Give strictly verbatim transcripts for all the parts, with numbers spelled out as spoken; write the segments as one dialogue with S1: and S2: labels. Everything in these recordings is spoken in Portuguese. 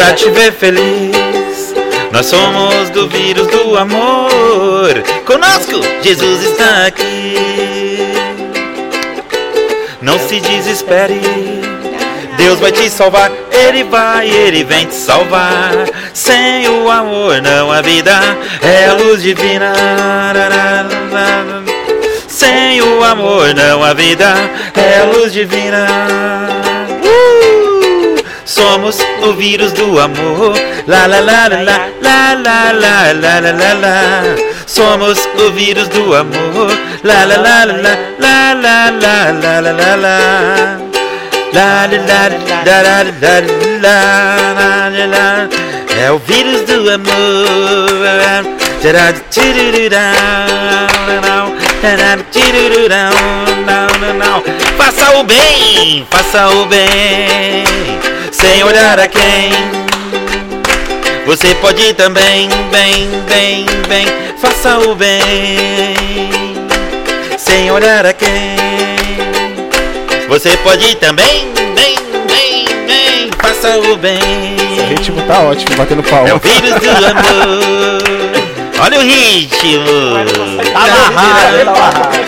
S1: pra te ver feliz. Nós somos do vírus do amor. Conosco, Jesus está aqui. Não se desespere, Deus vai te salvar. Ele vai, Ele vem te salvar. Sem o amor não há vida, é a luz divina. Sem o amor não há vida, é a luz divina. uh! Somos o vírus do amor. La la la la la la la la la la la la. Somos o vírus do amor. La la la la la la la la la la la la. La la la la la la la la. É o vírus do amor. Faça o bem, faça o bem, sem olhar a quem. Você pode também, bem, bem, bem. Faça o bem, sem olhar a quem. Você pode também, bem, bem, bem. Faça o bem.
S2: Esse ritmo tá ótimo, batendo palma.
S1: É o vírus do amor. Olha o ritmo.
S2: Tá amarrado, tá amarrado.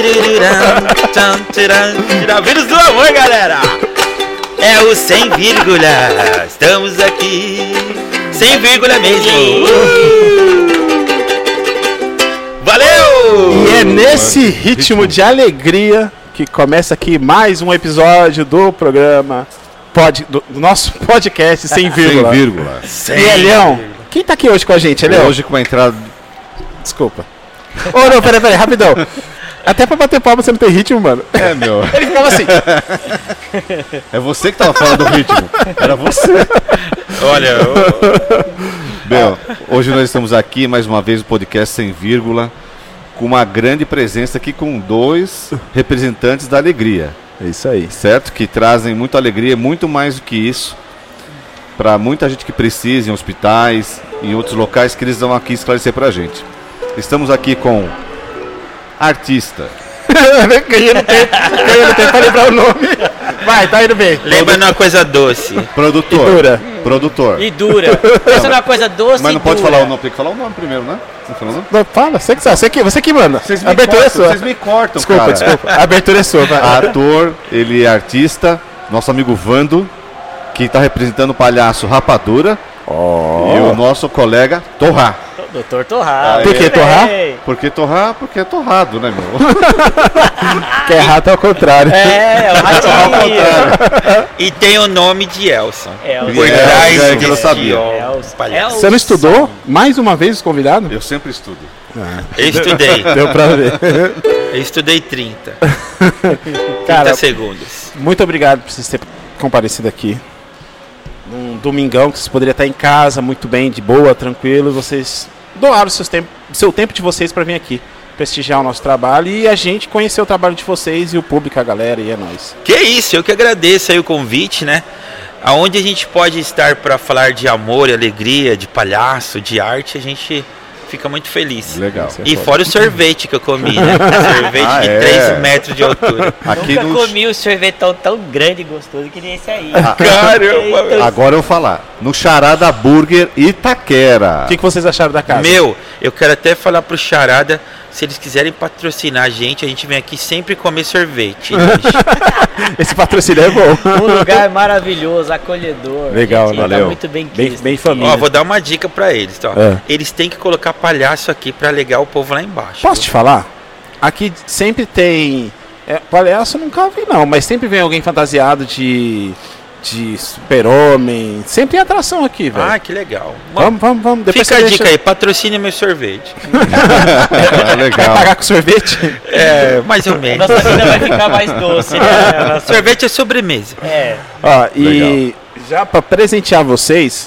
S1: Tirar vírus do amor, galera. É o sem vírgula. Estamos aqui. Sem vírgula mesmo. Uh! Valeu!
S2: E é nesse ritmo de alegria que começa aqui mais um episódio do programa, pod, do, do nosso podcast Sem Vírgula.
S3: Sem Vírgula.
S2: Sem e Elião, quem tá aqui hoje com a gente, Elião?
S3: Hoje com a entrada...
S2: Desculpa. Ô, oh, não, peraí, peraí, rapidão. Até pra bater palma você não tem ritmo, mano.
S3: É, meu.
S2: Ele ficava assim.
S3: É você que tava falando do ritmo. Era você.
S1: Olha, eu...
S3: Bel, hoje nós estamos aqui mais uma vez no podcast Sem Vírgula, com uma grande presença aqui com dois representantes da alegria.
S2: É isso aí.
S3: Certo? Que trazem muita alegria, muito mais do que isso, para muita gente que precisa em hospitais, em outros locais, que eles vão aqui esclarecer pra gente. Estamos aqui com artista.
S2: Ganhando tempo, ganhando tempo pra lembrar o nome. Vai, tá indo bem.
S1: Lembra uma coisa doce.
S3: Produtor.
S2: E dura.
S3: Produtor.
S4: E dura. Pensa numa coisa doce.
S3: Mas não
S4: e
S3: pode
S4: dura.
S3: falar o nome, tem que falar o nome primeiro, né? Não falou o nome?
S2: Não, fala, você que sabe, você que, você que manda.
S3: Vocês
S2: A abertura
S3: cortam,
S2: é sua.
S3: Vocês me cortam,
S2: Desculpa,
S3: cara.
S2: desculpa. A abertura é sua, vai.
S3: Ator, ele é artista, nosso amigo Vando, que está representando o palhaço Rapadura.
S2: Oh.
S3: E o nosso colega Torrá.
S4: Doutor Torrado.
S2: Por que Torrá?
S3: Por que Torrá? Porque é torrado, né, meu?
S2: Que é rato ao contrário.
S4: É, o ratinho.
S1: E tem o nome de Elson.
S4: Elson.
S1: Por
S3: É,
S1: trás
S3: é, que eu não
S1: desse
S3: sabia.
S1: ó,
S4: Elson.
S1: palhaço.
S2: Você não estudou? Mais uma vez os convidados?
S3: Eu sempre estudo.
S1: Eu estudei.
S2: Deu pra ver.
S1: Eu estudei trinta.
S2: Cara,
S1: trinta segundos.
S2: muito obrigado por vocês terem comparecido aqui. Num domingão que vocês poderiam estar em casa, muito bem, de boa, tranquilo. Vocês doaram o seu tempo, seu tempo de vocês para vir aqui prestigiar o nosso trabalho e a gente conhecer o trabalho de vocês e o público, a galera, e é nóis.
S1: Que isso, eu que agradeço aí o convite, né? Aonde a gente pode estar para falar de amor e alegria, de palhaço, de arte, a gente fica muito feliz.
S3: Legal.
S1: E fora o sorvete que eu comi, né? Sorvete
S3: Ah,
S1: de
S3: é.
S1: três metros de altura.
S3: Aqui
S4: Nunca
S3: no...
S4: comi um sorvetão tão grande e gostoso que nem esse aí.
S1: Caramba!
S3: Agora eu vou falar. No Charada Burger Itaquera.
S2: O que, que vocês acharam da casa?
S1: Meu, eu quero até falar pro Charada, se eles quiserem patrocinar a gente, a gente vem aqui sempre comer sorvete.
S2: Esse patrocínio é bom.
S4: Um lugar maravilhoso, acolhedor.
S2: Legal,
S4: gente,
S2: valeu.
S4: Tá muito bem
S2: Bem,
S4: quisto.
S2: bem família.
S1: Ó, vou dar uma dica pra eles, ó.
S2: É.
S1: Eles têm que colocar palhaço aqui pra alegar o povo lá embaixo.
S2: Posso te falar? Aqui sempre tem... É, palhaço eu nunca vi não, mas sempre vem alguém fantasiado de... De super-homem. Sempre tem atração aqui, velho.
S1: Ah, que legal.
S2: Vamos, vamos, vamos. Depois
S1: Fica a
S2: você
S1: dica
S2: deixa-
S1: aí, patrocine meu sorvete.
S3: Ah,
S2: Vai
S3: legal.
S2: pagar com sorvete?
S1: É, mais ou menos.
S4: Nossa vida vai ficar mais doce, né? Nossa-
S1: Sorvete é sobremesa.
S4: É.
S2: Ó, e já pra presentear vocês,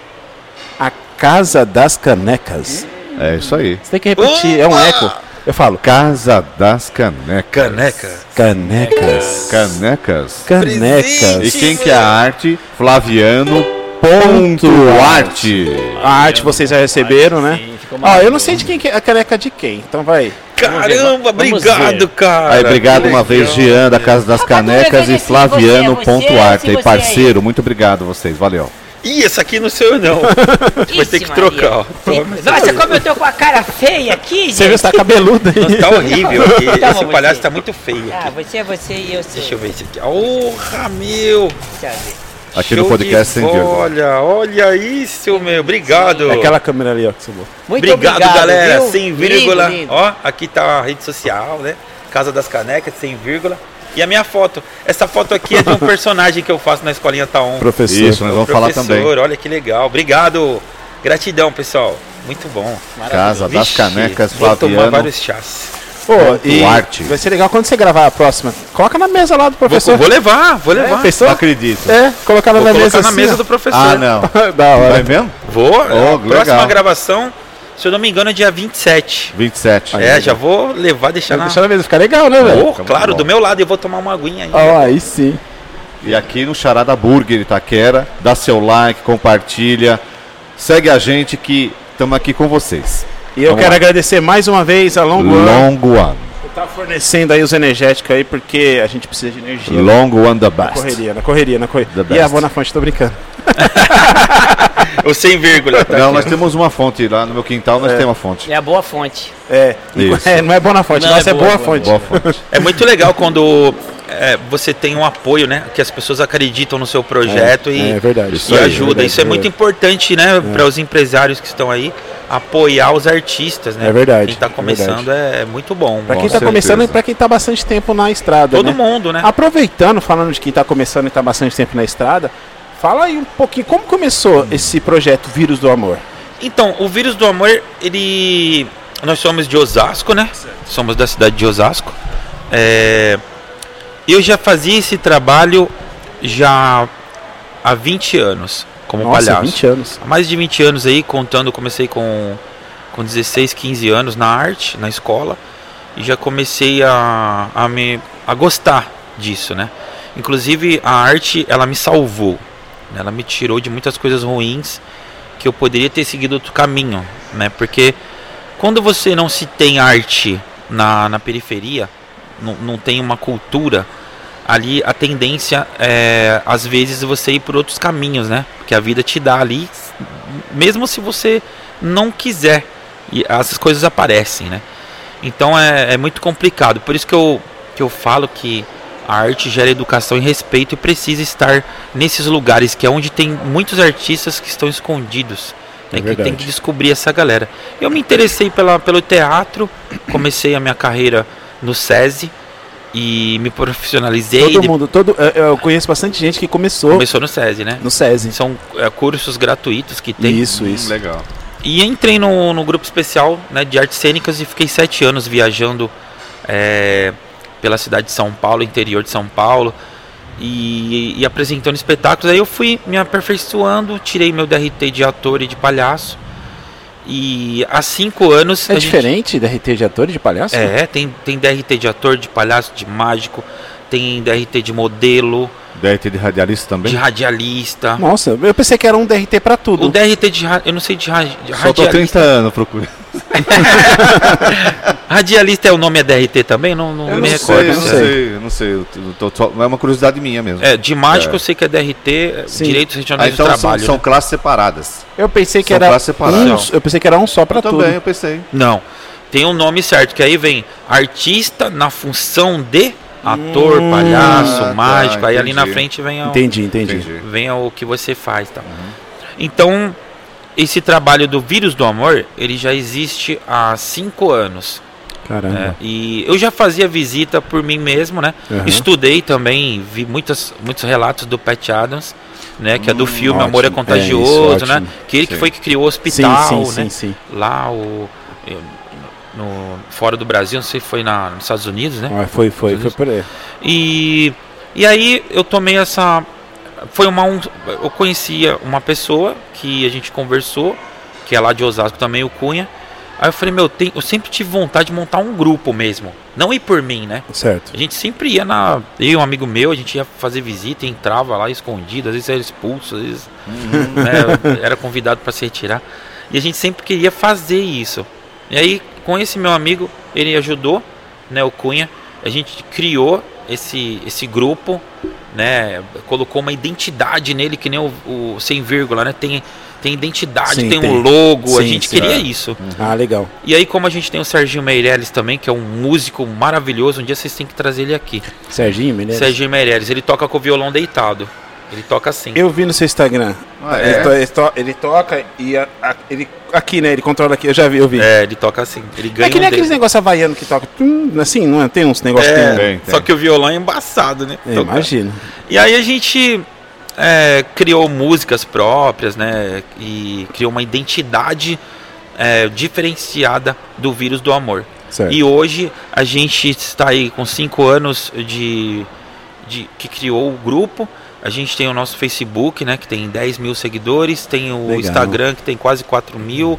S2: a Casa das Canecas.
S3: É isso aí.
S2: Você tem que repetir, é um
S1: Opa!
S2: eco. Eu falo,
S3: Casa das Canecas.
S1: Caneca.
S2: canecas.
S3: Canecas.
S2: Canecas.
S3: E quem que é a arte? Flaviano Ponto Arte.
S2: A arte vocês já receberam, né?
S4: Sim, ficou
S2: Ó, eu
S4: maravilhoso.
S2: não sei de quem que é a caneca de quem, então vai.
S1: Caramba,
S4: Vamos
S1: obrigado,
S4: ver.
S1: cara.
S3: Aí, obrigado
S1: Que
S3: uma vez,
S1: legal.
S3: Jean, da Casa das
S4: Rapadura,
S3: Canecas, e
S4: agradeci
S3: Flaviano
S4: você,
S3: Ponto
S4: você,
S3: Arte.
S4: você
S3: Aí, parceiro, muito obrigado a vocês. Valeu.
S1: Ih, essa aqui não sou eu não. Vai ter que
S4: Maria.
S1: trocar, ó.
S4: Sim. Nossa, como eu tô com a cara feia aqui, gente.
S2: Você viu, você tá cabeludo aí.
S1: Nossa, tá horrível aqui.
S4: Toma
S1: Esse
S4: você.
S1: palhaço tá muito feio
S4: Ah,
S1: aqui.
S4: você é você e eu sou.
S1: Deixa eu ver esse aqui. Porra, meu.
S4: Deixa eu ver.
S3: Aqui
S1: Show
S3: no podcast
S1: de
S3: sem vírgula.
S1: Olha, olha isso, meu. Obrigado.
S2: É aquela câmera ali, ó, que você botou.
S4: Muito
S1: Obrigado,
S4: obrigado,
S1: galera.
S4: viu?
S1: Sem vírgula.
S4: Lindo, lindo.
S1: Ó, aqui tá a rede social, né? Casa das Canecas, sem vírgula. E a minha foto. Essa foto aqui é de um personagem que eu faço na escolinha Taon.
S2: Professor.
S3: Isso, nós vamos falar
S1: Professor,
S3: também.
S1: olha que legal. Obrigado. Gratidão, pessoal. Muito bom.
S3: Casa das
S1: Vixe,
S3: Canecas,
S1: vou tomar
S3: Flaviano.
S1: vários chás.
S2: Pô, e
S3: Duarte.
S2: vai ser legal quando você gravar a próxima. Coloca na mesa lá do
S1: Vou,
S2: professor.
S1: vou levar, vou levar.
S2: É, pensou?
S3: Não acredito.
S2: É, colocar
S1: Vou
S2: na
S1: colocar
S2: mesa
S1: na
S2: assim,
S1: mesa
S2: ó.
S1: do professor.
S3: Ah, não.
S2: Da hora.
S3: Vai mesmo?
S1: Vou. a próxima
S3: legal.
S1: gravação, se eu não me engano, é dia vinte e sete.
S3: vinte e sete.
S1: É, já vou levar, deixar na...
S2: Deixa na mesa, fica legal, né, velho?
S1: Oh, claro,
S3: bom.
S1: do meu lado eu vou tomar uma aguinha aí.
S2: Ó, aí sim.
S3: E aqui no Charada Burger Itaquera, dá seu like, compartilha, segue a gente que estamos aqui com vocês.
S2: E eu
S3: Vamos
S2: quero
S3: lá.
S2: agradecer mais uma vez a Long One
S3: Long One.
S2: por estar fornecendo aí os energéticos aí, porque a gente precisa de energia.
S3: Long One the
S2: Na
S3: best.
S2: correria, na correria, na correria.
S3: The
S2: E a
S3: best.
S2: Boa na Fonte, tô brincando.
S1: O sem vírgula. Tá
S3: Não,
S1: aqui.
S3: nós temos uma fonte lá no meu quintal, nós temos uma fonte.
S4: É a boa fonte.
S2: É,
S3: Isso.
S2: é, não é Boa na Fonte,
S4: Não,
S2: nossa
S4: é
S2: é
S4: boa,
S2: Boa,
S4: boa,
S2: Fonte.
S3: Boa fonte.
S1: É muito legal quando é, você tem um apoio, né? Que as pessoas acreditam no seu projeto e,
S2: É verdade.
S3: Isso
S1: e
S3: aí,
S1: ajuda.
S2: verdade,
S1: Isso é muito
S2: verdade.
S1: importante, né? Para os empresários que estão aí, apoiar os artistas, né?
S2: É verdade,
S1: Quem está
S2: é
S1: começando é, é muito bom.
S2: Pra quem
S3: Com
S2: tá
S3: certeza.
S2: começando e pra quem tá bastante tempo na estrada,
S1: Todo
S2: né?
S1: mundo, né?
S2: Aproveitando, falando de quem tá começando e tá bastante tempo na estrada, fala aí um pouquinho, como começou esse projeto Vírus do Amor?
S1: Então, o Vírus do Amor, ele... Nós somos de Osasco, né? Somos da cidade de Osasco. É, Eu já fazia esse trabalho já há vinte anos, como
S2: Nossa,
S1: palhaço.
S2: vinte anos.
S1: Há mais de vinte anos aí, contando, comecei com, com dezesseis, quinze anos na arte, na escola. E já comecei a, a, me, a gostar disso, né? Inclusive, a arte, ela me salvou. Né? Ela me tirou de muitas coisas ruins que eu poderia ter seguido outro caminho, né? Porque quando você não se tem arte na, na periferia, não, não tem uma cultura, ali a tendência é, às vezes, você ir por outros caminhos, né? Porque a vida te dá ali, mesmo se você não quiser, e essas coisas aparecem, né? Então é, é muito complicado. Por isso que eu, que eu falo que a arte gera educação e respeito e precisa estar nesses lugares, que é onde tem muitos artistas que estão escondidos.
S2: É
S1: Né, que
S2: verdade.
S1: tem que descobrir essa galera. Eu me interessei pela, pelo teatro, comecei a minha carreira no SESI e me profissionalizei.
S2: Todo
S1: de-
S2: mundo, todo, eu- eu conheço bastante gente que começou
S1: Começou no SESI, né?
S2: no SESI.
S1: São é, cursos gratuitos que tem.
S2: Isso, isso.
S3: Legal.
S1: E entrei no, no grupo especial, né, de artes cênicas e fiquei sete anos viajando é, pela cidade de São Paulo, interior de São Paulo, e, e apresentando espetáculos. Aí eu fui me aperfeiçoando, tirei meu D R T de ator e de palhaço. E há cinco anos...
S2: É
S1: a gente-
S2: diferente da R T de ator e de palhaço?
S1: É, tem, tem D R T de ator, de palhaço, de mágico, tem D R T de modelo,
S3: D R T de radialista também?
S1: de radialista.
S2: Nossa, eu pensei que era um D R T pra tudo.
S1: O D R T de, ra- eu não sei de, ra- de
S3: Só tô
S1: radialista.
S3: trinta anos procurando.
S1: Radialista é o nome é D R T também? Não, não
S3: Eu
S1: me
S3: não
S1: recordo.
S3: sei, eu não
S1: se
S2: sei.
S3: sei, eu não sei. eu tô- tô só- é uma curiosidade minha mesmo.
S1: É, de mágico
S3: É.
S1: eu sei que é D R T,
S2: Sim.
S1: Direitos
S3: Ah,
S1: Regionais
S3: então
S1: do
S3: são,
S1: Trabalho.
S3: são
S1: né?
S3: classes separadas.
S2: Eu pensei que
S3: São
S2: era
S3: classes separadas.
S2: um,
S1: Não.
S2: eu pensei que era um só pra
S3: Eu
S2: tudo.
S3: também, eu pensei.
S1: Não, tem um nome certo, que aí vem artista na função de ator,
S2: Hum.
S1: palhaço,
S3: Ah, tá,
S1: mágico, aí ali na
S3: entendi.
S1: frente vem, o,
S2: Entendi, entendi.
S3: Entendi.
S1: vem o que você faz. Tá? Então, esse trabalho do Vírus do Amor, ele já existe há cinco anos.
S2: Caramba.
S1: né? E eu já fazia visita por mim mesmo, né?
S2: Uhum.
S1: Estudei também, vi muitas, muitos relatos do Pat Adams, né? Que é do filme
S2: ótimo.
S1: Amor é
S2: É,
S1: Contagioso,
S2: isso,
S1: né?
S2: ótimo.
S1: Que ele que
S3: Sim.
S1: foi que criou o
S2: Sim,
S1: hospital,
S2: sim,
S1: né?
S2: sim, sim.
S1: Lá o eu- no fora do Brasil, não sei se foi na, nos Estados Unidos, né?
S2: Ah, foi, foi, foi por aí.
S1: E e aí eu tomei essa foi uma um, eu conhecia uma pessoa que a gente conversou, que é lá de Osasco também, o Cunha. Aí eu falei, meu, tem, eu sempre tive vontade de montar um grupo mesmo, não ir por mim, né?
S2: Certo.
S1: A gente sempre ia na. Eu e um amigo meu, a gente ia fazer visita e entrava lá escondido, às vezes era expulso, às vezes né, era convidado para se retirar. E a gente sempre queria fazer isso. E aí, com esse meu amigo, ele ajudou, né, o Cunha, a gente criou esse, esse grupo, né? Colocou uma identidade nele, que nem o, o sem vírgula, né? Tem, tem identidade,
S2: Sim,
S1: tem,
S2: tem.
S1: um logo,
S2: Sim,
S1: a gente
S2: sim.
S1: queria
S3: É.
S1: isso.
S2: Ah, legal.
S1: E aí, como a gente tem o Serginho Meirelles também, que é um músico maravilhoso, um dia vocês têm que trazer ele aqui.
S2: Serginho, Menezes?
S1: Serginho Meirelles, ele toca com o violão deitado. Ele toca assim.
S2: Eu vi no seu Instagram.
S3: Ah,
S2: ele,
S3: é?
S2: to- ele to- ele toca e a- a- ele aqui, né? Ele controla aqui. Eu já vi, eu vi.
S1: É, ele toca assim. Ele ganha
S2: É que nem
S1: um
S2: aqueles
S1: dedo.
S2: negócios havaianos que toca. tum, assim, não é? Tem uns negócios
S1: É,
S2: que.
S3: Tem, tem.
S1: só que o violão é embaçado, né?
S2: É,
S1: Tocar.
S2: imagino.
S1: E aí a gente é, criou músicas próprias, né? E criou uma identidade é, diferenciada do Vírus do Amor.
S2: Certo.
S1: E hoje a gente está aí com cinco anos de, de que criou o grupo. A gente tem o nosso Facebook, né, que tem dez mil seguidores, tem o
S2: Legal.
S1: Instagram, que tem quase quatro mil.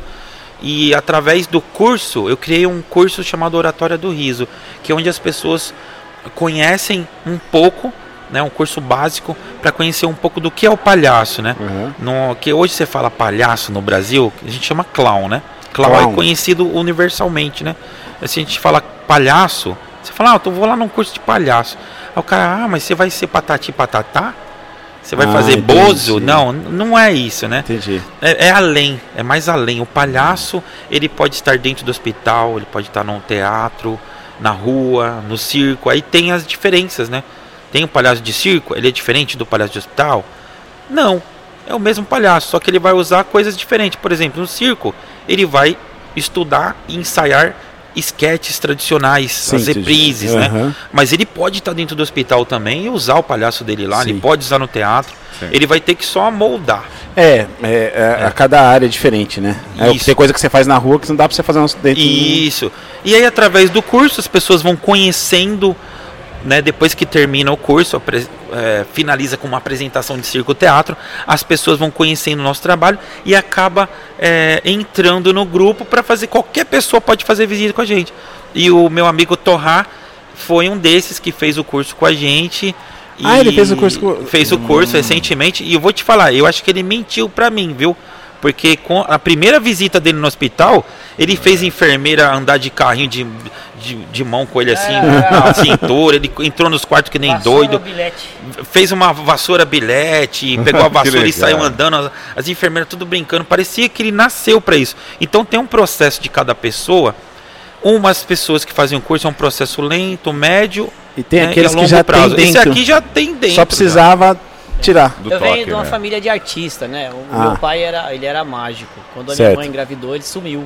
S1: E através do curso, eu criei um curso chamado Oratória do Riso, que é onde as pessoas conhecem um pouco, né, um curso básico, para conhecer um pouco do que é o palhaço, né?
S2: Uhum.
S1: No, que hoje você fala palhaço no Brasil, a gente chama clown, né? Clown,
S2: Clown.
S1: é conhecido universalmente, né? Se a gente fala palhaço, você fala, ah, eu vou lá num curso de palhaço. Aí o cara, ah, mas você vai ser patati patatá? Você vai
S2: Ah,
S1: fazer
S2: entendi.
S1: bozo? Não, não é isso, né?
S2: Entendi.
S1: É, é além, é mais além. O palhaço, ele pode estar dentro do hospital, ele pode estar num teatro, na rua, no circo. Aí tem as diferenças, né? Tem o palhaço de circo, ele é diferente do palhaço de hospital? Não, é o mesmo palhaço, só que ele vai usar coisas diferentes. Por exemplo, no circo, ele vai estudar e ensaiar esquetes tradicionais,
S2: Sim,
S1: as reprises,
S2: entendi.
S1: né?
S2: Aham.
S1: Mas ele pode estar dentro do hospital também e usar o palhaço dele lá,
S2: Sim.
S1: ele pode usar no teatro,
S3: Sim.
S1: ele vai ter que só moldar.
S2: É, é, é, a cada área é diferente, né? É,
S1: Isso.
S2: tem coisa que você faz na rua que não dá pra você fazer dentro do...
S1: Isso. E aí, através do curso, as pessoas vão conhecendo, né, depois que termina o curso, apre- é, finaliza com uma apresentação de circo-teatro, as pessoas vão conhecendo o nosso trabalho e acaba é, entrando no grupo para fazer. Qualquer pessoa pode fazer visita com a gente. E o meu amigo Torrá foi um desses que fez o curso com a gente.
S2: Ah,
S1: e
S2: ele fez o curso com-
S1: Fez o curso recentemente. E eu vou te falar, eu acho que ele mentiu para mim, viu? Porque com a primeira visita dele no hospital, ele fez a enfermeira andar de carrinho de, de, de mão com ele assim, na cintura. Ele entrou nos quartos que nem
S4: Passou
S1: doido.
S4: no bilhete.
S1: Fez uma vassoura bilhete, pegou a
S3: Que
S1: vassoura e
S3: legal.
S1: saiu andando. As, as enfermeiras tudo brincando. Parecia que ele nasceu para isso. Então tem um processo de cada pessoa. Umas pessoas que fazem o curso é um processo lento, médio.
S2: E tem
S1: né,
S2: aqueles
S1: e a
S2: que
S1: longo
S2: já
S1: prazo.
S2: tem
S1: Esse
S2: dentro.
S1: aqui já tem dentro.
S2: Só precisava tirar.
S3: Do
S4: Eu
S3: toque,
S4: venho de uma
S3: né?
S4: família de artista, né? O
S2: Ah.
S4: meu pai era, ele era mágico. Quando a
S2: Certo.
S4: minha mãe engravidou, ele sumiu.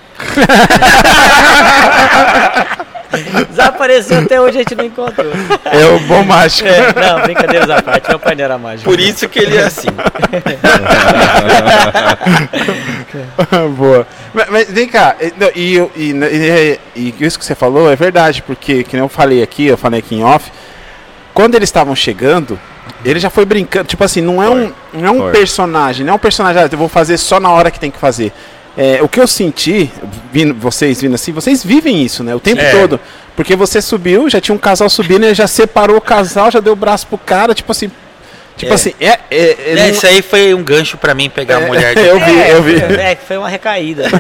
S4: Desapareceu, até hoje a gente não encontrou.
S2: É o bom mágico.
S4: É, não, brincadeiras à parte, meu pai não era mágico.
S1: Por isso que ele é assim.
S2: Boa. Mas, mas vem cá, e, não, e, eu- e, e, e isso que você falou é verdade, porque, que nem eu falei aqui, eu falei aqui em off, quando eles estavam chegando, ele já foi brincando, tipo assim, não é um, não é um
S3: Foi.
S2: personagem, não é um personagem, ah, eu vou fazer só na hora que tem que fazer. É, o que eu senti, vindo, vocês vindo assim, vocês vivem isso, né, o tempo
S1: É.
S2: todo. Porque você subiu, já tinha um casal subindo, ele já separou o casal, já deu o braço pro cara, tipo assim, tipo
S1: É.
S2: assim, é... é, é,
S1: É,
S2: não-
S1: isso aí foi um gancho pra mim pegar a mulher.
S2: eu vi, eu vi.
S4: É, que foi uma recaída. Né?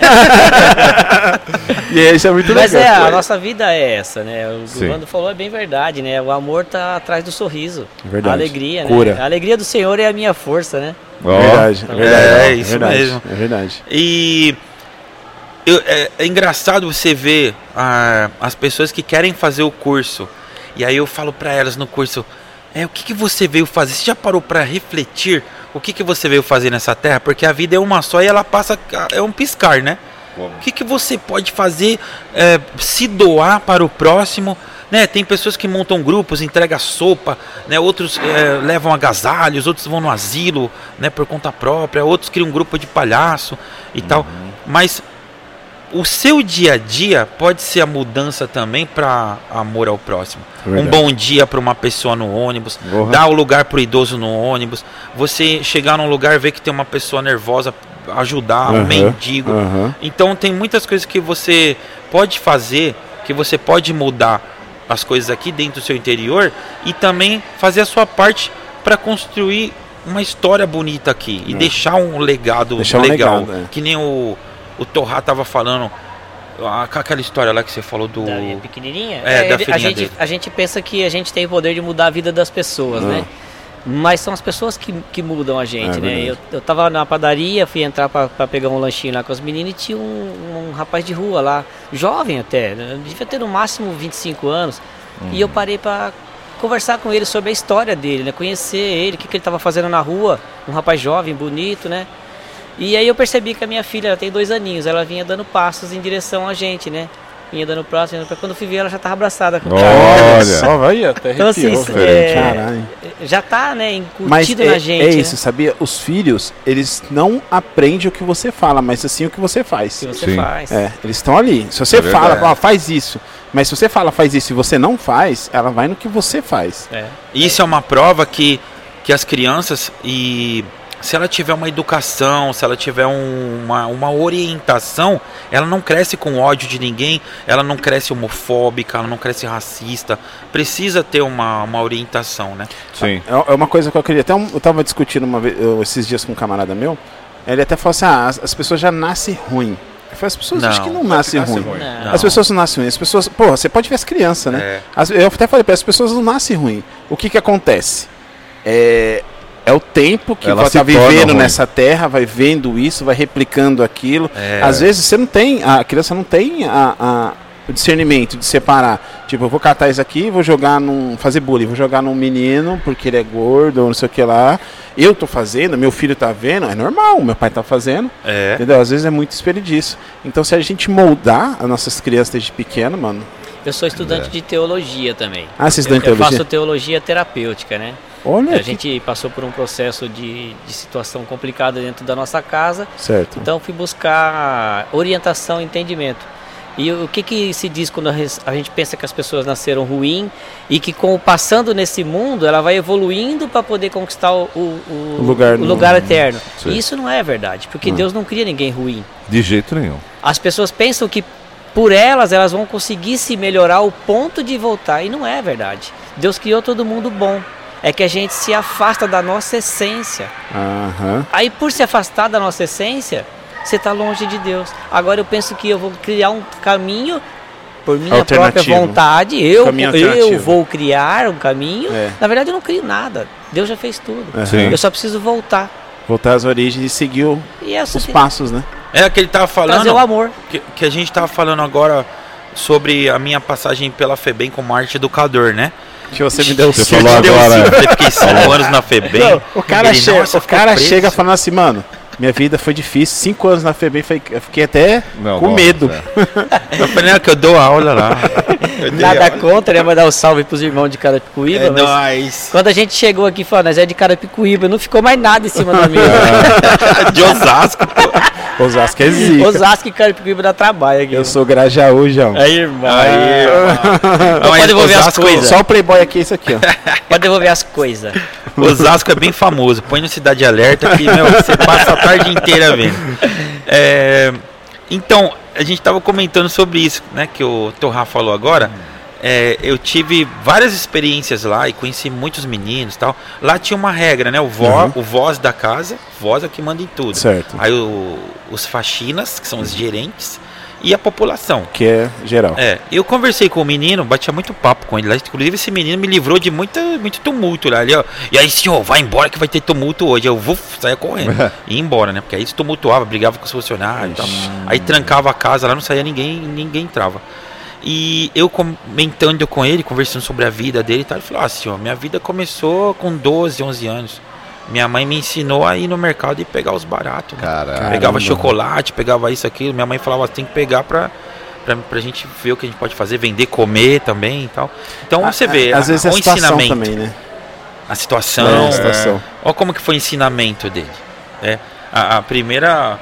S2: E isso é muito
S4: Mas é,
S2: legal.
S4: a nossa vida é essa, né? O
S3: Sim.
S4: Evandro falou, é bem verdade, né? O amor tá atrás do sorriso.
S2: Verdade.
S4: A alegria,
S2: Cura.
S4: né? A alegria do Senhor é a minha força, né?
S3: Ó,
S2: Verdade, é verdade.
S1: É,
S2: é
S1: isso
S2: verdade,
S1: mesmo.
S2: É verdade.
S1: E eu- é, é engraçado você ver ah, as pessoas que querem fazer o curso. E aí eu falo pra elas no curso, é, o que, que você veio fazer? Você já parou pra refletir o que, que você veio fazer nessa terra? Porque a vida é uma só e ela passa, é um piscar, né?
S3: Como?
S1: O que, que você pode fazer, é, se doar para o próximo? Né? Tem pessoas que montam grupos, entregam sopa, né? Outros é, levam agasalhos, outros vão no asilo, né? Por conta própria, outros criam um grupo de palhaço e tal. Mas o seu dia a dia pode ser a mudança também para amor ao próximo.
S2: Verdade.
S1: Um bom dia para uma pessoa no ônibus,
S3: Uhum.
S1: dar o lugar para o idoso no ônibus, você chegar num lugar, ver que tem uma pessoa nervosa, ajudar, um
S2: Aham,
S1: mendigo.
S2: aham.
S1: Então tem muitas coisas que você pode fazer, que você pode mudar as coisas aqui dentro do seu interior e também fazer a sua parte para construir uma história bonita aqui e
S2: É.
S1: deixar um legado
S2: Deixar um
S1: legal.
S2: legado, é.
S1: Que nem o, o Torrá tava falando, a- aquela história lá que você falou do...
S4: Da minha pequenininha?
S1: É, da
S4: ele-
S1: filhinha
S4: a, gente,
S1: dele.
S4: a gente pensa que a gente tem o poder de mudar a vida das pessoas,
S2: Ah.
S4: né? Mas são as pessoas que, que mudam a gente,
S2: É
S4: né?
S2: verdade.
S4: Eu, eu tava na padaria, fui entrar pra, pra pegar um lanchinho lá com as meninas e tinha um, um rapaz de rua lá, jovem até, né? Devia ter no máximo vinte e cinco anos. E eu parei pra conversar com ele sobre a história dele, né? Conhecer ele, o que, que ele tava fazendo na rua, um rapaz jovem, bonito, né? E aí eu percebi que a minha filha, ela tem dois aninhos, ela vinha dando passos em direção a gente, né? Vinha dando passos, vinha dando passos. Quando eu fui ver, ela já tava abraçada com o cara.
S3: Olha,
S2: Só vai até
S4: Então assim,
S2: arrepiou, velho.
S4: é,
S2: Caralho.
S4: já tá, né,
S2: Mas
S4: incutido
S2: é,
S4: na gente,
S2: é
S4: né?
S2: isso, sabia? Os filhos, eles não aprendem o que você fala, mas assim o que você faz.
S4: Que você
S3: Sim.
S4: faz.
S2: É, eles estão ali. Se você
S3: É
S2: fala,
S3: verdade.
S2: ó, faz isso, mas se você fala, faz isso e você não faz, ela vai no que você faz.
S4: É.
S1: Isso é uma prova que, que as crianças, e se ela tiver uma educação, se ela tiver um- uma, uma orientação, ela não cresce com ódio de ninguém, ela não cresce homofóbica, ela não cresce racista. Precisa ter uma, uma orientação, né?
S3: sim.
S2: É é uma coisa que eu queria. Até um, eu tava discutindo uma vez, eu, esses dias com um camarada meu. Ele até falou assim: ah, as, as pessoas já nascem ruim. Eu falei, as pessoas
S1: Não,
S2: acho que não nascem
S3: nasce
S2: ruim.
S3: ruim.
S4: Não.
S2: As pessoas não nascem ruim. As pessoas. Pô, você pode ver as crianças, né?
S1: É.
S2: As- eu até falei pra ele, as pessoas não nascem ruim. O que que acontece? É. É o tempo que
S3: Ela
S2: você
S3: se
S2: tá
S3: torna
S2: vivendo
S3: ruim.
S2: nessa terra, vai vendo isso, vai replicando aquilo.
S1: É.
S2: Às vezes você não tem, a criança não tem a, a- o discernimento de separar. Tipo, eu vou catar isso aqui, vou jogar num. Fazer bullying, vou jogar num menino porque ele é gordo ou não sei o que lá. Eu tô fazendo, meu filho tá vendo, é normal, meu pai tá fazendo.
S1: É.
S2: Entendeu? Às vezes é muito desperdício. Então se a gente moldar as nossas crianças desde pequeno, mano.
S4: Eu sou estudante
S3: É.
S4: de teologia também.
S2: Ah, vocês
S4: eu,
S2: estudam
S4: eu
S2: teologia?
S4: faço teologia terapêutica, né?
S2: Olha,
S4: A
S2: que-
S4: gente passou por um processo de, de situação complicada dentro da nossa casa,
S2: certo.
S4: então fui buscar orientação e entendimento. E o que, que se diz quando a res- a gente pensa que as pessoas nasceram ruim e que com o passando nesse mundo ela vai evoluindo para poder conquistar o, o- o-
S2: O lugar
S4: o
S2: no-
S4: lugar eterno.
S3: Sim.
S4: E isso não é verdade, porque Deus não cria ninguém ruim.
S3: De jeito nenhum.
S4: As pessoas pensam que por elas, elas vão conseguir se melhorar ao ponto de voltar. E não é verdade. Deus criou todo mundo bom. É que a gente se afasta da nossa essência.
S2: Aham.
S4: Aí por se afastar da nossa essência, você está longe de Deus. Agora eu penso que eu vou criar um caminho por minha própria
S2: Alternativo.
S4: vontade. Eu,
S2: Caminho
S4: eu
S2: alternativo.
S4: vou criar um caminho.
S2: É.
S4: Na verdade eu não crio nada. Deus já fez tudo.
S2: Aham.
S3: Sim.
S4: Eu só preciso voltar.
S2: Voltar às origens e seguir o-
S4: E é
S2: os
S4: assim,
S2: passos, né?
S1: É que ele tava falando.
S4: trazer o amor.
S1: Que, que a gente tava falando agora sobre a minha passagem pela FEBEM como arte educador, né?
S2: Que você me deu
S3: Você
S2: cinco-
S3: falou
S1: Deu
S3: agora,
S1: cinco, eu fiquei cinco anos na FEBEM.
S2: Não, o cara,
S1: Ele,
S2: chega,
S1: nossa,
S2: o
S1: ficou
S2: cara
S1: preso.
S2: chega falando assim, mano, minha vida foi difícil, cinco anos na FEBEM, foi- eu fiquei até
S3: Não,
S2: com
S3: nossa,
S2: medo.
S3: é.
S1: Eu falei, não, que eu dou aula lá. Eu dei
S4: Nada
S1: aula.
S4: contra, né? Mandar um salve pros irmãos de Carapicuíba.
S1: É
S4: mas
S1: nóis.
S4: quando a gente chegou aqui, falou, nós é de Carapicuíba, não ficou mais nada em cima da mesa.
S1: De Osasco.
S2: Osasco é zica.
S4: Osasco e Carapicuíba dá trabalho aqui.
S2: Eu sou Grajaú, João.
S4: Aí, irmão.
S1: Aí,
S4: Então pode devolver as
S1: Osasco,
S4: coisas.
S2: Só o Playboy aqui é isso aqui, ó.
S4: Pode devolver as coisas.
S1: Osasco é bem famoso. Põe no Cidade Alerta que, meu, você passa a tarde inteira vendo. É, então, a gente tava comentando sobre isso, né? Que o Torra falou agora. É, eu tive várias experiências lá e conheci muitos meninos e tal. Lá tinha uma regra, né? O, vó,
S2: Uhum.
S1: o voz da casa, voz é que manda em tudo.
S2: Certo.
S1: Aí o- os faxinas, que são os gerentes, e a população.
S2: Que é geral.
S1: É, eu conversei com o menino, batia muito papo com ele lá. Inclusive, esse menino me livrou de muita, muito tumulto lá. Ali, ó. E aí, senhor, vai embora que vai ter tumulto hoje. Eu vou sair correndo. E ia embora, né? Porque aí se tumultuava, brigava com os funcionários e tal. Aí trancava a casa lá, não saía ninguém, ninguém entrava. E eu comentando com ele, conversando sobre a vida dele e tal, ele falou: ah, senhor, minha vida começou com doze, onze anos. Minha mãe me ensinou a ir no mercado e pegar os baratos. né?
S3: Caralho.
S2: Caramba.
S1: Pegava chocolate, pegava isso, aquilo. Minha mãe falava, tem que pegar pra, pra, pra gente ver o que a gente pode fazer, vender, comer também e tal. Então você vê,
S2: Às
S1: a-
S2: vezes é a
S1: o
S2: situação
S1: ensinamento,
S2: também, né?
S1: a situação,
S2: É, a situação.
S1: olha como que foi o ensinamento dele. Né? A, a primeira, a-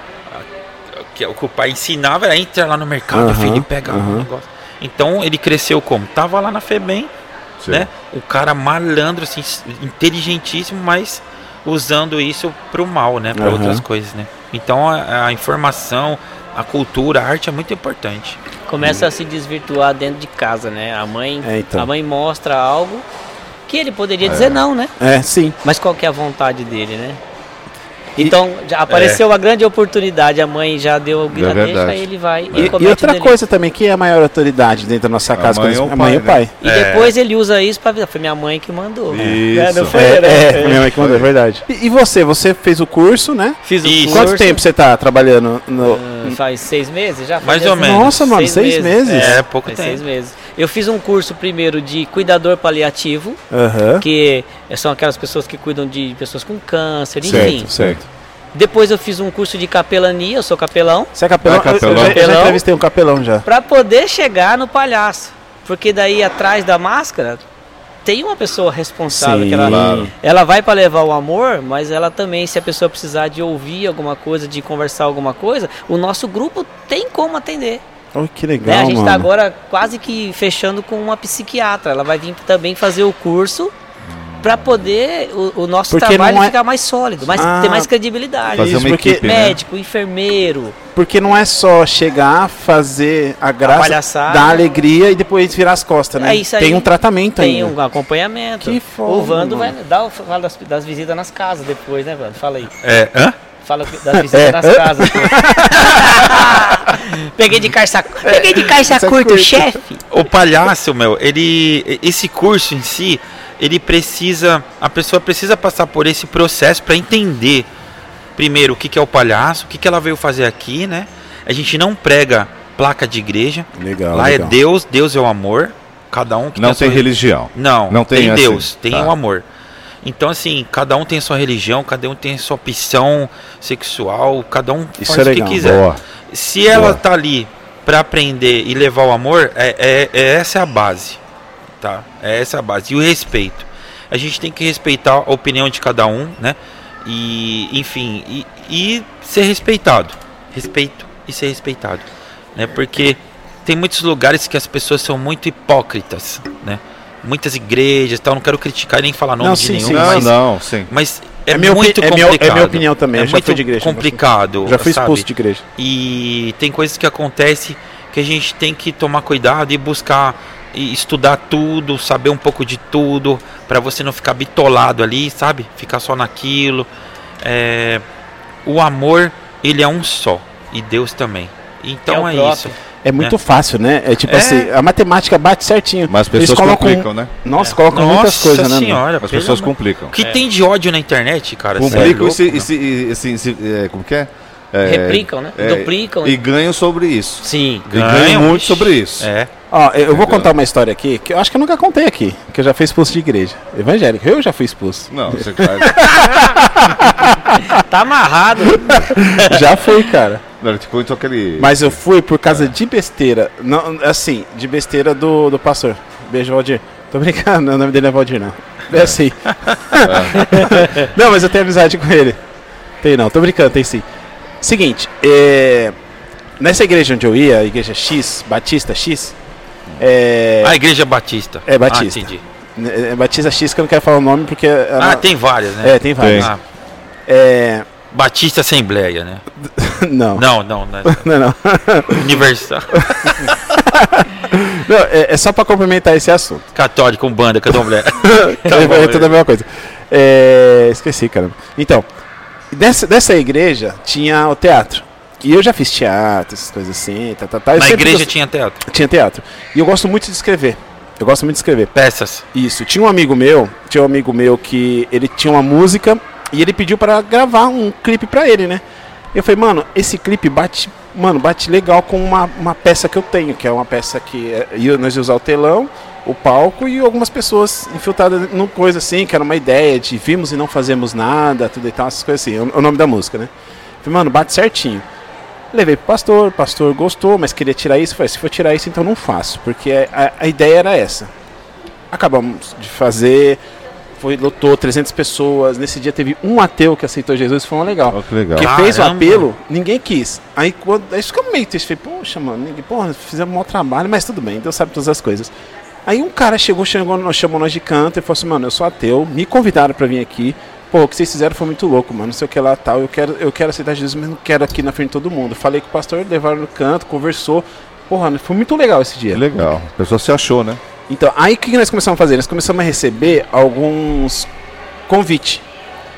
S1: que o que o pai ensinava era entrar lá no mercado,
S2: Aham,
S1: filho, e pegar
S2: aham.
S1: um negócio. Então ele cresceu como? Tava lá na FEBEM,
S3: Sim.
S1: né? O cara malandro, assim, inteligentíssimo, mas usando isso pro mal, né? Para
S2: Aham.
S1: outras coisas, né? Então a, a informação, a cultura, a arte é muito importante.
S4: Começa a se desvirtuar dentro de casa, né? A mãe,
S2: É, então.
S4: a mãe mostra algo que ele poderia dizer não, né?
S2: É, sim.
S4: Mas qual que é a vontade dele, né? Então, já apareceu uma grande oportunidade, a mãe já deu o
S3: É
S4: deixa,
S3: verdade.
S4: ele vai
S2: E,
S4: comete
S2: e outra
S4: o delito.
S2: coisa também, quem é a maior autoridade dentro da nossa
S3: A
S2: casa?
S3: mãe
S2: quando-
S3: ou o
S2: a mãe e o
S3: pai,
S2: pai.
S4: E
S3: É.
S4: depois ele usa isso pra vida. Foi minha mãe que mandou.
S3: Isso.
S4: É, não foi,
S2: É,
S4: né?
S2: é, foi minha mãe que mandou, é verdade. E, e você? Você fez o curso, né?
S4: Fiz o
S1: Isso.
S4: curso.
S2: Quanto tempo você tá trabalhando no...
S4: Ah, faz seis meses já?
S1: Mais
S4: Faz
S1: ou
S4: dez-
S1: menos.
S2: Nossa, mano, seis meses?
S1: É, pouco
S4: Faz
S1: tempo.
S4: seis meses. Eu fiz um curso primeiro de cuidador paliativo,
S2: Aham.
S4: que são aquelas pessoas que cuidam de pessoas com câncer, enfim.
S2: Certo, certo.
S4: Depois eu fiz um curso de capelania, eu sou capelão,
S2: Você é capelão?
S3: Ah, capelão.
S2: Eu, já, eu já
S4: Capelão.
S2: entrevistei um capelão já.
S4: pra poder chegar no palhaço. Porque daí atrás da máscara tem uma pessoa responsável.
S2: Sim,
S4: que ela,
S3: claro.
S4: ela vai para levar o amor, mas ela também, se a pessoa precisar de ouvir alguma coisa, de conversar alguma coisa, o nosso grupo tem como atender.
S2: Oh, que
S4: Né?
S2: legal,
S4: A gente
S2: mano.
S4: está agora quase que fechando com uma psiquiatra. Ela vai vir também fazer o curso para poder o, o nosso
S2: Porque
S4: trabalho
S2: não é-
S4: ficar mais sólido, mais,
S2: Ah,
S4: ter mais credibilidade.
S3: Fazer
S2: Isso,
S3: uma
S2: porque
S3: equipe, né?
S4: Médico, enfermeiro.
S2: Porque não é só chegar, fazer a graça,
S4: palhaçada.
S2: dar alegria e depois virar as costas, né?
S4: É isso aí.
S2: Tem um tratamento
S4: Tem
S2: ainda.
S4: um acompanhamento.
S2: Que foda,
S4: O Vando vai
S2: mano.
S4: dar o fala das, das visitas nas casas depois, né, Vando? Fala aí.
S1: É, hã?
S4: Fala das visitas
S2: É.
S4: nas casas. Peguei de calça, peguei de calça
S2: Calça
S4: curta,
S2: curta.
S4: chefe.
S1: O palhaço, meu, ele. Esse curso em si, ele precisa. A pessoa precisa passar por esse processo para entender, primeiro, o que, que é o palhaço, o que, que ela veio fazer aqui, né? A gente não prega placa de igreja.
S2: Legal,
S1: Lá
S2: legal.
S1: é Deus, Deus é o amor. Cada um que
S3: Não
S1: a
S3: tem
S1: sua-
S3: religião.
S1: Não,
S3: Não tem
S1: tem,
S3: assim,
S1: Deus, tem
S3: tá.
S1: o amor. Então, assim, cada um tem a sua religião, cada um tem a sua opção sexual, cada um
S2: Isso
S1: faz
S2: é
S1: o que
S2: legal.
S1: quiser.
S3: Boa.
S1: Se ela
S3: Boa.
S1: tá ali para aprender e levar o amor, é, é- é essa é a base, tá? É essa a base. E o respeito. A gente tem que respeitar a opinião de cada um, né? E, enfim, e, e ser respeitado. Respeito e ser respeitado, né? Porque tem muitos lugares que as pessoas são muito hipócritas, né? Muitas igrejas, tal. Não quero criticar e nem falar nome
S2: Não,
S1: de
S2: sim,
S1: nenhum,
S2: sim,
S3: Não,
S1: mas,
S3: não, sim.
S1: mas é,
S2: É minha
S1: muito
S2: opi- é minha-
S1: complicado.
S2: é minha opinião também,
S1: É
S2: eu já
S1: muito
S2: fui de igreja,
S1: complicado.
S2: Já fui
S1: sabe?
S2: expulso de igreja.
S1: E tem coisas que acontecem que a gente tem que tomar cuidado e buscar e estudar tudo, saber um pouco de tudo, para você não ficar bitolado ali, sabe? Ficar só naquilo. É, o amor, ele é um só, e Deus também. Então
S4: É o
S1: é,
S4: próprio.
S1: isso.
S2: É muito fácil, né? É tipo
S1: É.
S2: assim, a matemática bate certinho.
S3: Mas as
S2: Eles
S3: pessoas
S2: colocam-
S3: complicam, né?
S2: Nossa, colocam muitas
S1: Nossa
S2: coisas, né? mano?
S1: senhora,
S3: As
S1: pelo
S3: pessoas
S1: amor-
S3: complicam.
S1: O que tem de ódio na internet, cara? Cê é
S3: Complicam e
S1: louco,
S3: se, e
S1: não?
S3: se- e se- se- é, como que é? É,
S4: Replicam, né?
S3: é,
S4: Duplicam.
S3: E ganham sobre isso.
S4: Sim.
S3: E ganham
S1: Ganham,
S3: muito
S1: ixi.
S3: sobre isso.
S1: É.
S2: Ó, eu eu vou
S3: Entendeu?
S2: contar uma história aqui que eu acho que eu nunca contei aqui, que eu já fui expulso de igreja. Evangélico, eu já fui expulso.
S3: Não, você faz.
S4: Tá amarrado.
S2: Já fui, cara.
S3: Não, ele te contou aquele.
S2: Mas eu fui por causa de besteira. Não, assim, de besteira do, do pastor. Beijo, Valdir. Tô brincando, o nome dele não é Valdir, não. É assim. Não, mas eu tenho amizade com ele. Tem não, tô brincando, tem sim. Seguinte, é, nessa igreja onde eu ia, a igreja X, Batista X, é,
S1: A Igreja Batista.
S2: É, Batista.
S1: Ah, entendi.
S2: é Batista X, que eu não quero falar o nome porque...
S1: Ah,
S2: ela-
S1: tem várias, né?
S2: É, tem várias.
S1: Ah,
S2: É,
S1: Batista Assembleia, né?
S2: não, não,
S1: Não, não, não.
S2: não. não.
S1: Universal.
S2: Não, é, é só pra complementar esse assunto.
S1: Católico, um banda, candomblé. Tá
S2: é,
S1: bom,
S2: é tudo a mesma coisa. É, esqueci, caramba. Então, dessa, dessa igreja tinha o teatro. E eu já fiz teatro, essas coisas assim. Tá, tá, tá. Eu
S1: Na
S2: sempre
S1: igreja
S2: gost-
S1: tinha teatro.
S2: tinha teatro. E eu gosto muito de escrever. Eu gosto muito de escrever.
S1: Peças.
S2: Isso. Tinha um amigo meu, tinha um amigo meu que ele tinha uma música e ele pediu pra gravar um clipe pra ele, né? Eu falei, mano, esse clipe bate, mano, bate legal com uma, uma peça que eu tenho, que é uma peça que é, ia- nós ia usar o telão, o palco e algumas pessoas infiltradas numa coisa assim, que era uma ideia de vimos e não fazemos nada, tudo e tal, essas coisas assim, o, o nome da música, né? Eu falei, mano, bate certinho. Levei pro pastor, o pastor gostou, mas queria tirar isso. Eu falei, se for tirar isso, então não faço, porque a, a ideia era essa. Acabamos de fazer, foi, lotou trezentas pessoas. Nesse dia teve um ateu que aceitou Jesus, foi um legal.
S3: Ó, que legal.
S2: Que fez o
S1: Caramba.
S2: apelo, ninguém quis. Aí quando. Aí ficou meio triste. Falei, poxa, mano, ninguém, porra, fizemos um mau trabalho, mas tudo bem, Deus sabe todas as coisas. Aí um cara chegou, chegou nós, chamou nós de canto e falou assim, mano, eu sou ateu, me convidaram pra vir aqui. Pô, o que vocês fizeram foi muito louco, mano. Não sei o que lá tal. Eu quero, eu quero aceitar Jesus, mas não quero aqui na frente de todo mundo. Falei com o pastor, levaram no canto, conversou. Porra, foi muito legal esse dia.
S3: Legal. A pessoa se achou, né?
S2: Então, aí o que nós começamos a fazer? Nós começamos a receber alguns convites.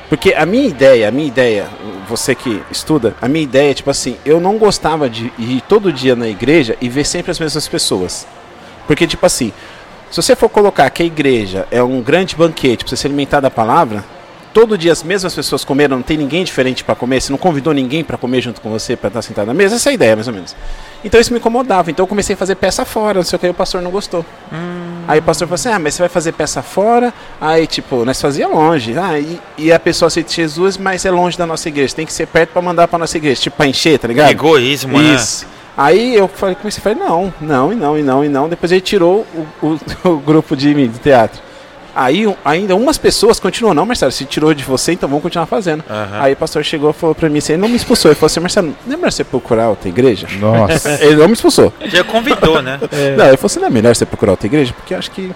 S2: Porque a minha ideia, a minha ideia, você que estuda, a minha ideia é tipo assim, eu não gostava de ir todo dia na igreja e ver sempre as mesmas pessoas. Porque tipo assim, se você for colocar que a igreja é um grande banquete para você se alimentar da palavra, todo dia as mesmas pessoas comeram, não tem ninguém diferente para comer, você não convidou ninguém para comer junto com você, para estar sentado na mesa, essa é a ideia mais ou menos. Então isso me incomodava, então eu comecei a fazer peça fora, não sei o que, aí o pastor não gostou. Hum. Aí o pastor falou assim, ah, mas você vai fazer peça fora? Aí tipo, nós fazia longe, ah, e, e a pessoa aceita Jesus, mas é longe da nossa igreja, tem que ser perto para mandar para nossa igreja, tipo para encher, tá ligado?
S1: Egoísmo,
S2: isso. Né? Aí eu falei, comecei a falar, não, não, e não, e não, e não. Depois ele tirou o, o, o grupo de mim, do teatro. Aí ainda umas pessoas continuam, não, Marcelo, se tirou de você, então vamos continuar fazendo. Uhum. Aí o pastor chegou e falou pra mim, assim, ele não me expulsou, ele falou assim, Marcelo, não é melhor você procurar outra igreja?
S3: Nossa.
S2: Ele não me expulsou.
S1: Já convidou, né?
S2: É. Não, ele falou assim, não é melhor você procurar outra igreja? Porque eu acho que,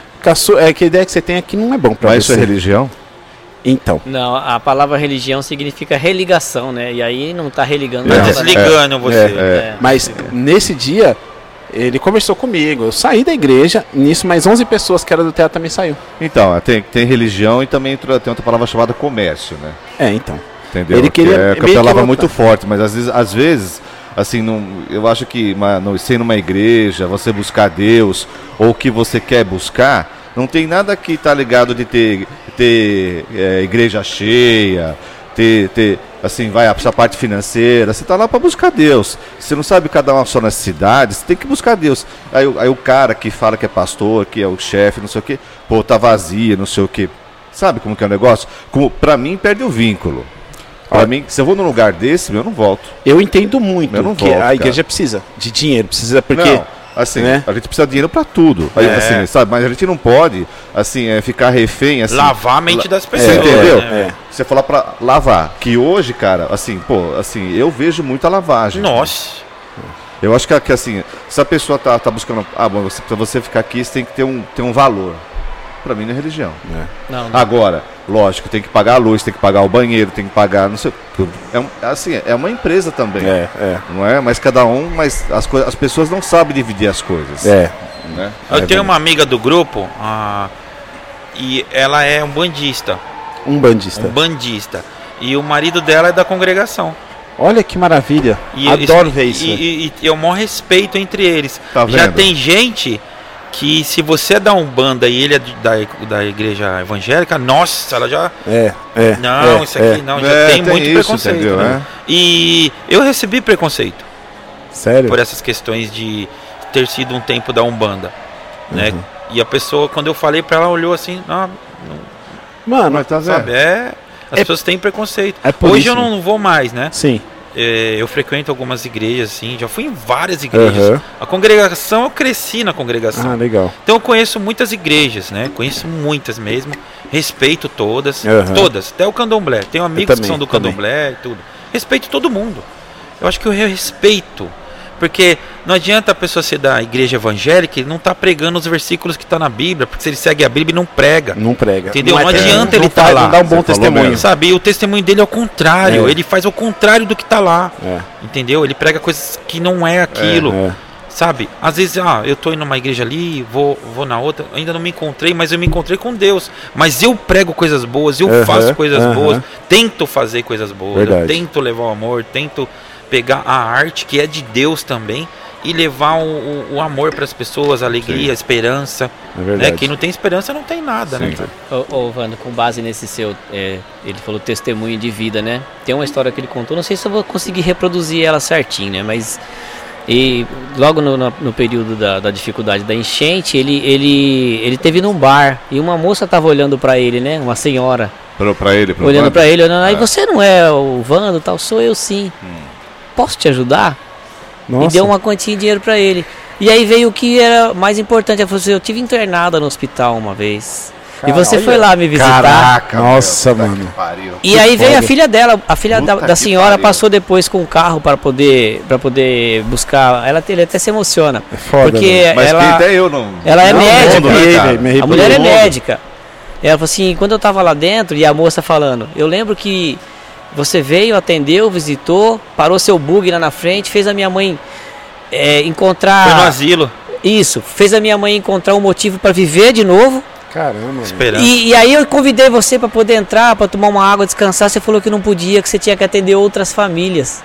S2: é que a ideia que você tem aqui não é bom pra
S3: Mas
S2: você.
S3: Mas isso é religião?
S2: Então.
S4: Não, a palavra religião significa religação, né? E aí não tá religando
S1: Tá
S4: nada.
S1: desligando
S2: é,
S1: você.
S2: É,
S4: é.
S2: Mas é. nesse dia, ele conversou comigo. Eu saí da igreja, nisso mais onze pessoas que eram do teatro também saiu.
S3: Então, tem, tem religião e também tem outra palavra chamada comércio, né?
S2: É, então.
S3: Entendeu?
S2: Ele queria,
S3: que é, que é uma palavra
S2: que
S3: muito forte, mas às vezes, às vezes assim, não, eu acho que uma, não, sendo uma igreja, você buscar Deus, ou o que você quer buscar, não tem nada que tá ligado de ter, ter é, igreja cheia, ter, ter assim, vai, essa parte financeira, você tá lá para buscar Deus. Você não sabe cada uma só necessidade, você tem que buscar Deus. Aí, aí o cara que fala que é pastor, que é o chefe, não sei o quê, pô, tá vazia, não sei o quê. Sabe como que é o negócio? Como, pra mim, perde o vínculo. Pra mim, se eu vou num lugar desse, eu não volto.
S2: Eu entendo muito
S3: eu não
S2: que
S3: volto,
S2: a igreja
S3: cara.
S2: precisa de dinheiro, precisa porque...
S3: Não, assim,
S2: né?
S3: a gente precisa de dinheiro pra tudo. Aí,
S1: É.
S3: assim, sabe? Mas a gente não pode, assim, é, ficar refém, assim...
S1: Lavar a mente das pessoas.
S3: Você entendeu?
S1: Né?
S2: É.
S3: Você falar pra lavar, que hoje, cara, assim, pô, assim, eu vejo muita lavagem.
S1: Nossa.
S3: Eu acho que, que assim, se a pessoa tá, tá buscando... Ah, bom, você, pra você ficar aqui, você tem que ter um, ter um valor. Pra mim não é religião.
S4: Não, não.
S3: Agora, lógico, tem que pagar a luz, tem que pagar o banheiro, tem que pagar, não sei, tudo. É, um, assim, é uma empresa também.
S2: É, é.
S3: Não é? Mas cada um, mas as, coi- as pessoas não sabem dividir as coisas.
S2: É.
S3: Né?
S1: Eu
S2: É
S1: tenho
S2: verdade.
S1: uma amiga do grupo, ah, e ela é um bandista.
S2: Um bandista.
S1: Um bandista. E o marido dela é da congregação.
S2: Olha que maravilha.
S1: E
S2: Adoro
S1: isso-
S2: ver isso.
S1: E, e, e eu maior respeito entre eles.
S3: Tá
S1: Já
S3: vendo?
S1: tem gente que se você é da Umbanda e ele é de- da, da igreja evangélica, nossa, ela já...
S2: É, é.
S1: Não,
S2: é,
S1: isso aqui
S2: é.
S1: não, já
S3: É,
S1: tem,
S3: tem
S1: muito
S3: isso,
S1: preconceito.
S3: entendeu,
S1: né?
S3: né?
S1: E eu recebi preconceito
S2: Sério?
S1: por essas questões de ter sido um tempo da Umbanda, né? E a pessoa, quando eu falei pra ela, olhou assim, ah,
S2: Mano,
S3: Mas tá vendo?
S1: sabe, é... As
S2: É-
S1: pessoas têm preconceito.
S2: é por
S1: Hoje
S2: isso,
S1: eu não vou mais, né?
S2: sim.
S1: É, eu frequento algumas igrejas, assim, já fui em várias igrejas.
S2: Aham.
S1: A congregação, eu cresci na congregação.
S2: Ah, legal.
S1: Então eu conheço muitas igrejas, né? Conheço muitas mesmo. Respeito todas.
S2: Aham.
S1: Todas. Até o candomblé. Tenho amigos
S2: também,
S1: que são do
S2: também.
S1: candomblé e tudo. Respeito todo mundo. Eu acho que eu respeito. Porque não adianta a pessoa ser da igreja evangélica e não tá pregando os versículos que tá na Bíblia. Porque se ele segue a Bíblia, não prega.
S2: Não prega.
S1: Entendeu? Não
S2: é-
S1: adianta
S2: não
S1: ele tá
S2: faz-
S1: lá.
S2: Não dá um
S3: Você
S2: bom
S3: falou
S2: testemunho.
S3: mesmo.
S1: Sabe? E o testemunho dele é o contrário.
S2: É.
S1: Ele faz o contrário do que tá lá.
S2: É,
S1: Entendeu? Ele prega coisas que não é aquilo.
S2: é.
S1: Sabe? Às vezes, ah, eu tô indo numa igreja ali, vou, vou na outra, ainda não me encontrei, mas eu me encontrei com Deus. Mas eu prego coisas boas, eu
S2: Aham,
S1: faço coisas
S2: aham.
S1: boas, tento fazer coisas boas, eu
S2: Verdade.
S1: tento levar o amor, tento pegar a arte que é de Deus também e levar o, o, o amor para as pessoas, a alegria, a esperança.
S2: É verdade.
S1: Né? Quem não tem esperança não tem nada, né?
S3: Sim.
S4: Ô, ô Wanda, com base nesse seu, é, ele falou testemunho de vida, né? Tem uma história que ele contou, não sei se eu vou conseguir reproduzir ela certinho, né? Mas e logo no, no, no período da, da dificuldade da enchente, ele, ele, ele teve num bar e uma moça tava olhando pra ele, né? Uma senhora
S3: Pra, pra ele, pro
S4: olhando
S3: Wanda?
S4: pra ele, olhando, aí
S3: É.
S4: você não é o Wanda, tal? Sou eu sim. Posso te ajudar?
S2: Nossa.
S4: E deu uma quantia de dinheiro pra ele. E aí veio o que era mais importante. Ela falou assim, eu tive internada no hospital uma vez. E você
S2: olha.
S4: foi lá me visitar.
S3: Caraca,
S2: Nossa,
S3: meu, puta
S2: mano.
S3: que pariu.
S4: E aí veio a
S2: foda.
S4: filha dela, a filha da,
S3: Puta
S4: da
S3: que
S4: senhora
S3: pariu.
S4: passou depois com o carro para poder para poder buscar. Ela ele até se emociona.
S2: É foda,
S4: porque
S2: velho.
S3: Mas que
S4: ela
S3: até eu não...
S4: ela é
S3: não
S4: médica.
S3: mundo, né,
S2: Arrepiei,
S3: cara?
S2: velho, me arrepiei.
S4: a mulher é
S3: Todo mundo.
S4: médica. Ela falou assim, quando eu tava lá dentro e a moça falando, eu lembro que você veio, atendeu, visitou, parou seu bug lá na frente, fez a minha mãe é, encontrar
S1: Foi no asilo.
S4: isso, fez a minha mãe encontrar um motivo para viver de novo
S2: Caramba.
S1: Esperando.
S4: E, e aí eu convidei você para poder entrar, para tomar uma água, descansar. Você falou que não podia, que você tinha que atender outras famílias.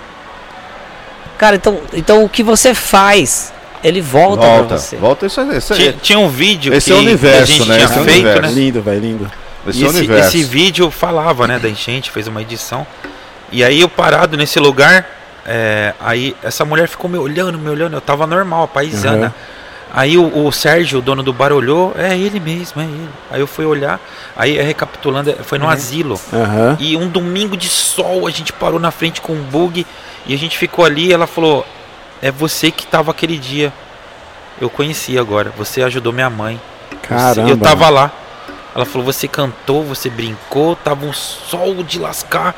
S4: Cara, então, então o que você faz, ele volta,
S3: Volta,
S4: para você.
S3: volta isso aí. Isso aí.
S1: Tinha, tinha um vídeo
S3: Esse
S1: que,
S3: é o universo,
S1: que a gente
S3: né?
S1: tinha
S3: Esse é o
S1: feito,
S3: universo.
S1: né?
S2: Lindo, velho, lindo.
S3: Esse
S1: E
S3: é o
S1: esse,
S3: universo.
S1: esse vídeo falava, né, da enchente, fez uma edição. E aí eu parado nesse lugar, é, aí essa mulher ficou me olhando, me olhando, eu tava normal, paisana.
S2: Uhum.
S1: Aí o, o Sérgio, o dono do bar, olhou, é ele mesmo, é ele. Aí eu fui olhar, aí recapitulando, foi no
S4: Uhum.
S1: asilo.
S2: Aham.
S1: E um domingo de sol, a gente parou na frente com um bug e a gente ficou ali e ela falou, é você que tava aquele dia. Eu conheci agora, você ajudou minha mãe.
S2: Caramba.
S1: Eu tava lá. Ela falou, você cantou, você brincou, tava um sol de lascar.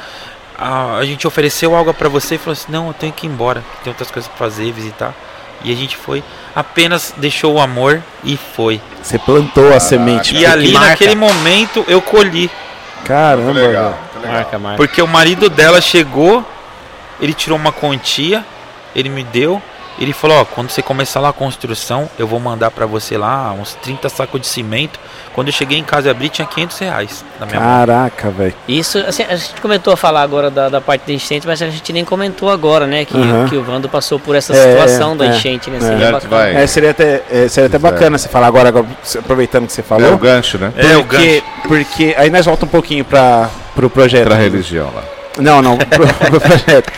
S1: A, a gente ofereceu algo pra você e falou assim, não, eu tenho que ir embora, tem outras coisas pra fazer, visitar. E a gente foi, apenas deixou o amor e foi.
S2: Você plantou a semente.
S1: E ali
S4: marca.
S1: naquele momento eu colhi.
S2: Caramba,
S3: Muito legal,
S2: velho.
S3: muito legal.
S4: Marca, marca.
S1: Porque o marido dela chegou, ele tirou uma quantia, ele me deu, ele falou, ó, quando você começar lá a construção, eu vou mandar pra você lá uns trinta sacos de cimento. Quando eu cheguei em casa e abri, tinha quinhentos reais na minha mão.
S2: Caraca, velho.
S4: Isso, assim, a gente começou a falar agora da, da parte da enchente, mas a gente nem comentou agora, né? Que,
S2: Uhum.
S4: que o Vando passou por essa
S2: É,
S4: situação da
S2: é,
S4: enchente, né?
S2: é.
S4: Seria
S3: Certo,
S4: bacana.
S3: vai.
S2: É, seria até, é, seria até
S3: Pois é.
S2: bacana você falar agora, agora, aproveitando que você
S3: É
S2: falou.
S3: o gancho, né?
S1: É, o
S2: porque,
S1: gancho.
S2: porque aí nós voltamos um pouquinho para pro projeto.
S3: Pra religião lá.
S2: Não, não, pro, pro projeto.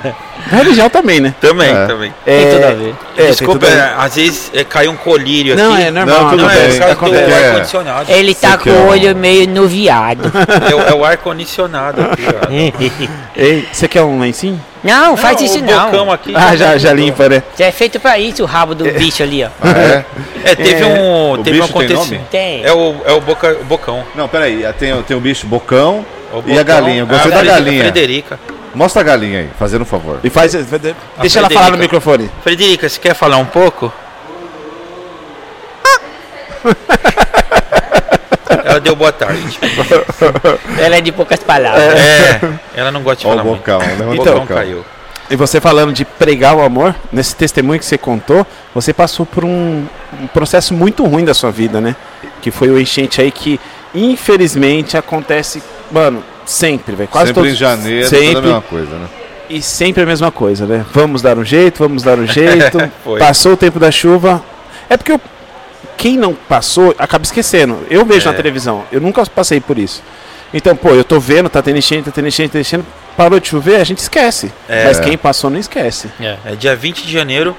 S2: A religião também, né?
S1: Também,
S3: É.
S1: também.
S4: Tem tudo a ver.
S2: é, tem
S1: Desculpa,
S2: tudo a ver.
S1: é, às vezes é, cai um colírio
S2: Não,
S1: aqui.
S2: é normal.
S3: Não, tudo
S1: Não, é
S3: bem.
S1: por causa do
S2: acontece.
S3: É.
S1: ar-condicionado.
S4: Ele tá
S3: Você
S4: com
S3: quer
S4: o
S3: um-
S4: olho meio nuviado.
S1: É, o- é o ar-condicionado aqui, ó.
S2: Ei, você quer um lencinho?
S4: Não, faz
S1: Não,
S4: isso
S1: o bocão
S4: não.
S1: aqui
S2: Ah, já, já
S1: mudou.
S2: limpa, né?
S4: Já é feito pra isso o rabo do bicho ali, ó.
S3: Ah, é?
S1: É, teve
S2: É.
S1: um,
S3: O
S1: teve um
S3: bicho tem
S1: acontecimento.
S3: nome?
S4: Tem.
S1: É o, é o, boca, o bocão.
S3: Não, peraí. Tem, tem o bicho bocão
S1: O
S3: e a
S1: bocão.
S3: galinha. Eu gostei
S1: Ah,
S3: da
S1: Frede-
S3: galinha.
S1: Frederica.
S3: Mostra a galinha aí, fazendo um favor.
S2: E faz. Deixa ela
S1: Frederica.
S2: falar no microfone.
S1: Frederica, você quer falar um pouco? Ela deu boa tarde.
S4: Ela é de poucas palavras.
S1: É, ela não gosta de
S3: Ó o
S1: falar muito.
S3: bocão, né?
S1: O
S2: Então,
S1: bocão
S3: bocão.
S1: caiu.
S2: E você falando de pregar o amor, nesse testemunho que você contou, você passou por um, um processo muito ruim da sua vida, né? Que foi o enchente aí que, infelizmente, acontece, mano, sempre, velho. Quase
S3: Sempre
S2: todos,
S3: em janeiro,
S2: sempre,
S3: toda a mesma coisa, né?
S2: e sempre a mesma coisa, né? Vamos dar um jeito, vamos dar um jeito.
S1: Foi.
S2: Passou o tempo da chuva. É porque eu- quem não passou acaba esquecendo. Eu vejo
S1: É.
S2: na televisão, eu nunca passei por isso. Então, pô, eu tô vendo, tá tendo enchente, tá tendo enchente, tá tendo enchente, parou de chover, a gente esquece.
S1: É.
S2: Mas quem passou não esquece.
S1: É, dia vinte de janeiro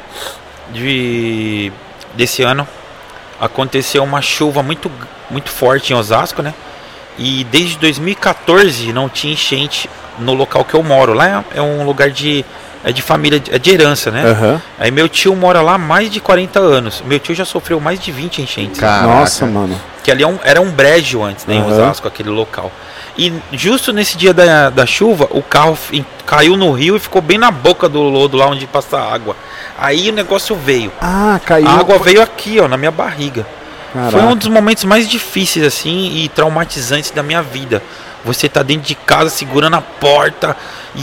S1: de, desse ano aconteceu uma chuva muito, muito forte em Osasco, né? E desde dois mil e quatorze não tinha enchente no local que eu moro. Lá é, é um lugar de, é de família, é de herança, né?
S2: Aham.
S1: Aí meu tio mora lá há mais de quarenta anos. Meu tio já sofreu mais de vinte enchentes.
S3: Caraca.
S2: Nossa, mano.
S1: Que ali é um- era um brejo antes, né, em
S2: Aham.
S1: Osasco, aquele local. E justo nesse dia da, da chuva, o carro fi- caiu no rio e ficou bem na boca do lodo, lá onde passa a água. Aí o negócio veio.
S2: Ah, caiu.
S1: A água veio aqui, ó, na minha barriga.
S2: Caraca.
S1: Foi um dos momentos mais difíceis, assim, e traumatizantes da minha vida. Você tá dentro de casa segurando a porta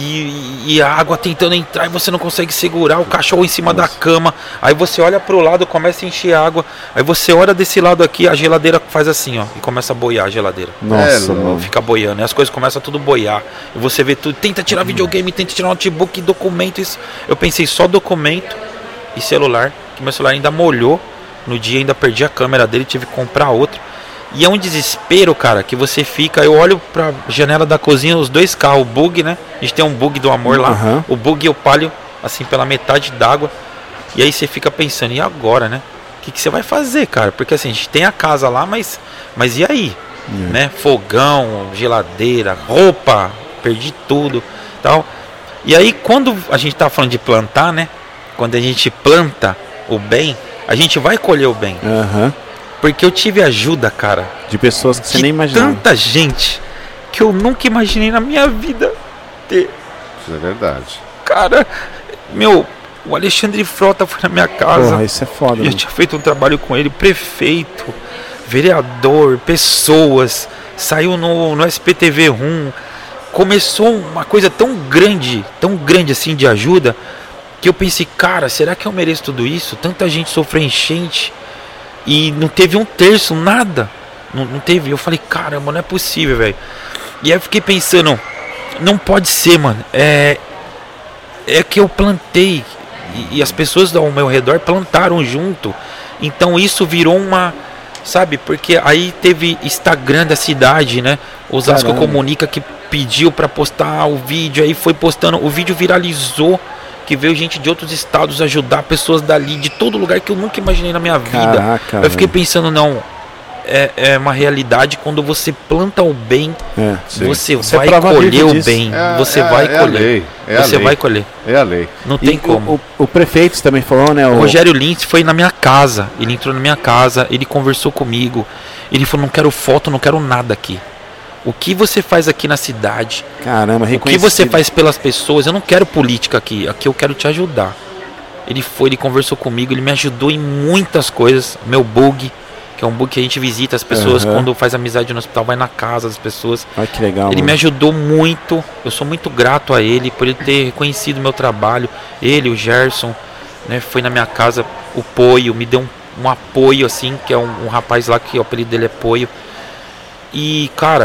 S1: e, e a água tentando entrar e você não consegue segurar, o cachorro em cima da cama. Aí você olha pro lado, começa a encher água. Aí você olha desse lado aqui, a geladeira faz assim, ó, e começa a boiar a geladeira.
S2: Nossa,
S3: É, louco.
S2: mano.
S1: Fica boiando, e as coisas começam a tudo boiar. E você vê tudo, tenta tirar videogame, tenta tirar notebook, documento. Isso. Eu pensei só documento e celular, que meu celular ainda molhou. No dia ainda perdi a câmera dele, tive que comprar outro. E é um desespero, cara, que você fica. Eu olho pra janela da cozinha, os dois carros, o bug, né? A gente tem um bug do amor lá.
S2: Aham.
S1: O bug e o palio, assim, pela metade d'água. E aí você fica pensando, e agora, né? O que, que você vai fazer, cara? Porque assim, a gente tem a casa lá, mas, mas e aí?
S2: É.
S1: Né? Fogão, geladeira, roupa, perdi tudo, tal. E aí quando a gente tá falando de plantar, né? Quando a gente planta o bem, a gente vai colher o bem.
S2: Aham.
S1: Porque eu tive ajuda, cara,
S2: De pessoas que você
S1: de
S2: nem imaginava.
S1: tanta gente que eu nunca imaginei na minha vida ter.
S3: Isso é verdade.
S1: Cara, meu, o Alexandre Frota foi na minha casa.
S2: Porra, isso é foda,
S1: E eu
S2: mano.
S1: tinha feito um trabalho com ele, prefeito, vereador, pessoas, saiu no, no S P T V um, começou uma coisa tão grande, tão grande assim de ajuda, que eu pensei, cara, será que eu mereço tudo isso? Tanta gente sofreu enchente e não teve um terço, nada. Não, não teve. Eu falei, caramba, não é possível, velho. E aí eu fiquei pensando, não pode ser, mano. É, é que eu plantei e, e as pessoas ao meu redor plantaram junto. Então isso virou uma, sabe? Porque aí teve Instagram da cidade, né? Osasco
S2: Caramba.
S1: Comunica que pediu pra postar o vídeo, aí foi postando, o vídeo viralizou, que veio gente de outros estados ajudar, pessoas dali, de todo lugar que eu nunca imaginei na minha vida.
S2: Caraca,
S1: eu fiquei
S2: velho.
S1: pensando, não, é, é uma realidade, quando você planta o bem,
S2: É.
S3: Sim.
S1: você
S2: Você é
S1: vai
S2: prova
S1: colher
S2: viva
S1: o
S2: disso.
S1: bem,
S3: É-
S1: você
S3: é-
S1: vai
S3: é a
S1: colher,
S3: lei, é a
S1: você
S3: lei.
S1: vai colher,
S3: É a lei.
S1: não
S2: E
S1: tem
S2: o-
S1: como.
S2: O, o prefeito também falou, né?
S1: O
S2: O,
S1: Rogério Lins foi na minha casa, ele entrou na minha casa, ele conversou comigo, ele falou, não quero foto, não quero nada aqui. O que você faz aqui na cidade,
S2: Caramba,
S1: o que
S2: reconhecido.
S1: você faz pelas pessoas, eu não quero política aqui, aqui eu quero te ajudar. Ele foi, ele conversou comigo, ele me ajudou em muitas coisas, meu bug, que é um bug que a gente visita as pessoas,
S2: Aham.
S1: quando faz amizade no hospital, vai na casa das pessoas.
S2: Olha que legal.
S1: Ele
S2: mano.
S1: me ajudou muito, eu sou muito grato a ele por ele ter reconhecido o meu trabalho. Ele, o Gerson, né, foi na minha casa, o Poio, me deu um, um apoio assim, que é um, um rapaz lá que o apelido dele é Poio. E, cara,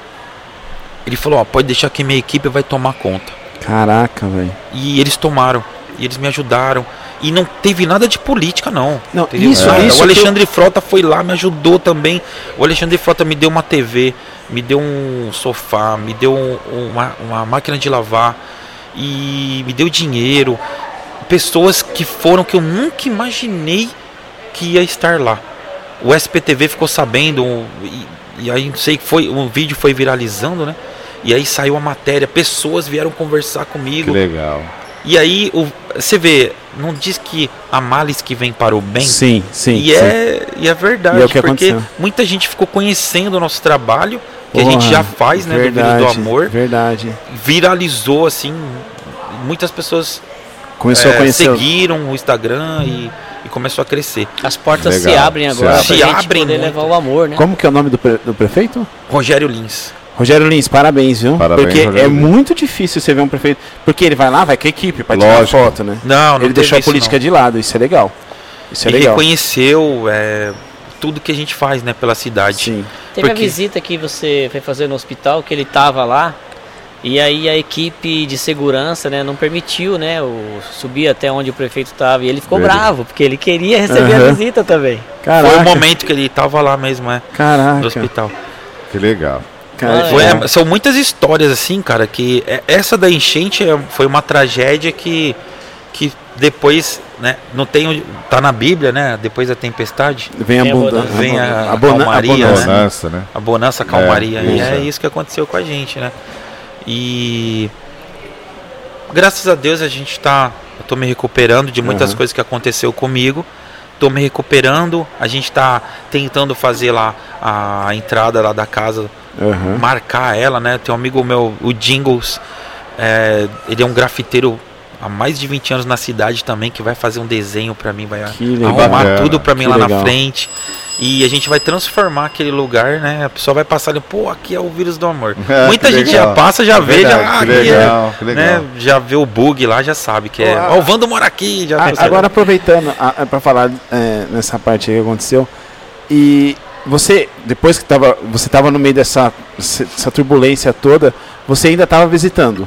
S1: ele falou, ó, pode deixar que minha equipe vai tomar conta.
S2: Caraca, velho.
S1: E eles tomaram, e eles me ajudaram. E não teve nada de política, não.
S2: Não,
S1: Entendeu?
S2: isso-
S1: Nada.
S2: isso
S1: O
S2: que
S1: Alexandre Frota foi lá, me ajudou também. O Alexandre Frota me deu uma T V, me deu um sofá, me deu um- uma, uma máquina de lavar e me deu dinheiro. Pessoas que foram que eu nunca imaginei que ia estar lá. O S P T V ficou sabendo e, e aí não sei que foi, o vídeo foi viralizando, né? E aí saiu a matéria, pessoas vieram conversar
S3: Que
S1: comigo.
S3: legal.
S1: E aí o, você vê, não diz que há males que vem para o bem.
S2: Sim, sim.
S1: E
S2: sim.
S1: é, e é verdade,
S2: E é o que
S1: porque
S2: aconteceu.
S1: muita gente ficou conhecendo o nosso trabalho, que
S2: Porra,
S1: a gente já faz, né,
S2: verdade,
S1: do Vírus do Amor,
S2: Verdade.
S1: viralizou assim, muitas pessoas
S2: Começou
S1: é,
S2: a conhecer. o-
S1: seguiram o Instagram e, e começou a crescer.
S4: As portas se
S3: Legal,
S4: abrem
S3: se
S4: agora
S3: abrem.
S4: pra
S1: Se
S4: gente
S1: abrem
S4: poder
S1: muito.
S4: levar o amor, né?
S2: Como que é o nome do, pre- do prefeito?
S1: Rogério Lins.
S2: Rogério Lins, parabéns, viu?
S3: Parabéns,
S2: porque
S3: Rogério
S2: é
S3: Lins.
S2: muito difícil você ver um prefeito. Porque ele vai lá, vai com a equipe pra tirar
S3: Lógico.
S2: foto, né?
S1: Não, não
S2: ele deixou a
S1: teve isso,
S2: política
S1: não.
S2: de lado, isso é legal. Isso é
S1: Ele
S2: legal.
S1: reconheceu é, tudo que a gente faz, né, pela cidade.
S2: Sim.
S4: Teve
S1: Porque-
S4: a visita que você foi fazer no hospital, que ele tava lá, e aí a equipe de segurança, né, não permitiu, né, o, subir até onde o prefeito tava, e ele ficou
S3: Verdade.
S4: bravo, porque ele queria receber a
S2: Aham.
S4: visita também.
S2: Caraca.
S1: Foi o momento que ele tava lá mesmo, é,
S2: Caraca.
S1: no hospital.
S3: Que legal.
S2: Cara,
S4: Ah,
S1: Foi,
S2: é.
S1: é, são muitas histórias assim, cara, que é- essa da enchente é- foi uma tragédia que, que depois, né, não tem, onde- tá na Bíblia, né, depois da tempestade,
S2: Vem a
S4: Vem a
S2: bunda-
S4: bonança.
S1: Vem a- a
S2: bona-
S1: calmaria,
S2: bonança.
S1: né?
S3: Bonança, né?
S1: a bonança, a calmaria,
S3: É,
S1: e
S3: isso,
S1: é
S3: é.
S1: isso que aconteceu com a gente, né, e graças a Deus a gente tá, eu tô me recuperando de muitas
S2: Aham.
S1: coisas que aconteceu comigo, tô me recuperando, a gente tá tentando fazer lá a entrada lá da casa,
S2: Aham.
S1: marcar ela, né? Tem um amigo meu, o Jingles, é, ele é um grafiteiro há mais de vinte anos na cidade também, que vai fazer um desenho pra mim, vai
S2: Que legal.
S1: arrumar
S3: Bacana.
S1: tudo pra mim
S2: Que
S1: lá
S2: legal.
S1: na frente. E a gente vai transformar aquele lugar, né? A pessoa vai passar ali, pô, aqui é o Vírus do Amor.
S3: É,
S1: Muita
S3: que
S1: gente
S3: legal.
S1: já passa, já vê,
S3: Verdade,
S1: já, ah,
S3: que
S1: aqui
S3: legal, que
S1: é,
S3: legal.
S1: né? Já vê o bug lá, já sabe que é.
S2: Ó,
S1: Ó, o Vando mora aqui, já
S2: A-
S1: percebe.
S2: agora aproveitando a, a, para falar é, nessa parte aí que aconteceu, e você, depois que tava, você tava no meio dessa essa turbulência toda, você ainda tava visitando.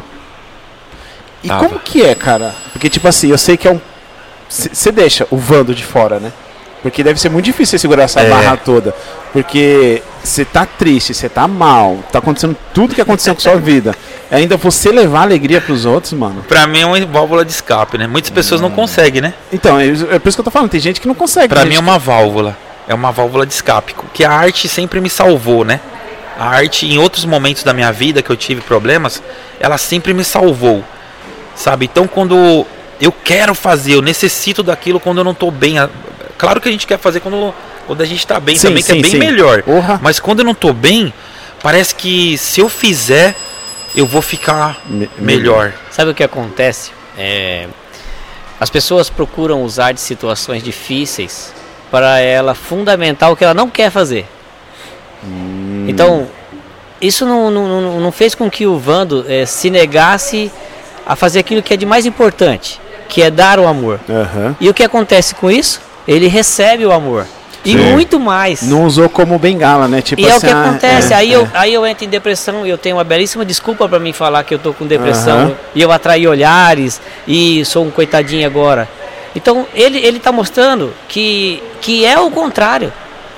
S2: E
S1: Tava.
S2: como que é, cara? Porque tipo assim, eu sei que é um, você deixa o Vando de fora, né? Porque deve ser muito difícil você segurar essa
S1: É.
S2: barra toda, porque você tá triste, você tá mal, tá acontecendo tudo que aconteceu com sua vida. Ainda você levar alegria pros outros, mano.
S1: Pra mim é uma válvula de escape, né? Muitas pessoas não conseguem, né?
S2: Então, é, é por isso que eu tô falando, tem gente que não consegue.
S1: Pra
S2: tem
S1: mim é
S2: gente
S1: uma válvula. É uma válvula de escape. Que a arte sempre me salvou, né? A arte, em outros momentos da minha vida que eu tive problemas, ela sempre me salvou. Sabe? Então quando eu quero fazer, eu necessito daquilo quando eu não tô bem. a- Claro que a gente quer fazer quando, quando a gente tá bem
S2: Sim,
S1: também, que
S2: sim,
S1: é bem
S2: sim.
S1: melhor.
S2: Porra.
S1: Mas quando eu não tô bem, parece que se eu fizer, eu vou ficar
S2: Me-
S1: melhor.
S4: Sabe o que acontece? É, as pessoas procuram usar de situações difíceis para ela fundamentar o que ela não quer fazer.
S2: Hum.
S4: Então, isso não, não, não- não fez com que o Vando eh, se negasse a fazer aquilo que é de mais importante, que é dar o amor.
S2: Aham.
S4: E o que acontece com isso? Ele recebe o amor. E
S3: Sim.
S4: muito mais.
S2: Não usou como bengala, né? Tipo
S4: E é o
S2: assim,
S4: que
S2: ah,
S4: acontece,
S2: é,
S4: aí,
S2: é.
S4: Eu, aí eu entro em depressão e eu tenho uma belíssima desculpa pra mim falar que eu tô com depressão
S2: Aham.
S4: e eu atraí olhares e sou um coitadinho agora. Então ele, ele tá mostrando que, que é o contrário.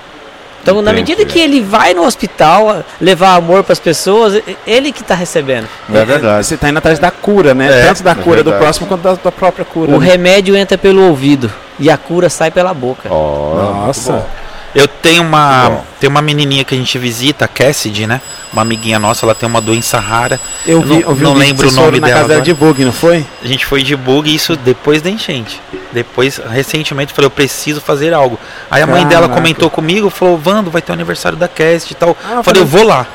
S4: Então na
S3: Entendi.
S4: medida que ele vai no hospital levar amor pras pessoas, ele que tá recebendo.
S3: É verdade.
S2: Você tá indo atrás da cura, né?
S3: É,
S2: Tanto da
S3: é
S2: cura do
S3: verdade.
S2: próximo quanto da, da própria cura.
S4: O
S2: né?
S4: remédio entra pelo ouvido e a cura sai pela boca.
S3: Ó,
S2: Nossa.
S3: muito bom.
S1: Eu tenho
S3: Muito
S1: uma,
S3: bom.
S1: tem uma menininha que a gente visita, a Cassidy, né? Uma amiguinha nossa, ela tem uma doença rara.
S2: Eu vi,
S1: não,
S2: eu vi
S1: não
S2: um vídeo
S1: lembro
S2: que
S1: o
S2: vocês
S1: nome
S2: foram na
S1: dela
S2: casa dela
S1: agora.
S2: de bug, não foi?
S1: A gente foi de bug, isso depois da enchente. Depois, recentemente, eu falei, eu preciso fazer algo. Aí a mãe dela
S2: Caraca.
S1: comentou comigo, falou, Vando, vai ter o aniversário da Cassidy e tal.
S2: Ah,
S1: eu falei, eu vou lá.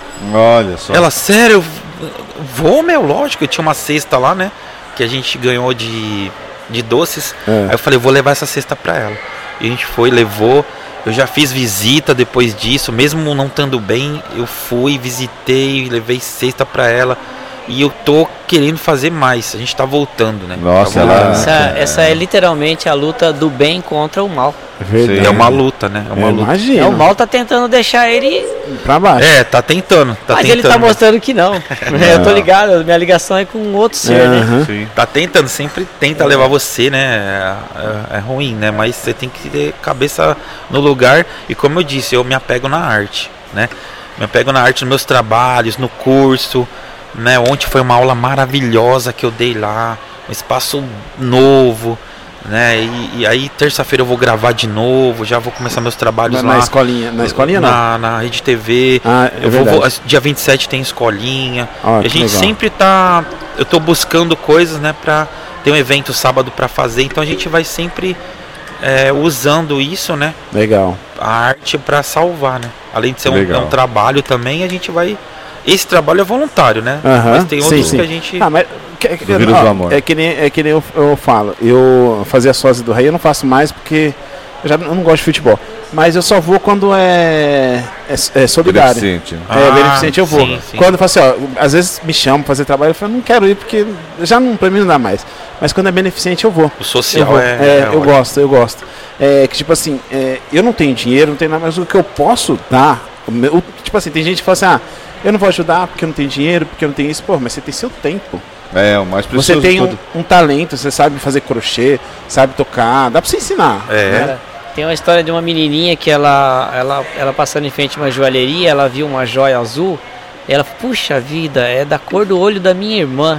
S3: Olha só.
S1: Ela, sério, eu vou, meu, lógico. Eu tinha uma cesta lá, né? Que a gente ganhou de, de doces.
S2: É.
S1: Aí eu falei, vou levar essa cesta pra ela. E a gente foi, levou. Eu já fiz visita depois disso, mesmo não estando bem, eu fui, visitei, levei cesta pra ela. E eu tô querendo fazer mais. A gente tá voltando, né?
S3: Nossa,
S1: Tá
S3: ela-
S1: voltando.
S4: Essa, essa é literalmente a luta do bem contra o mal.
S2: É verdade.
S1: É uma luta, né? É uma
S2: É,
S1: luta.
S2: imagina.
S4: É, o mal tá tentando deixar ele,
S2: Pra baixo.
S1: É, tá tentando. Tá
S4: mas
S1: tentando.
S4: ele tá mostrando que não. Eu tô ligado, minha ligação é com um outro ser, né?
S2: Aham.
S3: Sim.
S1: Tá tentando, sempre tenta levar você, né? É, é ruim, né? Mas você tem que ter cabeça no lugar. E como eu disse, eu me apego na arte, né? Me apego na arte nos meus trabalhos, no curso, né? Ontem foi uma aula maravilhosa que eu dei lá, um espaço novo, né? E, e aí terça-feira eu vou gravar de novo, já vou começar meus trabalhos
S2: Na,
S1: lá.
S2: na escolinha, na escolinha não.
S1: na, na Rede T V.
S2: Ah, é
S1: eu vou,
S2: verdade.
S1: vou- dia vinte e sete tem escolinha.
S2: Ah,
S1: e a
S2: que
S1: gente
S2: legal.
S1: sempre tá. Eu tô buscando coisas, né, pra ter um evento sábado pra fazer. Então a gente vai sempre é, usando isso, né?
S2: Legal.
S1: A arte pra salvar, né? Além de ser um,
S3: Legal.
S1: é um trabalho também, a gente vai. Esse trabalho é voluntário, né?
S2: Aham,
S1: Mas tem
S2: sim,
S1: outros
S2: sim.
S1: que a gente.
S2: Ah, mas que- que-
S3: Do vírus
S2: ó,
S3: do amor.
S2: É que nem, é que nem eu, eu falo. Eu fazia sósia do rei, eu não faço mais porque eu já eu não gosto de futebol. Mas eu só vou quando é, é, é solidário.
S3: Beneficente.
S2: É,
S1: Ah,
S2: beneficente eu vou.
S1: sim, sim.
S2: Quando eu falo assim, ó, às vezes me chamam pra fazer trabalho, eu falo, não quero ir porque já não, pra mim não dá mais. Mas quando é beneficente eu vou.
S1: O
S2: Eu,
S1: social
S2: vou.
S1: é.
S2: É,
S1: é
S2: eu
S1: ótimo.
S2: gosto, eu gosto. É que tipo assim, é, eu não tenho dinheiro, não tenho nada, mas o que eu posso dar, o meu- o- tipo assim, tem gente que fala assim, ah, eu não vou ajudar porque eu não tenho dinheiro, porque eu não tenho isso, pô, mas você tem seu tempo.
S3: É, o mais precioso
S2: Você tem
S3: de
S2: um,
S3: tudo.
S2: um talento, você sabe fazer crochê, sabe tocar, dá pra você ensinar.
S1: É.
S2: né?
S4: Cara, tem uma história de uma menininha que ela, ela, ela passando em frente a uma joalheria, ela viu uma joia azul, e ela, puxa vida, é da cor do olho da minha irmã.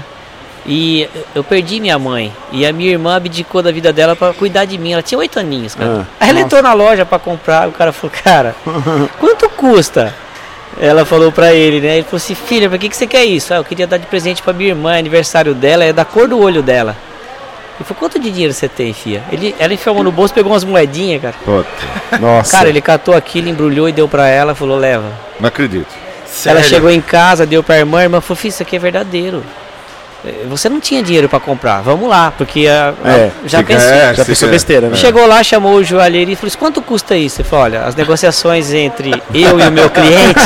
S4: E eu perdi minha mãe, e a minha irmã abdicou da vida dela pra cuidar de mim. Ela tinha oito aninhos, cara.
S2: Ah,
S4: Aí ela
S2: nossa.
S4: entrou na loja pra comprar, o cara falou, cara, quanto custa? Ela falou pra ele, né? Ele falou assim, filha, pra que, que você quer isso? Ah, eu queria dar de presente pra minha irmã, é aniversário dela, é da cor do olho dela. Ele falou, quanto de dinheiro você tem, filha? Ele, ela enfiou a mão no bolso, pegou umas moedinhas, cara.
S3: Puta,
S2: Nossa.
S4: Cara, ele catou aquilo, embrulhou e deu pra ela, falou, leva.
S3: não acredito.
S4: Ela
S1: Sério?
S4: chegou em casa, deu pra irmã, a irmã falou, filho, isso aqui é verdadeiro. Eh, Você não tinha dinheiro pra comprar, vamos lá, porque a, a-
S2: É,
S4: já
S3: fica-
S4: pensou.
S3: é,
S2: Já
S3: fica-
S2: pensou besteira, né?
S4: Chegou lá, chamou o joalheiro e falou assim, quanto custa isso? Ele falou, olha, as negociações entre eu e o meu cliente,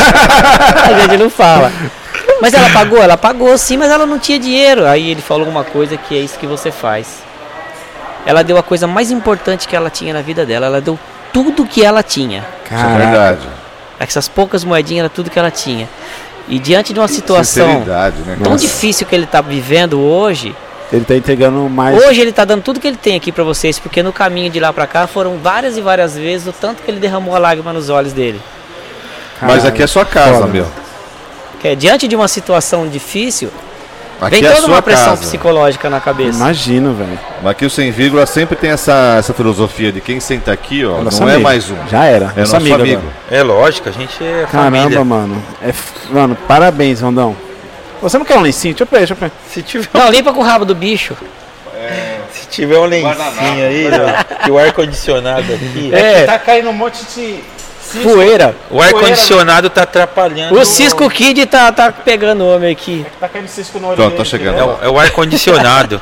S4: a gente não fala. Mas ela pagou? Ela pagou sim, mas ela não tinha dinheiro. Aí ele falou uma coisa que é isso que você faz. Ela deu a coisa mais importante que ela tinha na vida dela, ela deu tudo que ela tinha.
S3: Isso é
S2: Caraca.
S3: verdade.
S4: Essas poucas moedinhas era tudo que ela tinha. E diante de uma situação
S3: Sinceridade, né?
S4: tão
S2: Nossa.
S4: difícil que ele está vivendo hoje,
S2: Ele tá entregando mais.
S4: hoje ele está dando tudo que ele tem aqui para vocês, porque no caminho de lá para cá foram várias e várias vezes o tanto que ele derramou a lágrima nos olhos dele.
S3: Mas aqui é sua casa,
S2: Foda.
S3: meu.
S4: Que é, diante de uma situação difícil,
S3: Aqui
S4: vem
S3: é a
S4: toda uma
S3: sua
S4: pressão
S3: casa.
S4: psicológica na cabeça.
S2: Imagino, velho.
S3: Aqui o Sem Vírgula sempre tem essa, essa filosofia de quem senta aqui, ó,
S2: Nosso
S3: não é
S2: amigo.
S3: mais um.
S2: Já era.
S3: É
S2: nosso
S3: nosso
S2: amigo.
S3: amigo.
S2: agora.
S1: É lógico, a gente é
S2: Caramba,
S1: família.
S2: mano. É, f- mano, parabéns, Rondão. Você não quer um lencinho? Deixa eu pegar, deixa eu pegar.
S1: Se tiver,
S4: Não, limpa com o rabo do bicho.
S1: se tiver um lencinho aí, ó, que o ar-condicionado aqui.
S4: É.
S2: Tá caindo um monte de.
S4: Poeira.
S1: O ar-condicionado tá atrapalhando.
S4: O Cisco Kid tá, tá pegando o homem aqui.
S2: Tá caindo cisco no olho
S3: Pronto,
S2: dele,
S3: tá chegando.
S1: É o, é o ar-condicionado.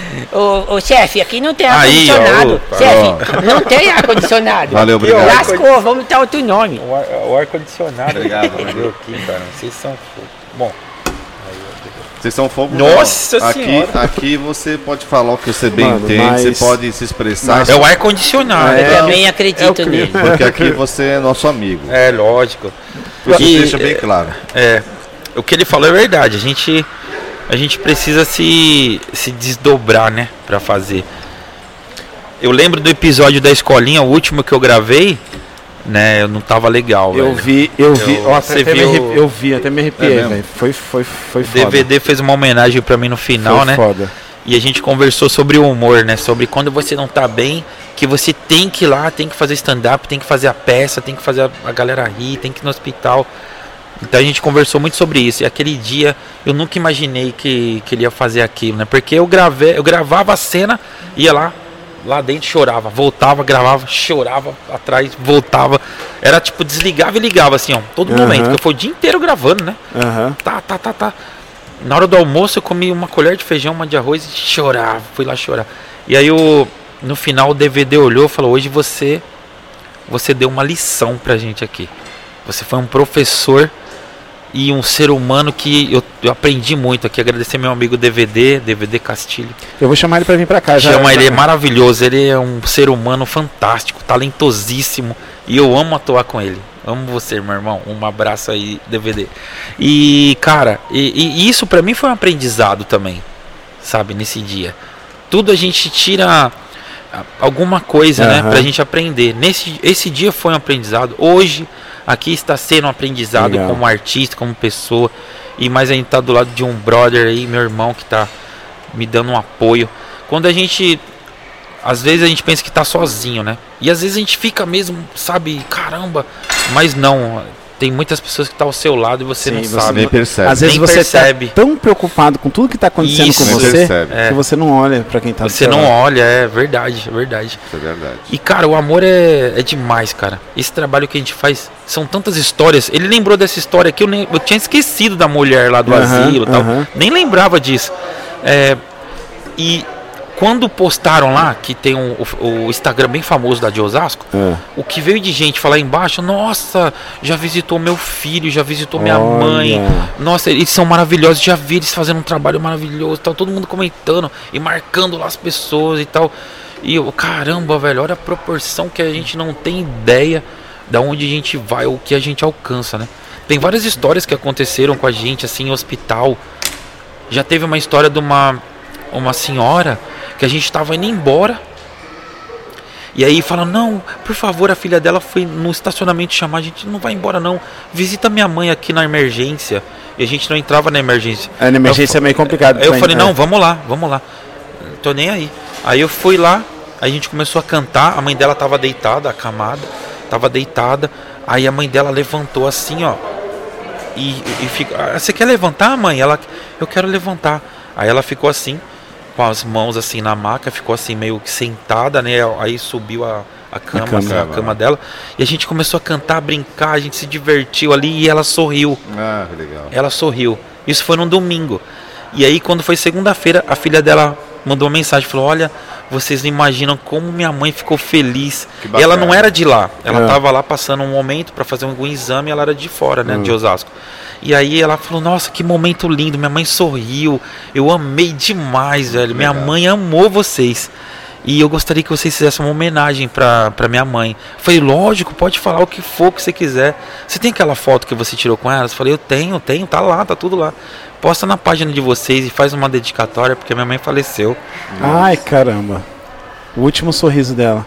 S4: Ô, ô chefe, aqui não tem
S1: Aí,
S4: ar-condicionado.
S1: ó, opa,
S4: Chefe, não tem ar-condicionado.
S3: Valeu, obrigado.
S4: Lascou, vamos dar outro nome.
S1: O ar- o ar-condicionado.
S3: Obrigado,
S1: Entendeu aqui, cara. Vocês são. Bom.
S3: Vocês são fogo.
S1: Nossa
S3: aqui,
S1: Senhora.
S3: aqui você pode falar o que você bem
S2: Mano,
S3: entende,
S2: mas-
S3: você pode se expressar.
S1: É o ar-condicionado.
S2: É,
S4: Eu
S1: né?
S4: também
S2: é
S4: acredito
S2: o clima.
S4: nele.
S3: Porque aqui você é nosso amigo.
S1: É, lógico.
S3: Isso
S1: E-
S3: deixa bem claro.
S1: É, o que ele falou é verdade. A gente, a gente precisa se, se desdobrar, né, pra fazer. Eu lembro do episódio da escolinha, o último que eu gravei, né, eu não tava legal,
S2: Eu
S1: velho.
S2: vi, eu vi,
S1: Eu-
S2: ó,
S1: você
S2: até me
S1: viu-
S2: arrepi- eu vi, até me
S3: É
S2: arrepiei,
S3: mesmo?
S2: velho. Foi, foi, foi
S1: O
S2: foda.
S1: D V D fez uma homenagem pra mim no final,
S2: foi
S1: né?
S2: foda.
S1: E a gente conversou sobre o humor, né? Sobre quando você não tá bem, que você tem que ir lá, tem que fazer stand-up, tem que fazer a peça, tem que fazer a, a galera rir, tem que ir no hospital. Então a gente conversou muito sobre isso. E aquele dia eu nunca imaginei que, que ele ia fazer aquilo, né? Porque eu gravei, eu gravava a cena, ia lá, lá dentro chorava, voltava, gravava, chorava atrás, voltava. Era tipo, desligava e ligava assim, ó, todo
S2: Aham.
S1: momento, porque foi o dia inteiro gravando, né?
S2: Aham.
S1: Tá, tá, tá, tá. Na hora do almoço eu comi uma colher de feijão, uma de arroz e chorava, fui lá chorar. E aí o, no final o D V D olhou e falou, hoje você, você deu uma lição pra gente aqui. Você foi um professor e um ser humano que eu, eu aprendi muito aqui. Agradecer meu amigo D V D, D V D Castilho.
S2: Eu vou chamar ele pra vir pra cá. Já,
S1: Chama
S2: já-
S1: ele, é maravilhoso, ele é um ser humano fantástico, talentosíssimo. E eu amo atuar com ele. Amo você, meu irmão. Um abraço aí, D V D. E, cara, e, e isso pra mim foi um aprendizado também, sabe, nesse dia. Tudo a gente tira ah, alguma coisa, né,
S2: Aham.
S1: pra gente aprender. Nesse, esse dia foi um aprendizado. Hoje, aqui está sendo um aprendizado
S2: Legal.
S1: como artista, como pessoa. E mais a gente tá do lado de um brother aí, meu irmão, que tá me dando um apoio. Quando a gente... Às vezes a gente pensa que tá sozinho, né? E às vezes a gente fica mesmo, sabe, caramba. Mas não, tem muitas pessoas que estão ao seu lado e você
S2: Sim,
S1: não
S2: você
S1: sabe.
S3: Nem percebe.
S2: Às vezes
S1: nem
S2: você
S1: percebe.
S2: tá tão preocupado com tudo que tá acontecendo
S1: Isso.
S2: com
S3: Nem
S2: você
S3: percebe.
S1: É.
S2: que você não olha pra quem tá do
S1: Você
S2: seu
S1: não
S2: lado.
S1: olha, é verdade, é verdade.
S3: Isso é verdade.
S1: E cara, o amor é, é demais, cara. Esse trabalho que a gente faz, são tantas histórias. Ele lembrou dessa história aqui, eu, nem, eu tinha esquecido da mulher lá do
S2: Aham,
S1: asilo e tal.
S2: aham.
S1: Nem lembrava disso. É, e quando postaram lá, que tem um, o, o Instagram bem famoso da de Osasco,
S2: É.
S1: o que veio de gente falar embaixo, nossa, já visitou meu filho, já visitou minha
S2: Olha.
S1: mãe, nossa, eles são maravilhosos, já vi eles fazendo um trabalho maravilhoso, tal, todo mundo comentando e marcando lá as pessoas e tal. E eu, caramba, velho, olha a proporção que a gente não tem ideia da onde a gente vai ou o que a gente alcança, né? Tem várias histórias que aconteceram com a gente, assim, em hospital. Já teve uma história de uma, uma senhora que a gente estava indo embora. E aí fala, não, por favor, a filha dela foi no estacionamento chamar, a gente não vai embora não, visita minha mãe aqui na emergência. E a gente não entrava na emergência.
S2: É, na emergência
S1: Eu
S2: é meio complicado.
S1: Aí eu
S2: pra
S1: falei,
S2: entrar.
S1: não, vamos lá, vamos lá. Não tô nem aí. Aí eu fui lá, a gente começou a cantar, a mãe dela tava deitada, acamada, tava deitada. Aí a mãe dela levantou assim, ó. E, e fica, "Ah, você quer levantar, mãe? Ela, eu quero levantar. Aí ela ficou assim, com as mãos assim na maca, ficou assim meio que sentada, né? Aí subiu a, a cama,
S2: A cama.
S1: assim, a cama dela. E a gente começou a cantar, a brincar, a gente se divertiu ali e ela sorriu.
S3: Ah, que legal.
S1: Ela sorriu. Isso foi num domingo. E aí, quando foi segunda-feira, a filha dela mandou uma mensagem, falou, olha, vocês não imaginam como minha mãe ficou feliz.
S3: Que
S1: E
S3: bacana.
S1: ela não era de lá, ela
S2: É.
S1: tava lá passando um momento para fazer algum exame, ela era de fora, né,
S2: Hum.
S1: de Osasco. E aí ela falou, nossa, que momento lindo, minha mãe sorriu, eu amei demais, velho, minha
S3: Legal.
S1: mãe amou vocês. E eu gostaria que vocês fizessem uma homenagem pra, pra minha mãe. Eu falei, lógico, pode falar o que for que você quiser. Você tem aquela foto que você tirou com ela? Eu falei, eu tenho, tenho, tá lá, tá tudo lá. Posta na página de vocês e faz uma dedicatória, porque minha mãe faleceu.
S2: Ai, caramba. O último sorriso dela.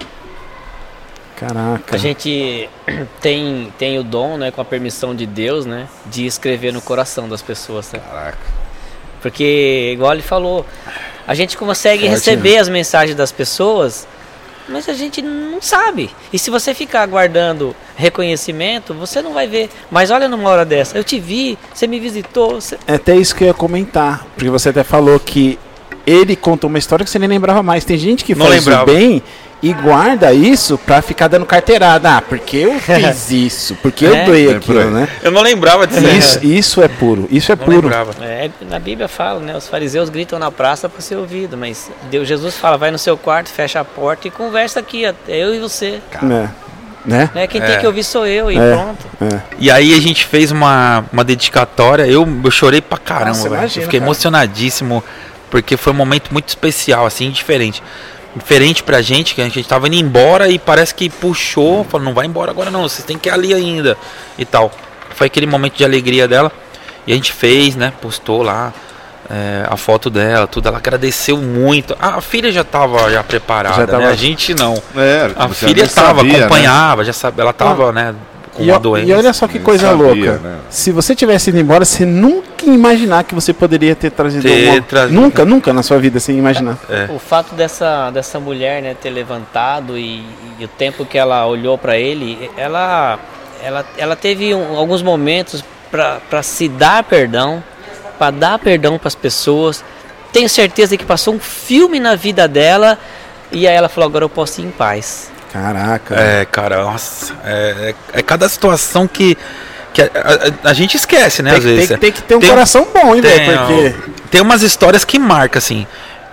S2: Caraca.
S4: A gente tem, tem o dom, né, com a permissão de Deus, né, de escrever no coração das pessoas, né?
S3: Caraca.
S4: Porque, igual ele falou, a gente consegue
S2: Forte,
S4: receber as mensagens das pessoas, mas a gente não sabe. E se você ficar aguardando reconhecimento, você não vai ver. Mas olha numa hora dessa, eu te vi, você me visitou. Você...
S2: É até isso que eu ia comentar. Porque você até falou que ele contou uma história que você nem lembrava mais. Tem gente que
S1: Não
S2: faz o
S1: lembrava.
S2: bem e guarda isso pra ficar dando carteirada. Ah, porque eu fiz isso, porque eu
S4: É,
S2: doei
S3: é por
S2: aquilo,
S3: aí.
S2: né?
S1: Eu não lembrava disso.
S2: Isso, isso é puro, isso é
S1: Não
S2: puro.
S1: lembrava.
S4: É, na Bíblia fala, né? Os fariseus gritam na praça para ser ouvido, mas Deus, Jesus fala, vai no seu quarto, fecha a porta e conversa aqui, até eu e você.
S2: É. Né?
S4: Né? Quem
S1: É.
S4: tem que ouvir sou eu e
S2: É.
S4: pronto.
S2: É.
S1: E aí a gente fez uma, uma dedicatória, eu, eu chorei pra caramba,
S2: Nossa,
S1: velho.
S2: imagino,
S1: Eu fiquei
S2: cara.
S1: emocionadíssimo, porque foi um momento muito especial, assim, diferente. Diferente pra gente, que a gente tava indo embora e parece que puxou, falou, não vai embora agora não, vocês têm que ir ali ainda e tal. Foi aquele momento de alegria dela, e a gente fez, né, postou lá é, a foto dela, tudo, ela agradeceu muito. A, a filha já tava já preparada,
S2: Já tava-
S1: né, a gente não.
S3: É,
S1: A
S3: você
S1: filha
S3: nem
S1: tava,
S3: sabia, né?
S1: acompanhava, já sabia, ela tava, né, com
S2: E,
S1: uma
S2: ó-
S1: doença.
S2: e olha só que
S3: Nem
S2: coisa
S3: sabia,
S2: louca.
S3: né?
S2: Se você tivesse ido embora, você nunca ia imaginar que você poderia ter trazido
S1: Ter
S2: alguma...
S1: trazido.
S2: Nunca, nunca na sua vida, sem imaginar.
S1: É.
S4: O fato dessa, dessa mulher, né, ter levantado e, e o tempo que ela olhou para ele, ela, ela, ela teve um- alguns momentos para se dar perdão, para dar perdão para as pessoas. Tenho certeza que passou um filme na vida dela e aí ela falou, agora eu posso ir em paz.
S2: Caraca.
S1: É, cara, nossa, é, é, é cada situação que, que a, a- a gente esquece, né,
S2: tem,
S1: às
S2: que-
S1: vezes.
S2: tem, que- tem que ter um
S1: Tem-
S2: coração bom, hein,
S1: Tem,
S2: velho? Porque...
S1: tem umas histórias que marcam, assim,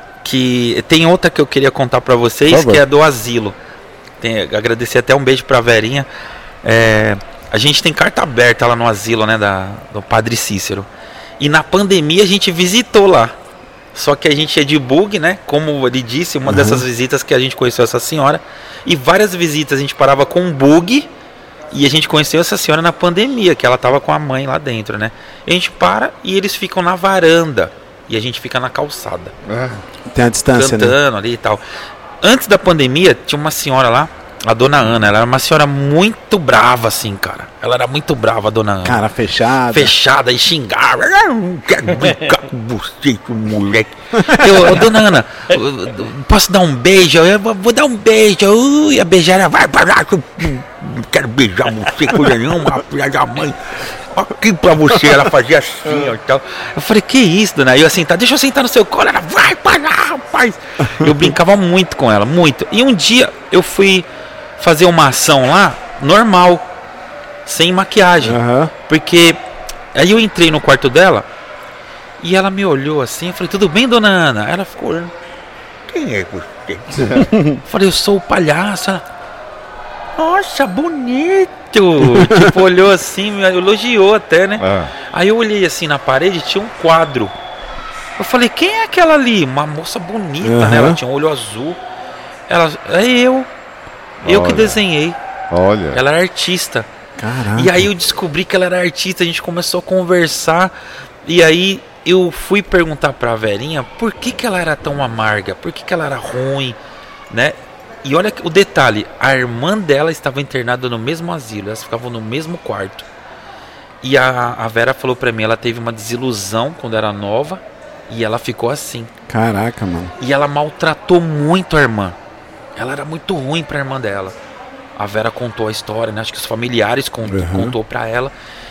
S1: que tem outra que eu queria contar pra
S2: Por
S1: vocês,
S2: favor.
S1: que é do asilo. Tem, agradecer até um beijo pra Verinha. É, a gente tem carta aberta lá no asilo, né, da, do Padre Cícero. E na pandemia a gente visitou lá. Só que a gente é de bug, né? Como ele disse, uma
S2: Uhum.
S1: dessas visitas que a gente conheceu essa senhora. E várias visitas a gente parava com um bug. E a gente conheceu essa senhora na pandemia, que ela tava com a mãe lá dentro, né? E a gente para e eles ficam na varanda. E a gente fica na calçada,
S3: É.
S2: Tem a distância, né?
S1: cantando ali e tal. Antes da pandemia, tinha uma senhora lá, a dona Ana. Ela era uma senhora muito brava, assim, cara. Ela era muito brava, a dona Ana.
S2: Cara fechada.
S1: Fechada e xingava. Eu não quero brincar com você, com moleque. Eu, ô, dona Ana, eu- eu posso dar um beijo? Eu vou vou dar um beijo. Eu ia beijar ela. Vai para lá, que eu não quero beijar você, coisa nenhuma, filha da mãe. Aqui pra você, ela fazia assim, ó, e tal. Eu falei, que isso, dona? Aí eu sentar, deixa eu sentar no seu colo. Ela, vai para lá, rapaz. Eu brincava muito com ela, muito. E um dia eu fui fazer uma ação lá, normal, sem maquiagem.
S2: Aham.
S1: Porque aí eu entrei no quarto dela e ela me olhou assim, eu falei, tudo bem, dona Ana? Ela ficou olhando, quem é você? Eu falei, eu sou o palhaço. Ela, nossa, bonito! Tipo, olhou assim, me elogiou até, né?
S3: Ah.
S1: Aí eu olhei assim na parede, tinha um quadro. Eu falei, quem é aquela ali? Uma moça bonita,
S2: Aham.
S1: né? Ela tinha um olho azul. Ela, é eu. Eu que
S3: Olha.
S1: desenhei.
S3: Olha.
S1: Ela era artista.
S2: Caraca.
S1: E aí eu descobri que ela era artista, a gente começou a conversar. E aí eu fui perguntar pra Verinha por que, que ela era tão amarga, por que, que ela era ruim, né? E olha que- o detalhe, a irmã dela estava internada no mesmo asilo, elas ficavam no mesmo quarto. E a, a Vera falou pra mim, ela teve uma desilusão quando era nova e ela ficou assim.
S2: Caraca, mano.
S1: E ela maltratou muito a irmã. Ela era muito ruim pra irmã dela. A Vera contou a história, né? Acho que os familiares cont
S2: Uhum.
S1: contou pra ela.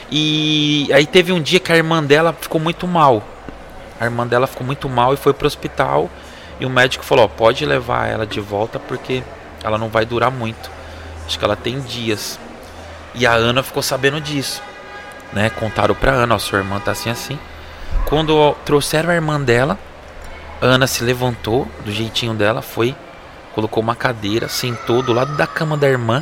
S1: E aí teve um dia que a irmã dela ficou muito mal. A irmã dela ficou muito mal e foi pro hospital. E o médico falou, ó, pode levar ela de volta porque ela não vai durar muito. Acho que ela tem dias. E a Ana ficou sabendo disso, né? Contaram pra Ana, ó, sua irmã tá assim assim. Quando ó, trouxeram a irmã dela, a Ana se levantou do jeitinho dela, foi, colocou uma cadeira, sentou do lado da cama da irmã.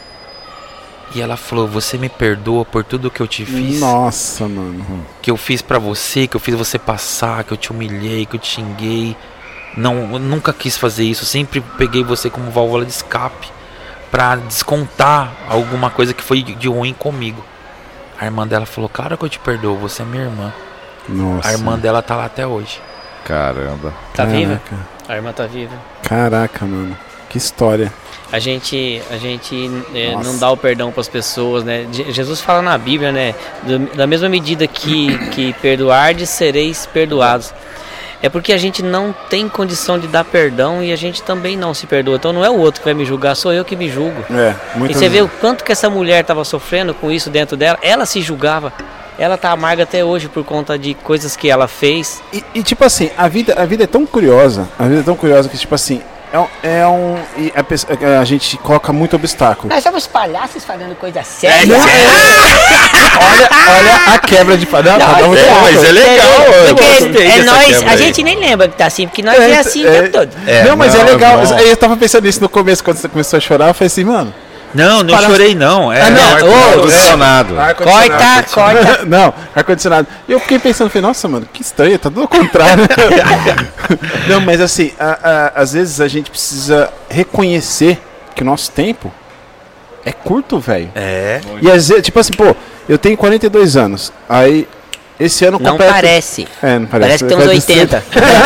S1: E ela falou, você me perdoa por tudo que eu te fiz?
S2: Nossa, mano.
S1: Que eu fiz pra você, que eu fiz você passar, que eu te humilhei, que eu te xinguei. Não, eu nunca quis fazer isso, sempre peguei você como válvula de escape pra descontar alguma coisa que foi de ruim comigo. A irmã dela falou, claro que eu te perdoo, você é minha irmã.
S2: Nossa.
S1: A irmã dela tá lá até hoje.
S3: Caramba.
S4: Tá viva?
S2: Caraca.
S4: A irmã tá viva.
S2: Caraca, mano. Que história.
S4: A gente, a gente é,
S2: Nossa.
S4: não dá o perdão para as pessoas, né? Je- Jesus fala na Bíblia, né? Do- da mesma medida que, que perdoardes, sereis perdoados. É porque a gente não tem condição de dar perdão e a gente também não se perdoa. Então não é o outro que vai me julgar, sou eu que me julgo.
S2: É,
S4: E
S2: muito
S4: você vê o quanto que essa mulher estava sofrendo com isso dentro dela. Ela se julgava. Ela tá amarga até hoje por conta de coisas que ela fez.
S2: E, e, tipo assim, a vida, a vida é tão curiosa, a vida é tão curiosa que, tipo assim, é um. É um e a, pessoa- a gente coloca muito obstáculo.
S4: Nós somos palhaços fazendo coisa
S1: É,
S4: séria.
S2: Olha, olha a quebra de padrão.
S4: Não,
S2: cada um
S4: é,
S2: tem uma
S1: mas
S2: coisa.
S1: é legal, eu
S4: Porque
S1: gostei
S4: é
S1: dessa
S4: nós,
S1: quebra
S4: a
S1: aí.
S4: gente nem lembra que tá assim, porque nós é,
S2: É,
S4: assim
S2: é,
S4: o tempo todo.
S1: É,
S2: não, mas
S3: não,
S2: é legal.
S3: é bom.
S2: Eu tava pensando nisso no começo, quando você começou a chorar, eu falei assim, mano,
S1: Não, não
S2: Para-
S1: chorei não. É,
S4: Ah, não.
S1: ar-
S4: Ô,
S3: Condicionado.
S4: Corta, corta.
S2: Não, ar-condicionado. E eu fiquei pensando, falei, nossa, mano, que estranho, tá tudo ao contrário. Não, mas assim, a- a- às vezes a gente precisa reconhecer que o nosso tempo é curto, velho.
S1: É.
S2: E às vezes, tipo assim, pô, eu tenho quarenta e dois anos, aí esse ano
S4: Não
S2: completo...
S4: parece.
S2: É, não parece.
S4: Parece que tem uns oitenta.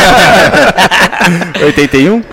S2: oitenta e um?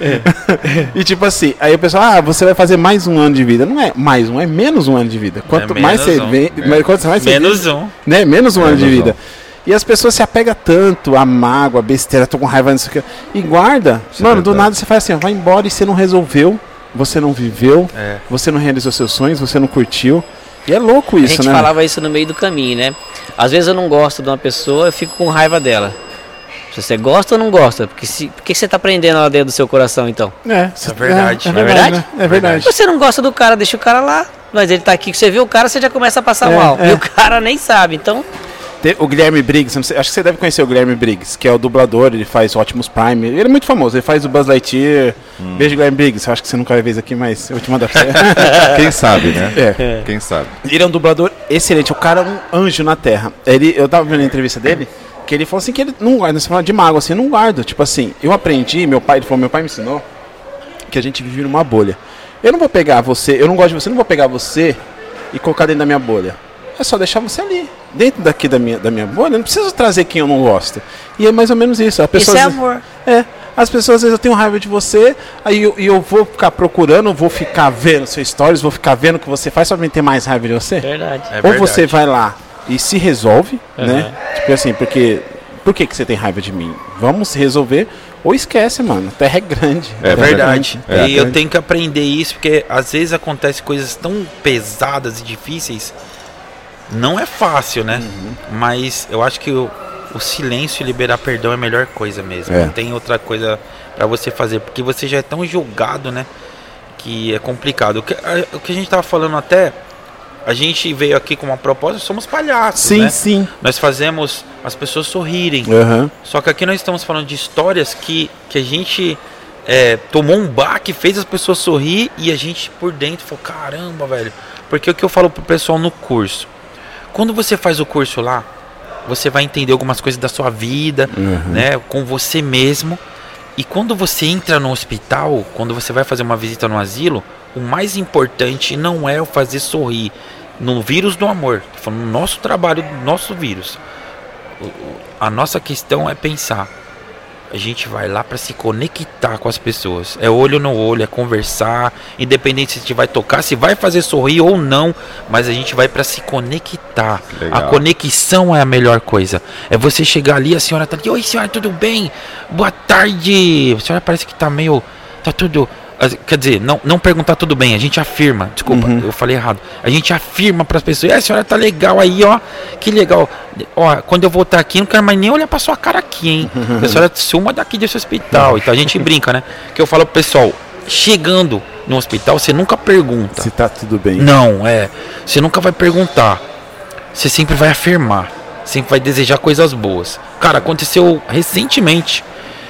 S2: E tipo assim, aí o pessoal, ah, você vai fazer mais um ano de vida. Não é mais um, é menos um ano de vida. Quanto
S1: É
S2: mais
S1: menos
S2: você
S1: um.
S2: vem,
S3: É.
S2: quanto mais você
S1: Menos
S2: vive,
S1: um.
S2: né? Menos um ano de
S3: Menos
S2: vida. E as pessoas se apegam tanto à mágoa, à besteira, tô com raiva disso aqui. E guarda.
S3: Isso é
S2: Mano, do
S3: verdade.
S2: nada você faz assim, ó, vai embora e você não resolveu, você não viveu,
S1: É.
S2: você não realizou seus sonhos, você não curtiu. E é louco
S4: A
S2: isso,
S4: gente
S2: né?
S4: falava isso no meio do caminho, né? Às vezes eu não gosto de uma pessoa, eu fico com raiva dela. Se você gosta ou não gosta? Porque se, por que você tá prendendo ela dentro do seu coração, então?
S2: É, cê-
S1: É verdade.
S2: É, é
S4: Não é
S2: verdade,
S4: verdade?
S2: né? É verdade.
S4: Se você não gosta do cara, deixa o cara lá. Mas ele tá aqui, que você viu o cara, você já começa a passar
S2: É,
S4: mal.
S2: é.
S4: E o cara nem sabe, então...
S2: Tem o Guilherme Briggs, não sei, acho que você deve conhecer o Guilherme Briggs, que é o dublador, ele faz Optimus Prime, ele é muito famoso, ele faz o Buzz Lightyear. Beijo, Guilherme Briggs, eu acho que você nunca vai ver isso aqui, mas eu vou te mandar pra você.
S3: Quem sabe, né?
S2: É.
S3: Quem sabe.
S2: Ele é um dublador excelente, o cara é um anjo na terra. Ele, eu tava vendo a entrevista dele, que ele falou assim que ele não guarda, você fala de mago, assim, eu não guardo. Tipo assim, eu aprendi, meu pai, ele falou, meu pai me ensinou que a gente vive numa bolha. Eu não vou pegar você, eu não gosto de você, eu não vou pegar você e colocar dentro da minha bolha. É só deixar você ali, dentro daqui da minha, da minha bolha, eu não preciso trazer quem eu não gosto. E é mais ou menos isso. A pessoa,
S4: Isso é
S2: às vezes-
S4: amor.
S2: É, as pessoas às vezes eu tenho raiva de você, aí eu, e eu vou ficar procurando, vou ficar vendo seus stories, vou ficar vendo o que você faz só pra mim ter mais raiva de você.
S4: Verdade.
S1: É
S2: Ou
S1: verdade.
S2: você vai lá e se resolve,
S4: Uhum.
S2: né? Tipo assim, porque. Por que, que você tem raiva de mim? Vamos se resolver. Ou esquece, mano. A terra é grande.
S3: É
S2: A terra
S1: Verdade.
S2: grande.
S1: E
S2: É
S1: eu
S2: grande.
S1: tenho que aprender isso, porque às vezes acontecem coisas tão pesadas e difíceis. Não é fácil, né?
S2: Uhum.
S1: Mas eu acho que o, o silêncio e liberar perdão é a melhor coisa mesmo.
S2: É.
S1: Não tem outra coisa pra você fazer, porque você já é tão julgado, né? Que é complicado. O que a, o que a gente tava falando até, a gente veio aqui com uma proposta, somos palhaços,
S2: Sim,
S1: né?
S2: sim.
S1: Nós fazemos as pessoas sorrirem.
S2: Aham.
S1: Só que aqui nós estamos falando de histórias que, que a gente é, tomou um baque, fez as pessoas sorrir e a gente por dentro falou, caramba, velho. Porque o que eu falo pro pessoal no curso, quando você faz o curso lá, você vai entender algumas coisas da sua vida, né, com você mesmo. E quando você entra no hospital, quando você vai fazer uma visita no asilo, o mais importante não é o fazer sorrir. No vírus do amor, tô falando no nosso trabalho, no nosso vírus. O- o- A nossa questão é pensar. A gente vai lá para se conectar com as pessoas. É olho no olho, é conversar. Independente se a gente vai tocar, se vai fazer sorrir ou não. Mas a gente vai para se conectar.
S3: Legal.
S1: A conexão é a melhor coisa. É você chegar ali, a senhora tá ali. Oi, senhora, tudo bem? Boa tarde. A senhora parece que tá meio. Tá tudo. ah, Quer dizer, não, não perguntar tudo bem, a gente afirma. Desculpa, eu falei errado. A gente afirma para as pessoas. "É, a senhora tá legal aí, ó. Que legal. Ó, quando eu voltar aqui, não quero mais nem olhar pra sua cara aqui, hein? A senhora suma daqui desse hospital. Então a gente brinca, né? Que eu falo pro pessoal, chegando no hospital, você nunca pergunta.
S2: Se tá tudo bem.
S1: Não, é. Você nunca vai perguntar. Você sempre vai afirmar. Sempre vai desejar coisas boas. Cara, aconteceu recentemente.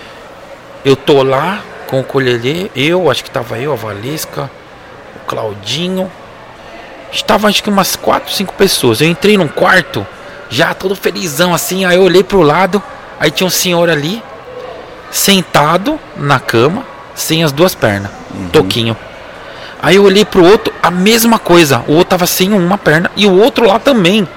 S1: Eu tô lá com o colherê, eu, acho que tava eu, a Valesca, o Claudinho. Estava acho que umas quatro, cinco pessoas. Eu entrei num quarto, já todo felizão assim, aí eu olhei pro lado, aí tinha um senhor ali, sentado na cama, sem as duas pernas, toquinho. Aí eu olhei pro outro, a mesma coisa, o outro tava sem uma perna e o outro lá também.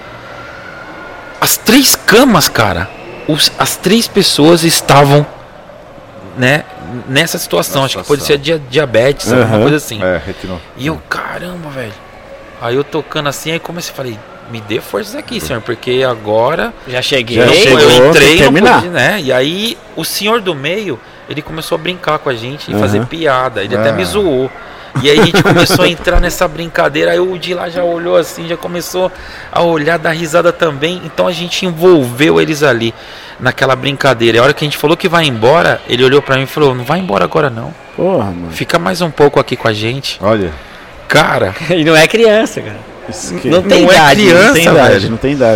S1: As três camas, cara, os, as três pessoas estavam, né, nessa situação.
S3: Na
S1: Acho que
S3: situação.
S1: pode ser dia, diabetes, alguma
S2: Aham.
S1: coisa assim.
S3: É, retinou.
S1: E eu, caramba, velho. Aí eu tocando assim, aí comecei, falei, me dê forças aqui, senhor, porque agora
S4: Já cheguei.
S2: Já
S1: eu,
S2: chegou,
S1: eu
S2: tem
S1: entrei,
S2: que
S1: não
S2: terminar.
S1: pude, né? E aí o senhor do meio, ele começou a brincar com a gente e
S2: Aham.
S1: fazer piada. Ele até
S3: Ah.
S1: me zoou. E aí a gente começou a entrar nessa brincadeira. Aí o de lá já olhou assim, já começou a olhar, dar risada também. Então a gente envolveu eles ali naquela brincadeira. E a hora que a gente falou que vai embora, ele olhou pra mim e falou, não vai embora agora não.
S2: Porra, mano.
S1: Fica mais um pouco aqui com a gente.
S3: Olha,
S1: Cara,
S4: E não é criança, cara.
S2: Isso que-
S4: Não tem
S1: Não é
S4: idade.
S1: criança,
S2: não tem idade,
S1: velho.
S2: não tem idade.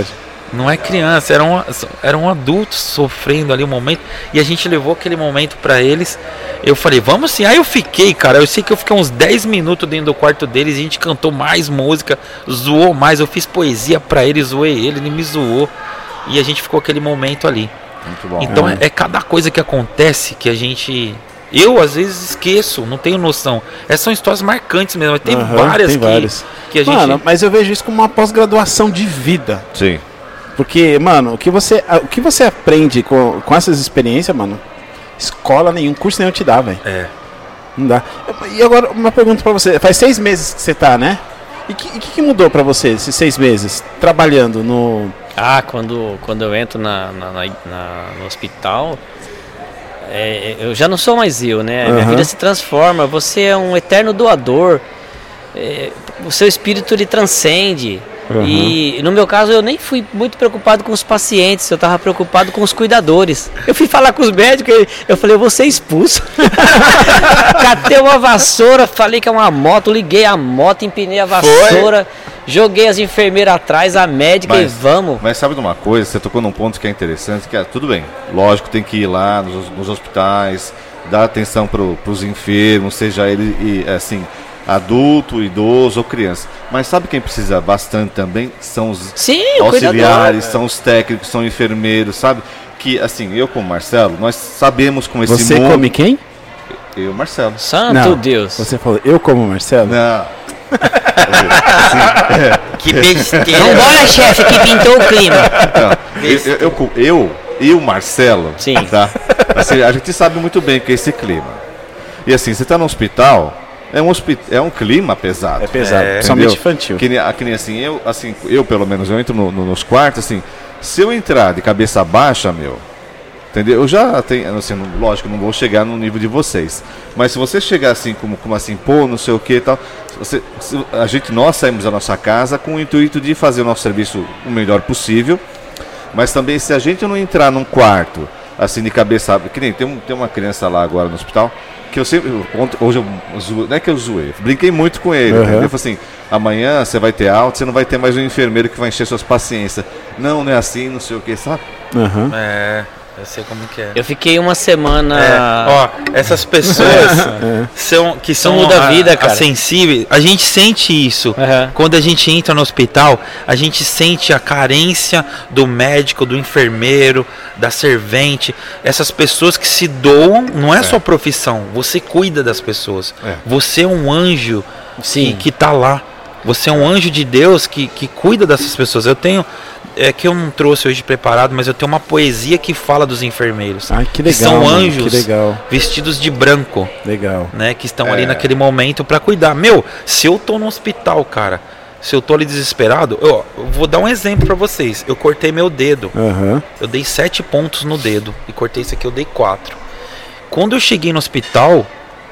S1: Não é criança, eram, eram adultos sofrendo ali o momento. E a gente levou aquele momento pra eles. Eu falei, vamos sim. Aí eu fiquei, cara. Eu sei que eu fiquei uns dez minutos dentro do quarto deles. A gente cantou mais música, zoou mais. Eu fiz poesia pra ele, zoei ele, ele me zoou. E a gente ficou aquele momento ali.
S3: Muito bom.
S1: Então
S2: É.
S1: é, é cada coisa que acontece que a gente... Eu, às vezes, esqueço, não tenho noção. Essas são histórias marcantes mesmo. Mas tem
S2: Aham,
S1: várias
S2: tem
S1: que,
S2: várias.
S1: que a gente...
S2: Mano, mas eu vejo isso como uma pós-graduação de vida.
S3: Sim.
S2: Porque, mano, o que você, o que você aprende com, com essas experiências, mano, escola nenhum, curso nenhum te dá, velho.
S1: É.
S2: Não dá. E agora, uma pergunta pra você. Faz seis meses que você tá, né? E o que, que mudou pra você esses seis meses trabalhando no...
S4: Ah, quando, quando eu entro na, na, na- na- no hospital, é, eu já não sou mais eu, né? Minha
S2: Aham.
S4: vida se transforma. Você é um eterno doador. É, o seu espírito ele transcende.
S2: Uhum.
S4: E no meu caso eu nem fui muito preocupado com os pacientes, eu estava preocupado com os cuidadores. Eu fui falar com os médicos, eu falei, eu vou ser expulso. Catei uma vassoura, falei que é uma moto, liguei a moto, empinei a vassoura, joguei as enfermeiras atrás, a médica
S3: Mas-
S4: e vamos.
S3: Mas sabe de uma coisa? Você tocou num ponto que é interessante, que é, tudo bem, lógico, tem que ir lá nos, nos hospitais, dar atenção para os enfermos, seja ele, e, assim, adulto, idoso ou criança. Mas sabe quem precisa bastante também? São os
S4: Sim, o cuidador.
S3: auxiliares, são os técnicos, são enfermeiros, sabe? Que, assim, eu como Marcelo, nós sabemos como esse
S2: Você
S3: mundo...
S2: come quem?
S3: Eu, Marcelo.
S4: Santo
S2: Não,
S4: Deus.
S2: Você falou, eu como Marcelo?
S3: Não.
S1: Que besteira.
S4: Vambora, chefe, que pintou o clima.
S3: Não, eu, eu, eu, eu e o Marcelo,
S4: Sim.
S3: tá? Assim, a gente sabe muito bem que é esse clima. E assim, você está no hospital, é um, hospi é um clima pesado.
S2: É pesado,
S1: É,
S2: principalmente
S3: entendeu?
S2: infantil.
S3: Que nem, que nem assim, eu, assim, eu pelo menos, eu entro no- no- nos quartos, assim, se eu entrar de cabeça baixa, meu, entendeu? Eu já tenho, assim, não- lógico, não vou chegar no nível de vocês. Mas se você chegar assim, como, como assim, pô, não sei o que e tal, você, se- a gente, nós saímos da nossa casa com o intuito de fazer o nosso serviço o melhor possível. Mas também, se a gente não entrar num quarto, assim, de cabeça, que nem tem, um- tem uma criança lá agora no hospital, que eu sempre, eu- ontem- hoje eu zoei, não é que eu zoei, brinquei muito com ele,
S2: Uhum.
S3: entendeu? Eu falei assim, amanhã você vai ter alta, você não vai ter mais um enfermeiro que vai encher suas paciências. Não, não é assim, não sei o que, sabe?
S2: Aham.
S1: É, eu sei como que é.
S4: Eu fiquei uma semana...
S1: É, ó, essas pessoas são que são
S4: muda a
S1: a-
S4: vida,
S1: a
S4: cara.
S1: sensíveis. A gente sente isso.
S4: Aham.
S1: Quando a gente entra no hospital, a gente sente a carência do médico, do enfermeiro, da servente. Essas pessoas que se doam, não é, sua profissão. Você cuida das pessoas.
S3: É.
S1: Você é um anjo
S4: Sim.
S1: que, que tá lá. Você é um anjo de Deus que, que cuida dessas pessoas. Eu tenho. É que eu não trouxe hoje preparado, mas eu tenho uma poesia que fala dos enfermeiros.
S2: Ai, que legal,
S1: são
S2: mano,
S1: anjos
S2: que legal.
S1: vestidos de branco,
S2: Legal.
S1: né? Que estão
S3: É.
S1: ali naquele momento pra cuidar. Meu, se eu tô no hospital, cara, se eu tô ali desesperado, eu, eu vou dar um exemplo pra vocês. Eu cortei meu dedo.
S2: Aham.
S1: Eu dei sete pontos no dedo. E cortei esse aqui, eu dei quatro. Quando eu cheguei no hospital,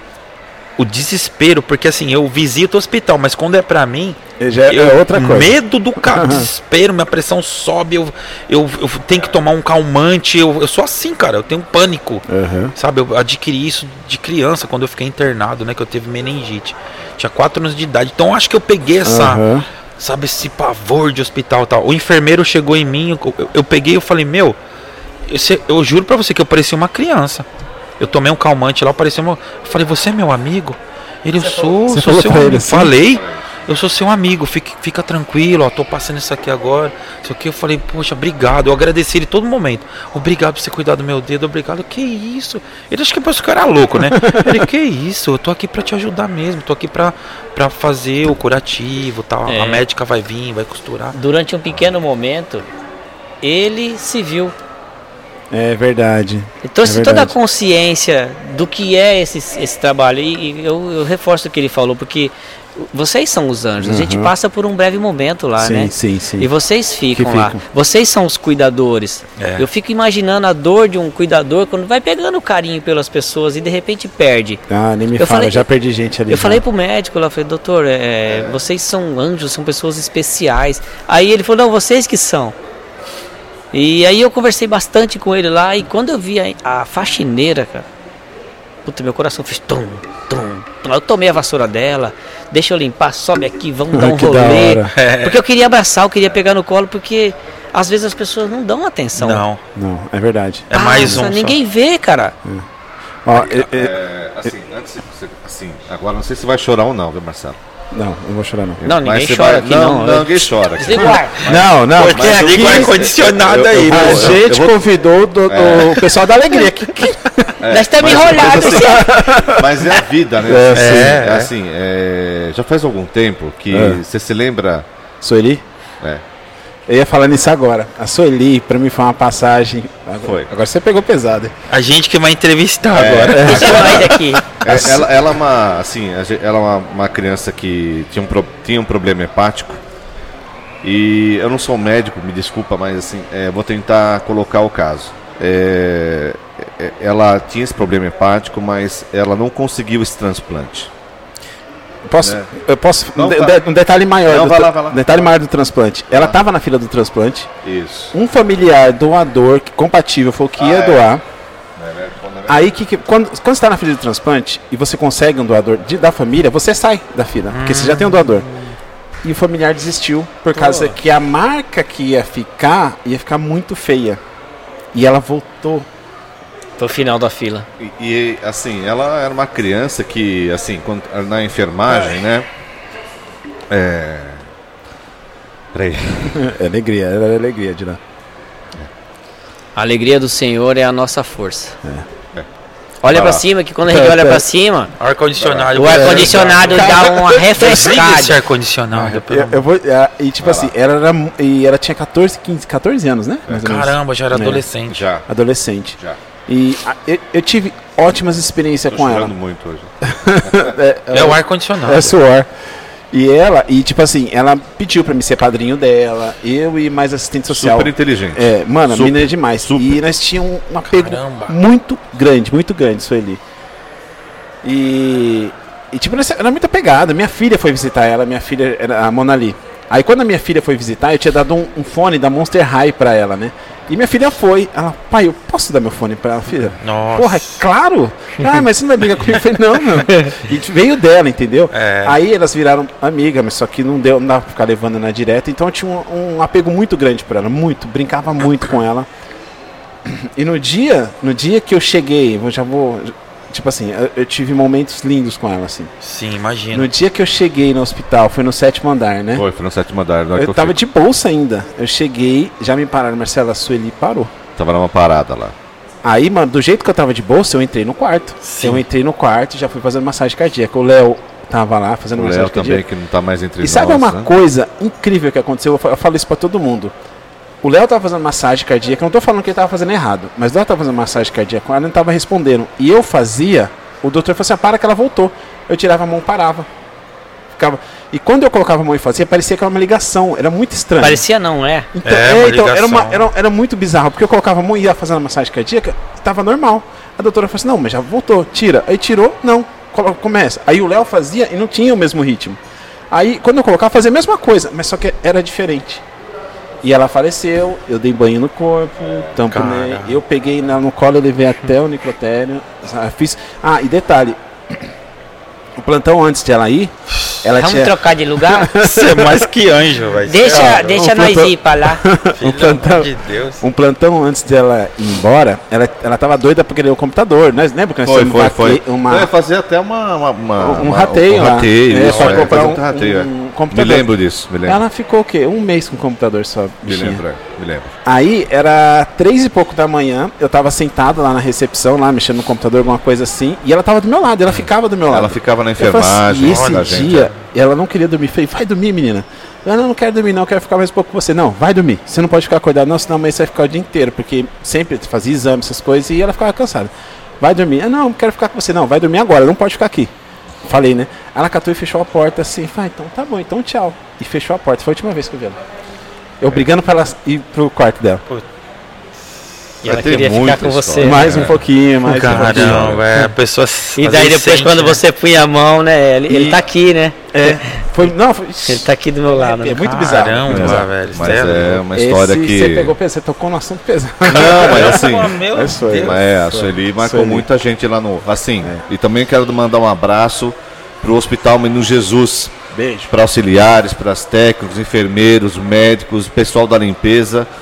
S1: o desespero, porque assim, eu visito o hospital, mas quando é pra mim,
S2: Já é
S1: eu-
S2: outra coisa.
S1: medo do cara, desespero, minha pressão sobe, eu, eu, eu tenho que tomar um calmante, eu, eu sou assim, cara, eu tenho pânico.
S2: Aham.
S1: Sabe, eu adquiri isso de criança, quando eu fiquei internado, né, que eu tive meningite. Tinha quatro anos de idade, então eu acho que eu peguei essa,
S2: Aham.
S1: sabe, esse pavor de hospital e tal. O enfermeiro chegou em mim, eu, eu, eu peguei e eu falei, meu, esse- eu juro pra você que eu parecia uma criança. Eu tomei um calmante lá, eu parecia uma... Eu falei, você é meu amigo? Ele, eu sou,
S2: Você
S1: sou
S2: falou
S1: seu
S2: pra ele
S1: amigo.
S2: assim?
S1: Falei, eu sou seu amigo, fique, fica tranquilo, ó, tô passando isso aqui agora. Isso aqui eu falei, poxa, obrigado. Eu agradeci ele todo momento. Obrigado por você cuidar do meu dedo, obrigado. Que isso? Ele acha que pensou que eu era louco, né? Ele, que isso? Eu tô aqui pra te ajudar mesmo, tô aqui pra, pra fazer o curativo, tal.
S4: É.
S1: A médica vai vir, vai costurar.
S4: Durante um pequeno momento, ele se viu.
S2: É verdade.
S4: Ele trouxe
S2: É
S4: toda a
S2: verdade.
S4: consciência do que é esse, esse trabalho. E, e eu, eu reforço o que ele falou, porque vocês são os anjos. A gente
S2: Uhum.
S4: passa por um breve momento lá,
S2: Sim,
S4: né?
S2: sim, sim.
S4: E vocês ficam
S2: Que
S4: lá.
S2: ficam.
S4: Vocês são os cuidadores.
S1: É.
S4: Eu fico imaginando a dor de um cuidador quando vai pegando carinho pelas pessoas e de repente perde.
S2: Ah, nem me
S4: Eu
S2: fala,
S4: falei-
S2: já perdi gente ali.
S4: Eu
S2: já.
S4: falei pro médico lá, falei, doutor, é, vocês são anjos, são pessoas especiais. Aí ele falou, não, vocês que são. E aí eu conversei bastante com ele lá, e quando eu vi a, a faxineira, cara, puta, meu coração fez tum, tum, tum. Eu tomei a vassoura dela, deixa eu limpar, sobe aqui, vamos dar um
S2: Que da
S4: rolê.
S2: hora.
S1: É.
S4: Porque eu queria abraçar, eu queria pegar no colo, porque às vezes as pessoas não dão atenção.
S1: Não,
S2: Não, é verdade.
S1: é mais um.
S4: Nossa,
S1: só.
S4: ninguém vê, cara.
S2: Ó, é- é-
S3: É, assim, antes, você- assim, agora não sei se vai chorar ou não, viu, Marcelo?
S2: não, não vou chorar não.
S4: Não, ninguém
S3: Mas você
S4: chora
S3: vai-
S4: aqui,
S3: não.
S4: não.
S3: Não, ninguém chora. aqui.
S4: Desliga o ar.
S2: Não, não.
S1: Porque
S2: mas
S1: é
S2: o
S1: liga o
S2: que-
S1: ar-condicionado
S3: eu-
S1: aí,
S3: eu
S2: A
S1: pô.
S3: vou-
S2: gente
S3: vou-
S2: convidou do, do pessoal da Alegria. Que, que...
S3: É,
S4: Nós estamos
S3: mas-
S4: enrolados.
S3: mas,
S4: assim.
S3: assim, mas é a vida, né?
S2: É,
S3: Assim,
S1: sim.
S3: é, assim, é, já faz algum tempo que
S2: É.
S3: você se lembra.
S2: Sueli?
S3: É,
S2: Eu ia falar nisso agora. A Sueli, pra mim, foi uma passagem. Agora,
S3: Foi.
S2: Agora você pegou pesado. hein?
S1: A gente que vai entrevistar
S3: É.
S1: agora.
S4: Deixa nós aqui.
S3: É, ela, ela é uma, assim, a ge- ela é uma, uma criança que tinha um, pro- tinha um problema hepático. E eu não sou médico, me desculpa, mas assim, é, vou tentar colocar o caso. É, é, ela tinha esse problema hepático, mas ela não conseguiu esse transplante.
S2: Posso,
S3: É.
S2: eu posso
S3: Não,
S2: um, de-
S3: vai.
S2: um detalhe maior.
S3: Não,
S2: do,
S3: vai lá,
S2: tra-
S3: vai lá.
S2: Detalhe maior do transplante. Ela
S3: Ah.
S2: estava na fila do transplante.
S3: Isso.
S2: Um familiar doador que- compatível foi o que
S3: Ah,
S2: ia
S3: é.
S2: doar. Aí que, que- quando, quando você está na fila de transplante e você consegue um doador de- da família, você sai da fila, porque você já tem um doador. E o familiar desistiu por causa que a marca que ia ficar ia ficar muito feia. E ela voltou.
S4: Pro final da fila.
S3: E, e, assim, ela era uma criança que, assim, quando, na enfermagem, né? É. Peraí.
S2: É alegria, era alegria de lá.
S4: A alegria do Senhor é a nossa força.
S3: É.
S4: Olha
S3: Vai
S4: pra
S3: lá.
S4: cima, que quando a gente
S2: É,
S4: olha
S2: é.
S4: pra cima,
S1: Ar-condicionado.
S4: o ar-condicionado dá uma
S1: Desliga esse
S4: refrescada.
S1: ar-condicionado. pelo
S2: Eu, eu vou, ah, e tipo assim, ela, era, mu- e ela tinha catorze, quinze, catorze anos, né? Mais ou menos.
S1: Caramba, já era
S2: É.
S1: adolescente.
S3: Já,
S2: Adolescente.
S3: já.
S2: E ah, eu, eu tive ótimas experiências
S3: Tô
S2: com ela.
S3: chorando muito hoje.
S2: É,
S1: É o ar-condicionado.
S2: É suor. E ela, e tipo assim, ela pediu pra mim ser padrinho dela, eu e mais assistente social.
S3: Super inteligente.
S2: É, mano, a
S3: Super,
S2: menina é demais.
S3: super.
S2: E nós tínhamos um apego
S1: Caramba.
S2: muito grande, muito grande, Sueli. E, e tipo, nós era muito apegada. Minha filha foi visitar ela, minha filha era a Mona Lee. Aí quando a minha filha foi visitar, eu tinha dado um, um fone da Monster High pra ela, né? E minha filha foi, ela, pai, eu posso dar meu fone pra ela, filha?
S1: Nossa.
S2: Porra, é claro! Ah, mas você não vai brigar comigo? Eu falei, não, não. E veio dela, entendeu?
S1: É.
S2: Aí elas viraram amigas, mas só que não deu, não dava pra ficar levando na direta. Então eu tinha um, um apego muito grande por ela, muito, brincava muito com ela. E no dia, no dia que eu cheguei, eu já vou. Tipo assim, eu, eu tive momentos lindos com ela, assim.
S1: Sim, imagina.
S2: No dia que eu cheguei no hospital, foi no sétimo andar, né?
S3: Foi, foi no sétimo andar. na hora que
S2: Eu tava
S3: fui.
S2: de bolsa ainda. Eu cheguei, já me pararam, Marcela, a Sueli parou.
S3: Tava numa parada lá.
S2: Aí, mano, do jeito que eu tava de bolsa, eu entrei no quarto.
S1: Sim.
S2: Eu entrei no quarto e já fui fazendo massagem cardíaca. O Léo tava lá fazendo
S3: O
S2: massagem
S3: Léo também,
S2: cardíaca.
S3: que não tá mais entre
S2: E
S3: nós.
S2: sabe uma
S3: né?
S2: coisa incrível que aconteceu? Eu fa- eu falo isso pra todo mundo. O Léo tava fazendo massagem cardíaca, eu não tô falando que ele tava fazendo errado, mas o Léo tava fazendo massagem cardíaca, ela não tava respondendo. E eu fazia, o doutor falou assim: ah, para que ela voltou. Eu tirava a mão, parava. Ficava. E quando eu colocava a mão e fazia, parecia que era uma ligação, era muito estranho.
S4: Parecia não, é?
S2: Então,
S1: É,
S2: é,
S1: uma
S2: então, era, uma-
S1: ligação.
S2: era, era muito bizarro, porque eu colocava a mão e ia fazendo a massagem cardíaca, estava normal. A doutora falou assim: não, mas já voltou, tira. Aí tirou, não, colo- começa. Aí o Léo fazia e não tinha o mesmo ritmo. Aí quando eu colocava, fazia a mesma coisa, mas só que era diferente. E ela faleceu, eu dei banho no corpo, tamponei,
S1: Caramba.
S2: eu peguei ela no colo, eu levei até o necrotério. ah, Fiz... Ah, e detalhe, o plantão antes de ela ir, ela
S4: Vamos
S2: tinha.
S4: trocar de lugar?
S1: Você é mais que anjo, vai ser.
S4: Deixa, deixa
S2: o
S4: nós
S2: plantão-
S4: ir pra lá.
S1: Pelo
S2: plantão-
S1: amor de Deus.
S2: Um plantão antes dela ir embora, ela, ela tava doida pra querer o computador. Nós lembra que nós
S3: Foi,
S2: fizemos
S3: foi,
S2: um
S3: foi.
S2: rate- uma,
S3: Eu ia fazer até uma, uma, uma-
S2: um
S3: uma-
S2: rateio
S3: um
S2: lá.
S3: rateio,
S2: É,
S3: isso,
S2: pra
S3: é,
S2: comprar
S3: fazer
S2: um-
S3: até rateio, é.
S2: um computador.
S3: Me lembro disso, me lembro.
S2: Ela ficou o quê? Um mês com o computador só.
S3: Me
S2: bichinha.
S3: lembro, é, me lembro.
S2: Aí era três e pouco da manhã, eu tava sentado lá na recepção, lá mexendo no computador, alguma coisa assim, e ela tava do meu lado, ela ficava do meu lado.
S3: Ela ficava na
S2: Eu falei assim,
S3: enfermagem,
S2: e esse
S3: olha, gente,
S2: dia, ela não queria dormir. Falei, vai dormir, menina. Eu não, não quero dormir, não, quero ficar mais um pouco com você. Não, vai dormir. Você não pode ficar acordado, não, senão amanhã você vai ficar o dia inteiro, porque sempre fazia exame, essas coisas, e ela ficava cansada. Vai dormir. Ah, não, não quero ficar com você, não, vai dormir agora, não pode ficar aqui. Falei, né? Ela catou e fechou a porta assim, falei, então tá bom, então tchau. E fechou a porta, foi a última vez que eu vi ela. Eu brigando pra ela ir pro quarto dela.
S4: E ela
S3: Vai ter
S4: queria ficar
S3: muita
S4: com você.
S3: história.
S2: Mais um pouquinho, mais um pouquinho.
S1: Caramba, é, a pessoa.
S4: E daí depois quando você punha a mão, né? Ele, ele
S2: E-
S4: tá aqui, né?
S2: É, foi, não, foi,
S4: Ele tá aqui do meu lado.
S2: é,
S4: né?
S2: muito bizarro.
S1: Caramba,
S2: muito bizarro.
S1: velho.
S3: Mas
S1: Stella.
S3: é uma história
S2: Esse,
S3: que...
S2: Você pegou, você tocou no assunto pesado.
S3: Não, mas assim...
S1: Pô, meu
S2: Mas foi,
S1: Deus.
S3: Mas é, a Sueli marcou
S2: Sueli.
S3: muita gente lá no... Assim, e também quero mandar um abraço pro Hospital Menino Jesus,
S2: Beijo.
S3: para auxiliares, para as técnicos, enfermeiros, médicos, pessoal da limpeza,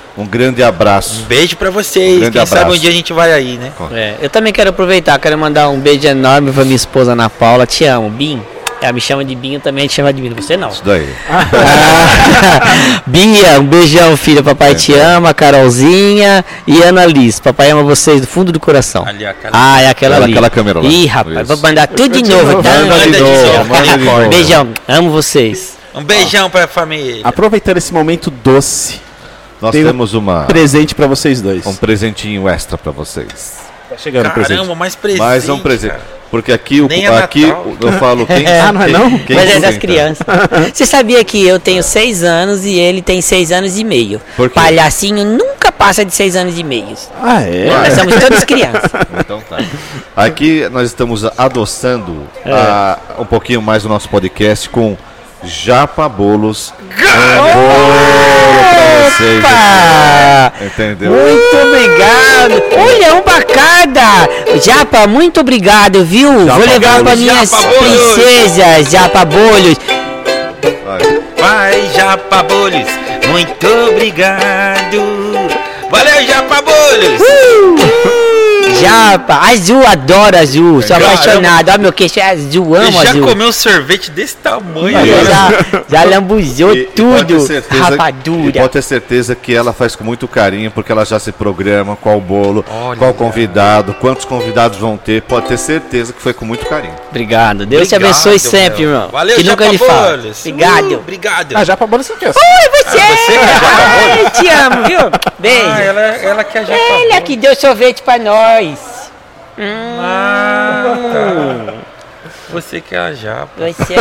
S3: Um grande abraço.
S1: Um beijo pra vocês.
S3: Um grande
S1: Quem sabe
S3: abraço.
S1: um dia a gente vai aí, né?
S4: É, eu também quero aproveitar, quero mandar um beijo enorme pra minha esposa Ana Paula. Te amo, Bim. Ela me chama de Binho também, te chama de Binho. Você não.
S3: Isso daí.
S4: Ah, Bia, um beijão, filha. Papai
S3: É,
S4: te ama, Carolzinha e Ana Liz. Papai ama vocês do fundo do coração.
S1: Ali, aquela...
S4: Ah, é aquela
S3: Aquela-
S4: ali.
S3: aquela câmera lá.
S4: Ih, rapaz,
S3: Isso.
S4: vou mandar tudo de
S2: De
S4: novo.
S2: novo,
S4: tá?
S3: manda de
S1: de
S3: novo,
S1: novo,
S3: manda de novo.
S4: Beijão, amo vocês.
S1: Um beijão pra família.
S2: Aproveitando esse momento doce,
S3: Nós
S2: Tem um
S3: temos uma,
S2: presente pra vocês dois.
S3: um presentinho extra pra vocês.
S2: Tá chegando o presente.
S1: Caramba, mais presente.
S3: Mais um presente.
S1: cara.
S3: Porque aqui, o,
S1: Nem é
S3: aqui
S1: Natal.
S3: eu falo quem.
S2: Ah, não é não?
S3: Quem
S4: Mas é das
S3: senta.
S4: crianças. Você sabia que eu tenho seis anos e ele tem seis anos e meio?
S3: Por quê?
S4: Palhacinho nunca passa de seis anos e meio.
S2: Ah, é?
S4: Nós somos todos crianças.
S3: Então tá. Aqui nós estamos adoçando
S4: É.
S3: a- um pouquinho mais o nosso podcast com Japa Bolos. Um bolo pra vocês.
S4: Opa!
S3: aqui. Entendeu?
S4: Muito obrigado. Olha, um bacana. Japa, muito obrigado, viu? Vou levar para minhas
S1: Japa Bolhos.
S4: princesas, Japa Bolhos.
S3: Vai.
S1: Vai, Japa Bolhos. Muito obrigado. Valeu, Japa Bolhos.
S4: Japa, azul, adoro azul. Sou
S1: Caramba.
S4: apaixonado. Olha, meu queixo é azul, amo
S1: Já
S4: azul.
S1: comeu um sorvete desse tamanho.
S3: Aí,
S1: agora.
S4: Já, já lambuzou
S3: E- e pode ter
S4: tudo.
S3: certeza- e
S4: Rapadura.
S3: pode ter certeza que ela faz com muito carinho, porque ela já se programa qual bolo,
S1: Olha.
S3: qual convidado, quantos convidados vão ter. Pode ter certeza que foi com muito carinho.
S4: Obrigado. Deus te
S1: Obrigado,
S4: abençoe sempre,
S1: meu.
S4: irmão.
S1: Valeu,
S4: que nunca
S1: Japa
S4: lhe fala.
S1: Bolhos.
S4: Obrigado.
S1: Uh, obrigado.
S2: Ah, já pra bola você quer.
S4: Oi, você!
S1: Ah, você que é Japa
S4: Ai, te amo, viu? Beijo.
S1: Ah, ela, ela que é Japa
S4: Ele
S1: Bolhos.
S4: é que deu sorvete pra nós. Hum,
S1: Ah, tá. Você que é a Japa.
S4: você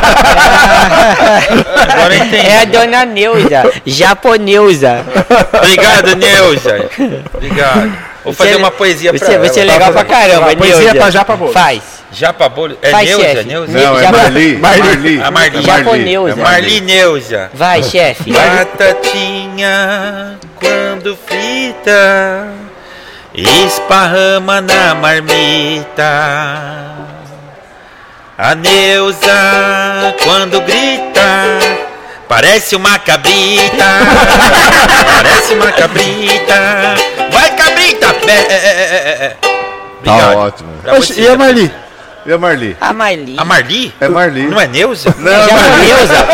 S1: Agora eu entendi.
S4: é a dona Neuza, japoneusa.
S1: Obrigado, Neuza. Obrigado. Vou fazer
S4: Você-
S1: uma poesia pra
S4: você,
S1: ela.
S4: Você é legal pra caramba,
S2: Uma poesia
S4: Neuza.
S2: pra Japa Bolhos.
S4: Faz.
S1: Japa Bolhos. É
S4: Faz,
S1: Neuza?
S4: chefe.
S1: Neuza?
S4: Não, é
S3: Marli.
S2: Marli.
S1: A Marli.
S4: Japoneusa.
S3: É
S1: Marli Neuza.
S4: Vai, chefe.
S1: Batatinha quando frita esparrama na marmita. A Neuza quando grita parece uma cabrita. Parece uma cabrita. Vai, cabrita! É, é, é, é, é.
S3: Tá
S1: Obrigado.
S3: ótimo.
S1: Pra
S2: Oxe,
S1: você,
S2: e a Marli?
S3: E a Marli?
S4: A Marli.
S1: A Marli?
S3: É Marli.
S1: Não é Neuza?
S4: Japoneusa.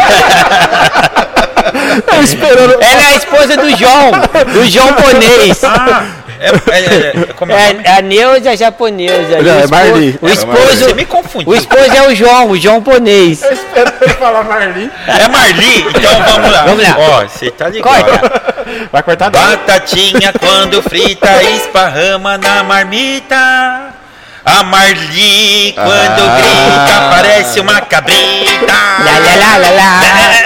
S2: Esperando.
S4: Ela é a esposa do João, do João Ponês.
S1: Ah, é, é, é, como é o nome?
S4: É a Neuza japonesa.
S2: Não,
S4: E o
S2: é
S4: espo-
S2: Marli.
S4: O
S3: É
S4: esposo,
S1: Você me confundiu.
S4: o esposo é o João, o João Ponês.
S2: Esperando ele falar Marli.
S1: É Marli? Então vamos lá.
S4: Vamos lá.
S1: Ó, você tá ligado.
S4: Corta.
S2: Vai cortar dela.
S1: Batatinha quando frita esparrama na marmita. A Marli quando
S3: Ah.
S1: grita parece uma cabrita.
S4: Lá, lá, lá, lá, lá.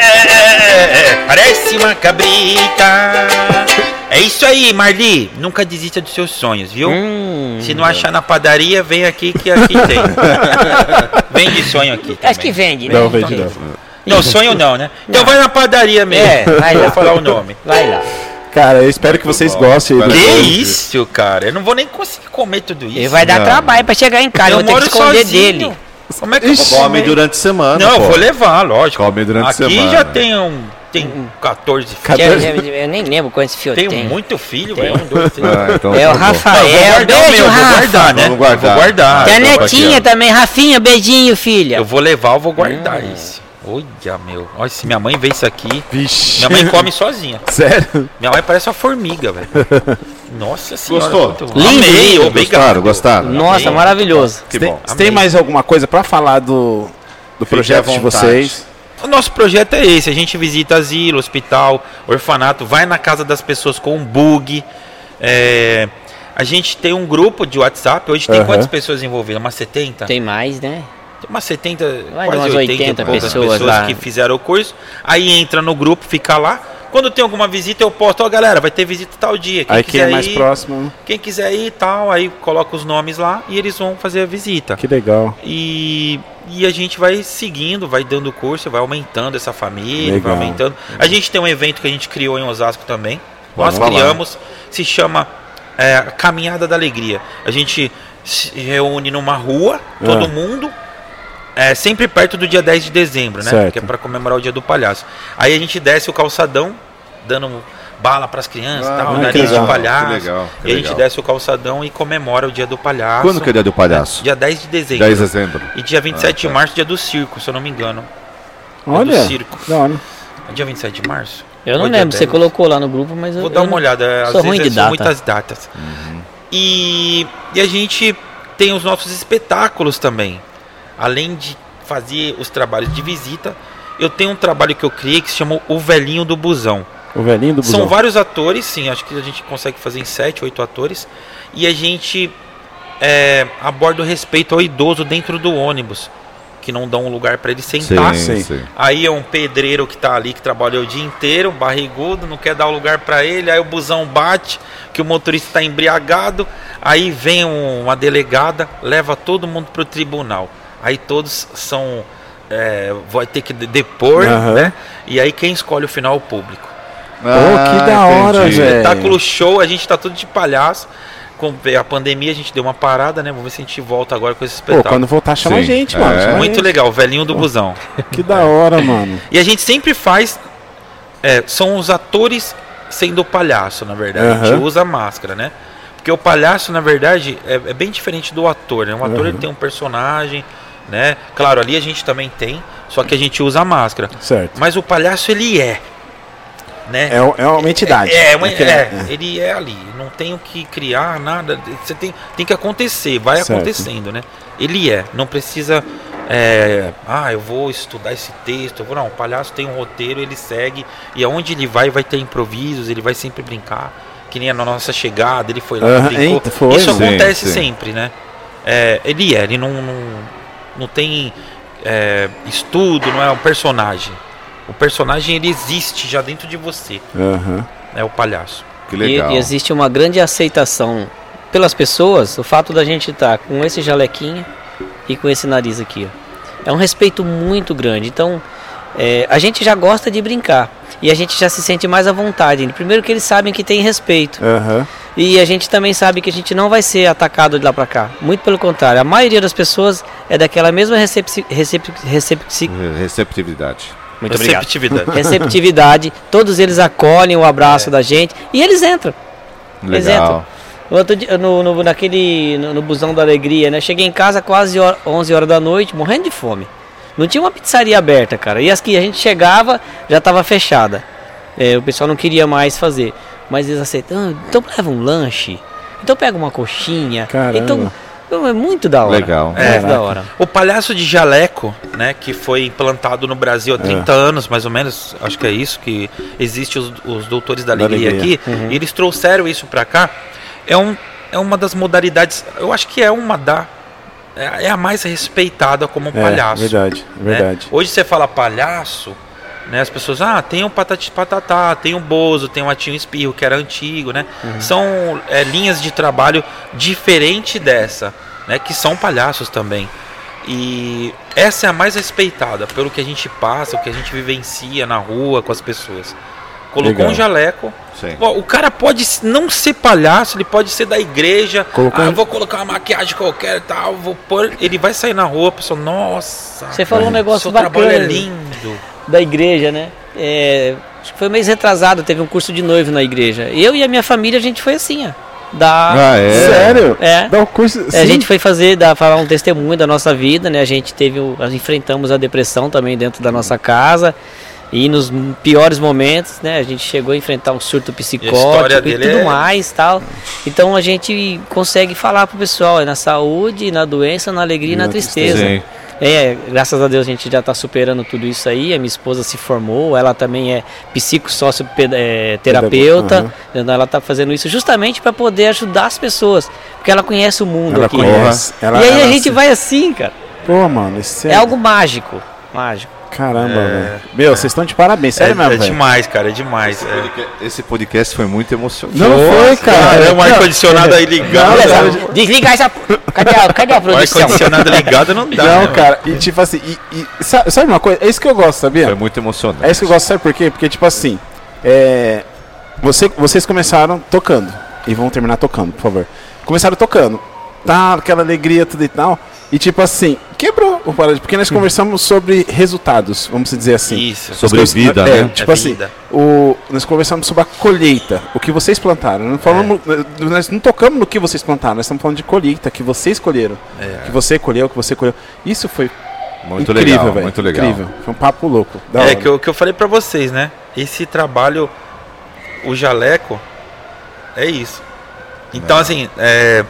S1: É, parece uma cabrita. É isso aí, Marli. Nunca desista dos seus sonhos, viu?
S4: Hum,
S1: Se não achar na padaria, vem aqui que aqui tem. Vende sonho aqui também.
S4: acho que vende, né?
S2: Não, vende não.
S1: Não, sonho não, né? Então vai na padaria mesmo.
S4: É, vai
S1: Vou
S4: lá.
S1: falar o nome.
S4: Vai lá.
S2: Cara, eu espero que vocês
S3: bom.
S2: gostem. do-
S3: Espero
S1: Que
S3: Depois
S1: isso, cara? Eu não vou nem conseguir comer tudo isso.
S4: Ele vai dar
S3: Não.
S4: trabalho pra chegar em casa, eu
S1: Eu
S4: vou ter que
S1: moro
S4: esconder
S1: sozinho.
S4: dele.
S1: Como é que eu
S2: Ixi,
S1: vou
S3: Come
S1: comer?
S3: durante a semana.
S1: Não, eu
S3: pô.
S1: vou levar, lógico.
S3: Come durante a
S1: Aqui
S3: semana.
S1: já tem um. Tem quatorze filhos.
S2: Cadê?
S4: Eu, eu- eu nem lembro quantos fios
S1: Tenho
S4: tem.
S1: muito filho,
S4: Tem.
S1: velho. Um, dois, três.
S3: Ah, então
S4: É o
S3: tá bom.
S4: Rafael.
S1: Não, eu vou guardar o
S4: Beijo,
S1: meu, eu vou
S4: Rafa.
S1: guardar, né?
S3: Vamos guardar.
S1: Eu vou guardar.
S4: Tem a
S3: Ah, então,
S4: netinha
S3: aqui,
S4: também. Rafinha, beijinho, filha.
S1: Eu vou levar, eu vou guardar isso. Olha, meu. Olha, se minha mãe vê isso aqui.
S2: Vixe.
S1: Minha mãe come sozinha.
S2: Sério?
S1: Minha mãe parece uma formiga, velho. Nossa senhora.
S3: Gostou?
S1: muito bom.
S4: Lindo,
S1: Amei,
S4: lindo.
S1: obrigado.
S3: Gostaram, gostaram?
S4: Nossa,
S1: Amei.
S4: maravilhoso.
S3: Que
S2: Tem,
S3: bom.
S2: você tem
S1: Amei.
S2: mais alguma coisa pra falar do, do
S3: Fique
S2: projeto
S3: à
S2: de
S3: vontade.
S2: vocês?
S1: O nosso projeto é esse, a gente visita asilo, hospital, orfanato, vai na casa das pessoas com um bug. É, a gente tem um grupo de WhatsApp, hoje tem
S2: Aham.
S1: quantas pessoas envolvidas? Umas setenta?
S4: Tem mais, né?
S1: Tem umas setenta,
S4: Vai
S1: quase
S4: umas
S1: oitenta,
S4: oitenta
S1: e poucas
S4: pessoas
S1: pessoas,
S4: lá.
S1: que fizeram o curso. Aí entra no grupo, fica lá. Quando tem alguma visita eu posto, ó galera, vai ter visita tal dia. Quem
S2: Aí quem é
S1: quiser
S2: mais
S1: ir,
S2: próximo,
S1: Quem quiser ir e tal, aí coloca os nomes lá e eles vão fazer a visita.
S2: que legal.
S1: E, e a gente vai seguindo, vai dando curso, vai aumentando essa família,
S2: Legal.
S1: vai aumentando. A gente tem um evento que a gente criou em Osasco também.
S3: Vamos
S1: Nós
S3: lá.
S1: criamos, se chama é, Caminhada da Alegria. A gente se reúne numa rua, todo
S2: Ah.
S1: mundo, é, sempre perto do dia dez de dezembro, né?
S2: Certo.
S1: Que é para comemorar o dia do palhaço. Aí a gente desce o calçadão, dando bala pras crianças,
S3: Ah,
S1: tal,
S2: que
S1: nariz de
S2: legal,
S1: palhaço.
S3: que legal, que
S1: e a gente
S3: legal.
S1: desce o calçadão e comemora o dia do palhaço.
S3: Quando que é dia do palhaço?
S1: Dia dez de dezembro.
S3: dez de dezembro.
S1: E dia vinte e sete
S3: Ah, tá.
S1: de março, dia do circo, se eu não me engano.
S2: Olha,
S1: do circo.
S2: da hora.
S1: É dia vinte e sete de março?
S4: Eu não
S1: Ou dia
S4: lembro, você
S1: dez?
S4: colocou lá no grupo, mas eu.
S1: Vou dar
S4: eu
S1: uma
S4: não-
S1: olhada, às
S4: sou ruim
S1: vezes
S4: de
S1: são
S4: data.
S1: muitas datas. E, e a gente tem os nossos espetáculos também. Além de fazer os trabalhos de visita, eu tenho um trabalho que eu criei que se chama O Velhinho do Busão.
S2: O velhinho do busão.
S1: São vários atores, sim, acho que a gente consegue fazer em sete, oito atores. E a gente é, aborda o respeito ao idoso dentro do ônibus, que não dá um lugar para ele sentar.
S3: Sim,
S2: sim.
S3: sim.
S1: Aí é um pedreiro que tá ali, que trabalhou o dia inteiro, barrigudo, não quer dar o lugar para ele. Aí o busão bate, que o motorista está embriagado. Aí vem um- uma delegada, leva todo mundo pro tribunal. Aí todos são... É, vai ter que de- depor,
S2: Aham.
S1: né? E aí quem escolhe o final é o público.
S2: Pô, que da hora,
S3: entendi.
S2: velho.
S1: Espetáculo show, a gente tá tudo de palhaço. Com a pandemia a gente deu uma parada, né? Vamos ver se a gente volta agora com esse
S2: Pô,
S1: espetáculo.
S2: quando voltar, chama
S3: Sim,
S2: a gente,
S3: é.
S2: mano. chama a
S1: Muito
S2: gente.
S1: legal, o velhinho do busão.
S2: Que da hora, mano.
S1: E a gente sempre faz. é, são os atores sendo o palhaço, na verdade. A gente
S2: Aham.
S1: usa máscara, né? Porque o palhaço, na verdade, é, é bem diferente do ator, né? O ator
S2: Aham.
S1: ele tem um personagem, né? Claro, ali a gente também tem, só que a gente usa a máscara.
S2: Certo.
S1: Mas o palhaço, ele é. Né?
S2: É, é uma entidade.
S1: É, é, uma-
S2: que-
S1: é, ele é ali. Não tem o que criar, nada. Você tem, tem que acontecer, vai
S2: Certo.
S1: acontecendo, né? Ele é. Não precisa. é, ah, eu vou estudar esse texto. Eu vou, não, o palhaço tem um roteiro, ele segue. E aonde ele vai, vai ter improvisos, ele vai sempre brincar. Que nem na nossa chegada, ele foi lá,
S2: Aham,
S1: brincou.
S2: eita, foi,
S1: Isso
S3: sim,
S1: acontece
S3: sim.
S1: sempre, né? É, ele é, ele não, não, não tem é, estudo, não é um personagem. O personagem ele existe já dentro de você.
S2: Aham.
S1: É o palhaço.
S3: Que
S4: E,
S3: legal.
S4: e existe uma grande aceitação pelas pessoas, o fato da gente estar com esse jalequinho e com esse nariz aqui. Ó. É um respeito muito grande. Então, é, a gente já gosta de brincar. E a gente já se sente mais à vontade. Primeiro que eles sabem que tem respeito.
S2: Aham.
S4: E a gente também sabe que a gente não vai ser atacado de lá pra cá. Muito pelo contrário. A maioria das pessoas é daquela mesma recepci recep recepci
S3: Receptividade.
S4: Muito obrigado.
S1: Receptividade.
S4: receptividade. Todos eles acolhem o abraço da gente. E eles entram.
S3: Legal.
S4: No outro dia, no, no- naquele, no, no busão da alegria, né? Cheguei em casa quase hora- onze horas da noite, morrendo de fome. Não tinha uma pizzaria aberta, cara. E as que a gente chegava, já estava fechada. É, o pessoal não queria mais fazer. Mas eles aceitam. "Ah, então leva um lanche. Então pega uma coxinha.
S2: Caramba.
S4: Então, então é muito da hora.
S3: Legal.
S4: Muito
S1: É.
S4: da hora.
S1: O palhaço de jaleco, né, que foi implantado no Brasil há trinta anos, mais ou menos, acho que é isso, que existe os, os doutores da
S2: Da
S1: alegria,
S2: alegria.
S1: aqui, e eles trouxeram isso pra cá. É, um, é uma das modalidades, eu acho que é uma da... É, é a mais respeitada como um
S2: É,
S1: palhaço.
S2: verdade,
S1: né?
S2: verdade.
S1: Hoje você fala palhaço, né? As pessoas, ah, tem o Patati Patatá, tem o Bozo, tem o Atinho Espirro, que era antigo, né? São é, linhas de trabalho diferente dessa, né? Que são palhaços também. E essa é a mais respeitada, pelo que a gente passa, o que a gente vivencia na rua com as pessoas. Colocou
S2: Legal.
S1: um jaleco.
S3: Sim.
S1: Ó, o cara pode não ser palhaço, ele pode ser da igreja.
S2: Colocou
S1: ah,
S2: um-
S1: eu vou colocar uma maquiagem qualquer e tal, vou pôr. Ele vai sair na rua, a pessoa, nossa,
S4: Você falou um negócio
S1: seu
S4: bacana
S1: trabalho é lindo.
S4: da igreja, né? É, acho que foi um mês retrasado, teve um curso de noivo na igreja. Eu e a minha família, a gente foi assim, ó. Da,
S3: Ah, é?
S2: Sério?
S4: É.
S2: Dá o curso.
S4: É, a gente foi fazer, dar, falar um testemunho da nossa vida, né? A gente teve, o- nós enfrentamos a depressão também dentro da nossa casa. E nos piores momentos, né? A gente chegou a enfrentar um surto psicótico
S1: história
S4: e,
S1: dele
S4: tudo
S1: é-
S4: mais, tal. Então a gente consegue falar pro pessoal, é na saúde, na doença, na alegria e na
S2: na
S4: tristeza.
S3: Sim.
S4: É, graças a Deus a gente já está superando tudo isso aí. A minha esposa se formou, ela também é psicossocioterapeuta. Ela está fazendo isso justamente para poder ajudar as pessoas, porque ela conhece o mundo
S2: Ela
S4: aqui.
S2: conhece. Ela-
S4: e aí
S2: ela
S4: a gente
S2: se-
S4: vai assim, cara.
S2: Pô, mano, isso
S4: É algo mágico, mágico.
S2: Caramba, velho. Meu, vocês estão de parabéns, sério
S1: é,
S2: mesmo,
S1: é
S2: velho.
S1: demais, cara, é demais. É.
S3: Esse podcast foi muito emocionante.
S2: Não foi, cara.
S1: Caramba, o ar-condicionado aí ligado.
S4: Olha,
S1: Não,
S4: sabe, desligar essa. Cadê a, cadê a
S1: o
S4: produção?
S1: ar-condicionado ligado não dá.
S2: Não,
S1: né,
S2: cara, e tipo assim, e, e- sabe, sabe uma coisa? É isso que eu gosto, sabia?
S3: Foi muito emocionante.
S2: É isso que eu gosto, sabe por quê? Porque, tipo assim, é, você, vocês começaram tocando, e vão terminar tocando, por favor. Começaram tocando, tá, aquela alegria, tudo e tal, e tipo assim, quebrou o paradigma, porque nós conversamos sobre resultados, vamos dizer assim.
S1: Isso.
S3: Sobre
S2: Nós-
S3: vida,
S2: é,
S3: né?
S2: Tipo
S1: É
S2: assim,
S1: vida.
S2: o, nós conversamos sobre a colheita, o que vocês plantaram. Não falamos, Nós não tocamos no que vocês plantaram, nós estamos falando de colheita, que vocês colheram.
S1: É.
S2: Que você colheu, que você colheu. Isso foi
S3: Muito
S2: incrível,
S3: legal,
S2: velho.
S3: muito legal.
S2: Incrível. Foi um papo louco. Da
S1: É
S2: hora.
S1: que eu, que eu falei pra vocês, né? Esse trabalho, o jaleco, é isso. Então, assim, é,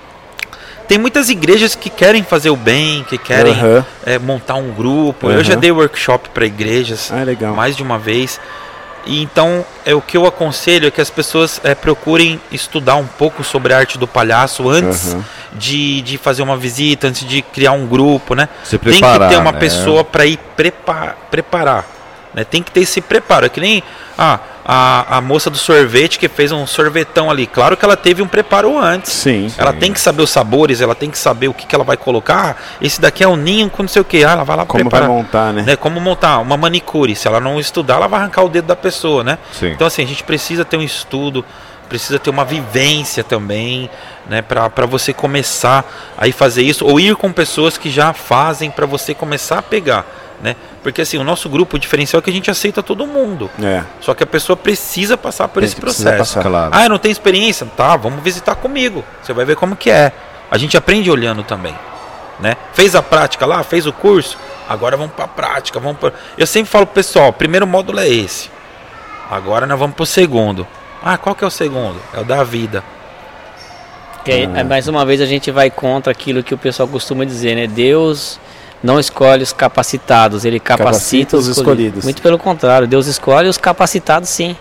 S1: tem muitas igrejas que querem fazer o bem, que querem
S2: Aham.
S1: é, montar um grupo.
S2: Aham.
S1: Eu já dei workshop para igrejas
S2: Ah, legal.
S1: mais de uma vez. E então, é, o que eu aconselho é que as pessoas é, procurem estudar um pouco sobre a arte do palhaço antes
S2: Aham.
S1: de, de fazer uma visita, antes de criar um grupo, né?
S3: Se
S1: Tem que
S3: preparar,
S1: ter uma
S3: né?
S1: pessoa para ir prepa preparar. Né? Tem que ter esse preparo. É que nem ah, a, a moça do sorvete que fez um sorvetão ali. Claro que ela teve um preparo antes.
S2: Sim.
S1: Ela tem que saber os sabores, ela tem que saber o que, que ela vai colocar. Ah, esse daqui é o ninho com não sei o que. Ah, ela vai lá
S2: Como
S1: preparar.
S2: vai montar, né?
S1: Né? Como montar uma manicure. Se ela não estudar, ela vai arrancar o dedo da pessoa, né?
S3: Sim.
S1: Então, assim, a gente precisa ter um estudo, precisa ter uma vivência também, né? Para você começar a ir fazer isso. Ou ir com pessoas que já fazem para você começar a pegar, né? Porque, assim, o nosso grupo, o diferencial é que a gente aceita todo mundo.
S2: É.
S1: Só que a pessoa precisa passar por
S2: Tem
S1: esse
S2: que precisar
S1: processo.
S2: passar.
S3: Claro.
S1: Ah, eu não tenho experiência? Tá, vamos visitar comigo. Você vai ver como que é. A gente aprende olhando também, né? Fez a prática lá, fez o curso, agora vamos para a prática. Vamos pra... Eu sempre falo pro pessoal, o primeiro módulo é esse. Agora nós vamos pro segundo. Ah, qual que é o segundo? É o da vida.
S4: Que aí, aí, mais uma vez a gente vai contra aquilo que o pessoal costuma dizer, né? Deus não escolhe os capacitados, ele capacita,
S2: Capacita
S4: os
S2: os
S4: escolhidos.
S2: escolhidos.
S4: Muito pelo contrário, Deus escolhe os capacitados, sim.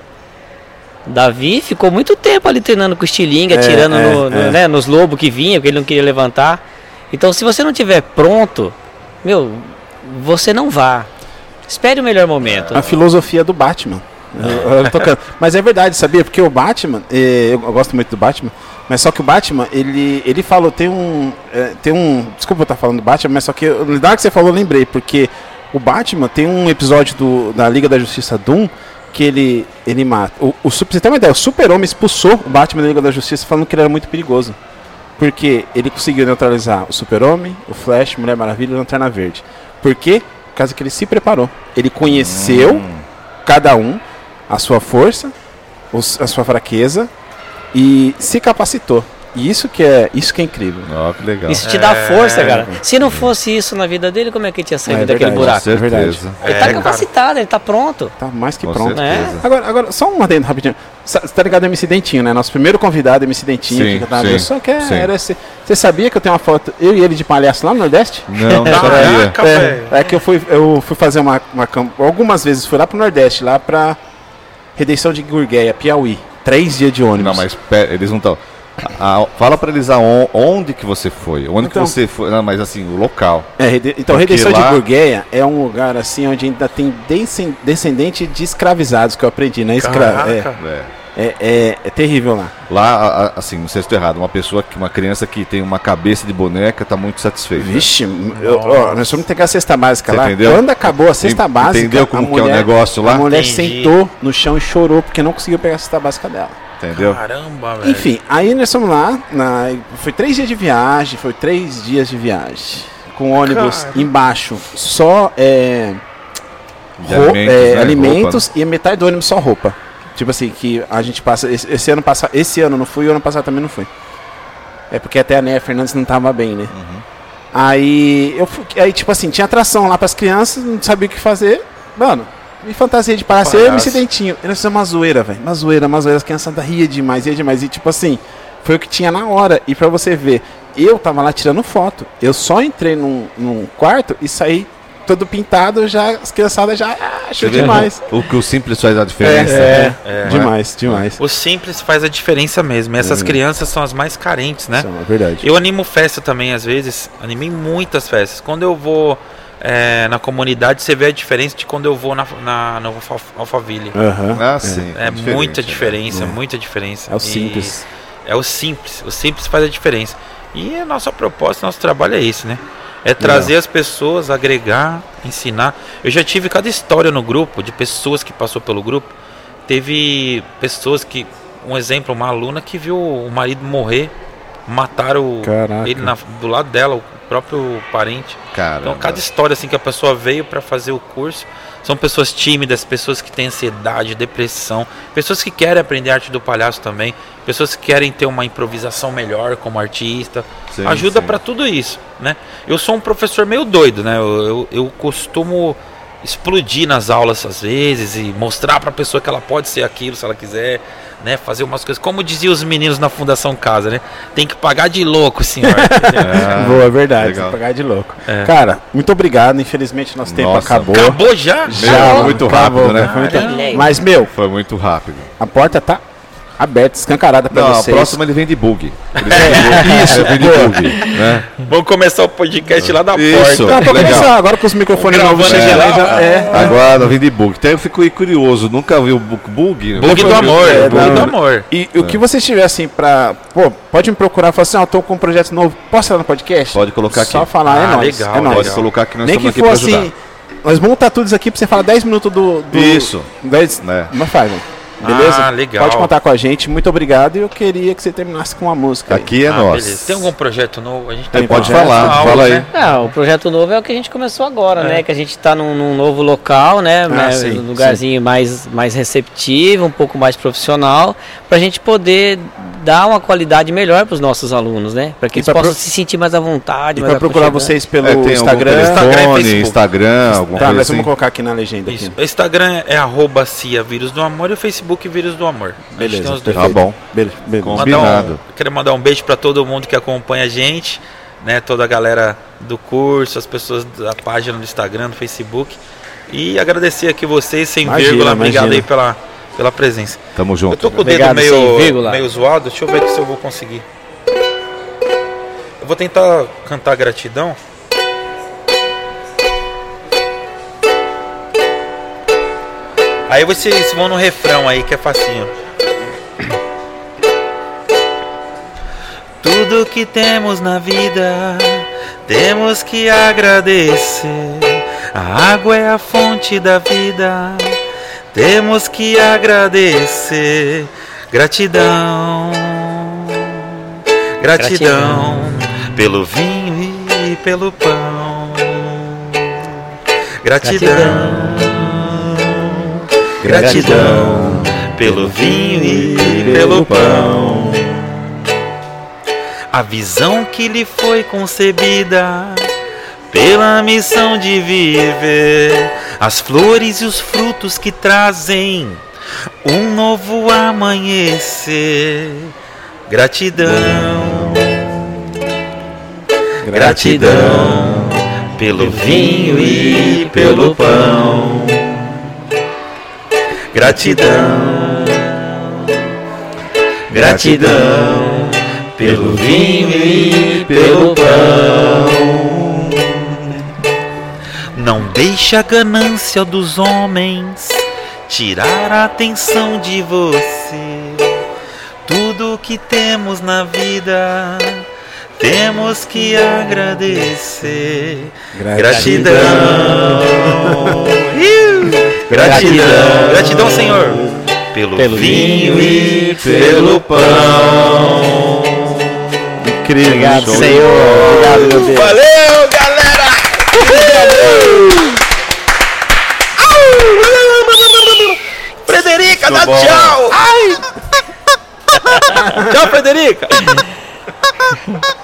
S4: Davi ficou muito tempo ali treinando com estilingue,
S2: É,
S4: atirando
S2: é,
S4: no, no,
S2: é.
S4: né, nos lobos que vinha, porque ele não queria levantar. Então, se você não tiver pronto, meu, você não vá. Espere o melhor momento.
S2: A filosofia do Batman. Eu- eu tô can- Mas é verdade, sabia? Porque o Batman, eh, eu gosto muito do Batman, mas só que o Batman, ele, ele falou, tem um, eh, tem um, desculpa eu estar falando do Batman, mas só que, eu- na hora que você falou, eu lembrei, porque o Batman tem um episódio do, da Liga da Justiça Doom, que ele, ele mata, o, o, su- pra você ter uma ideia, o Super-Homem expulsou o Batman da Liga da Justiça falando que ele era muito perigoso, porque ele conseguiu neutralizar o Super-Homem, o Flash, Mulher Maravilha e o Lanterna Verde. Por quê? Por causa que ele se preparou, ele conheceu cada um, a sua força, os- a sua fraqueza e se capacitou. E isso que é, isso que é incrível.
S3: Ó, que legal.
S4: Isso te dá força, cara. Se não fosse isso na vida dele, como é que ele tinha saído
S2: É
S4: daquele
S2: verdade.
S3: Com
S4: buraco?
S3: certeza.
S4: Ele
S1: É,
S4: tá
S1: cara.
S4: capacitado, ele tá pronto.
S2: Tá mais que
S3: Com
S2: pronto.
S3: certeza.
S2: Agora, agora, só um adendo rapidinho. Sa- Você tá ligado M C Dentinho, né? Nosso primeiro convidado, M C Dentinho.
S3: Sim,
S2: que tava-
S3: sim,
S2: só que é-
S3: sim.
S2: era esse. Você sabia que eu tenho uma foto, eu e ele de palhaço lá no Nordeste?
S3: Não, não
S1: Caraca,
S3: sabia.
S1: velho.
S2: É, é que eu fui, eu fui fazer uma, uma camp- algumas vezes fui lá pro Nordeste, lá pra Redenção de Gurgueia, Piauí. Três dias de ônibus.
S3: Não, mas pera, eles não estão. Fala pra eles aon- onde que você foi. Onde
S2: Então.
S3: que você foi. Não, mas assim, o local.
S2: É, rede- então,
S3: Porque
S2: Redenção
S3: lá-
S2: de Gurgueia é um lugar assim onde ainda tem descen- descendente de escravizados que eu aprendi, né? Escra é,
S1: Caraca.
S3: É.
S2: é, é, é terrível lá.
S3: Lá, a- a- assim, não sei se estou errado, uma pessoa, que uma criança que tem uma cabeça de boneca tá muito satisfeita.
S2: Vixe, eu, ó, nós fomos pegar a cesta básica
S3: Você
S2: lá.
S3: entendeu?
S2: Quando acabou a cesta
S3: En-
S2: básica,
S3: entendeu como
S2: a
S3: que é o
S2: mulher,
S3: negócio lá?
S2: A mulher
S1: Entendi.
S2: sentou no chão e chorou porque não conseguiu pegar a cesta básica dela.
S3: Entendeu?
S1: Caramba, velho.
S2: Enfim, aí nós fomos lá, na- foi três dias de viagem, foi três dias de viagem. Com ônibus
S1: Cara.
S2: embaixo, só é,
S3: De
S2: ro-
S3: alimentos,
S2: é,
S3: né?
S2: alimentos e metade do ônibus só roupa. Tipo assim, que a gente passa. Esse, esse ano passa, esse ano não fui, o ano passado também não fui. É porque até a Néia Fernandes não tava bem, né?
S3: Uhum.
S2: Aí eu fui, aí tipo assim, tinha atração lá pras crianças, não sabia o que fazer. Mano, me fantasia de palhaço, eu e
S1: Palhaço.
S2: M C Dentinho. E nós fizemos uma zoeira, velho. Uma zoeira, uma zoeira, as crianças ria demais, ria demais. E tipo assim, foi o que tinha na hora. E pra você ver, eu tava lá tirando foto. Eu só entrei num, num quarto e saí todo pintado, já as criançadas já ah, achou
S3: Você vê
S2: demais.
S3: O que o simples faz a diferença.
S2: É,
S1: É.
S2: demais, demais.
S1: O simples faz a diferença mesmo. E essas crianças são as mais carentes, né?
S2: Isso é uma verdade.
S1: Eu animo festa também, às vezes. Animei muitas festas. Quando eu vou é, na comunidade, você vê a diferença de quando eu vou na, na, na Alfa- Alphaville.
S2: Aham.
S3: Ah, sim.
S1: É
S3: diferente,
S1: muita
S3: né?
S1: diferença,
S2: É.
S1: muita diferença.
S2: É o
S1: E
S2: simples.
S1: É o simples. O simples faz a diferença. E a nossa proposta, nosso trabalho é esse, né? É trazer as pessoas, agregar, ensinar. Eu já tive cada história no grupo, de pessoas que passou pelo grupo. Teve pessoas que, um exemplo, uma aluna que viu o marido morrer, mataram
S2: Caraca.
S1: ele na- do lado dela, o próprio parente.
S3: Caramba.
S1: Então, cada história assim que a pessoa veio para fazer o curso, são pessoas tímidas, pessoas que têm ansiedade, depressão, pessoas que querem aprender a arte do palhaço também, pessoas que querem ter uma improvisação melhor como artista.
S3: Sim,
S1: Ajuda
S3: sim.
S1: para tudo isso, né? Eu sou um professor meio doido, né? Eu, eu, eu costumo explodir nas aulas às vezes e mostrar para a pessoa que ela pode ser aquilo se ela quiser, né? Fazer umas coisas, como diziam os meninos na Fundação Casa, né? Tem que pagar de louco, senhor.
S3: Ah,
S2: Boa, é verdade.
S3: legal.
S2: Tem que pagar de louco.
S1: É.
S2: Cara, muito obrigado. Infelizmente nosso tempo
S3: Nossa.
S2: acabou.
S1: Acabou já?
S2: Já,
S3: Meu, muito
S2: acabou,
S3: rápido, né?
S2: foi muito-
S4: Caramba.
S2: Mas, meu,
S3: Foi muito rápido.
S2: a porta tá aberta, escancarada pra
S3: Não, a
S2: vocês.
S3: próxima ele vem de bug. Ele vem de bug. Isso, vem de bug, né?
S1: Vamos começar o podcast lá da
S3: Isso.
S1: porta.
S2: Não, pra
S3: Legal.
S2: começar, agora com os microfones
S1: Gravando
S2: novos
S1: aqui
S2: chegando
S1: lá,
S2: aí, já- é.
S3: Agora vem de bug. Então eu fico curioso, nunca vi o bug. Bug,
S1: Bug do amor,
S2: É,
S1: bug
S2: não.
S1: do amor.
S2: E o que vocês tiverem assim pra. Pô, pode me procurar e falar assim: ó, tô com um projeto novo, posso falar no podcast?
S3: Pode colocar aqui.
S2: Só falar, é
S1: Ah,
S2: nóis.
S1: legal,
S2: é nóis.
S3: Pode colocar que nós
S2: Nem
S3: estamos
S2: que
S3: aqui
S2: for
S3: para ajudar.
S2: assim, nós vamos montar tudo isso aqui pra você falar dez minutos do. do
S3: Isso.
S2: dez,
S3: Né.
S2: Mas faz, mano. Beleza?
S1: Ah, legal.
S2: Pode contar com a gente. Muito obrigado. E eu queria que você terminasse com uma música. aí.
S3: Aqui é
S1: Ah,
S3: nós.
S1: beleza. Tem algum projeto novo? A gente
S2: Tem
S1: tá
S3: Pode
S2: projeto,
S3: falar,
S1: aulas,
S3: fala aí.
S1: né?
S4: Ah, o projeto novo é o que a gente começou agora, né? Que a gente está num, num novo local, né? né,
S2: sim,
S4: um lugarzinho mais, mais receptivo, um pouco mais profissional, para a gente poder dar uma qualidade melhor para os nossos alunos, né? Para que
S2: E
S4: eles
S2: pra
S4: possam
S2: pro-
S4: se sentir mais à vontade.
S2: E
S4: mais
S2: pra procurar
S4: aconchegante.
S2: vocês pelo
S3: É, tem
S2: Instagram.
S3: algum
S1: Instagram e
S3: telefone,
S1: Facebook.
S3: Instagram, alguma
S2: Tá,
S3: coisa
S2: nós
S3: assim.
S2: vamos colocar aqui na legenda.
S1: Isso.
S2: Aqui.
S1: O Instagram é arroba Cia Vírus do Amor e o Facebook Vírus do Amor. A gente
S2: Beleza,
S1: tem os dois.
S3: Tá bom.
S2: Beleza, beleza.
S3: Com-
S1: Mandar um,
S3: Combinado.
S1: quero mandar um beijo para todo mundo que acompanha a gente, né? Toda a galera do curso, as pessoas da página do Instagram, do Facebook. E agradecer aqui vocês, sem
S2: Imagina,
S1: vírgula. Obrigado
S2: imagina.
S1: aí pela, pela presença.
S3: Tamo
S1: Eu
S3: junto.
S1: tô com o
S4: Obrigado,
S1: dedo
S4: sem
S1: meio,
S4: vírgula.
S1: meio zoado, deixa eu ver aqui se eu vou conseguir. Eu vou tentar cantar gratidão. Aí vocês vão no refrão aí, que é facinho. Tudo que temos na vida, temos que agradecer. A água é a fonte da vida, temos que agradecer. Gratidão, gratidão, pelo vinho e pelo pão. Gratidão, gratidão, pelo vinho e pelo pão. A visão que lhe foi concebida pela missão de viver, as flores e os frutos que trazem um novo amanhecer. Gratidão, gratidão, pelo vinho e pelo pão. Gratidão, gratidão, pelo vinho e pelo pão. Não deixe a ganância dos homens tirar a atenção de você. Tudo que temos na vida, temos que agradecer. Gratidão. Iu. Gratidão. Gratidão, Senhor, pelo,
S4: Pelo
S1: vinho e pelo pão.
S2: Incrível.
S4: Obrigado,
S2: show.
S4: Senhor. Obrigado, meu Deus.
S1: Valeu, galera! Frederica, dá
S3: bom.
S1: tchau! Tchau, Frederica!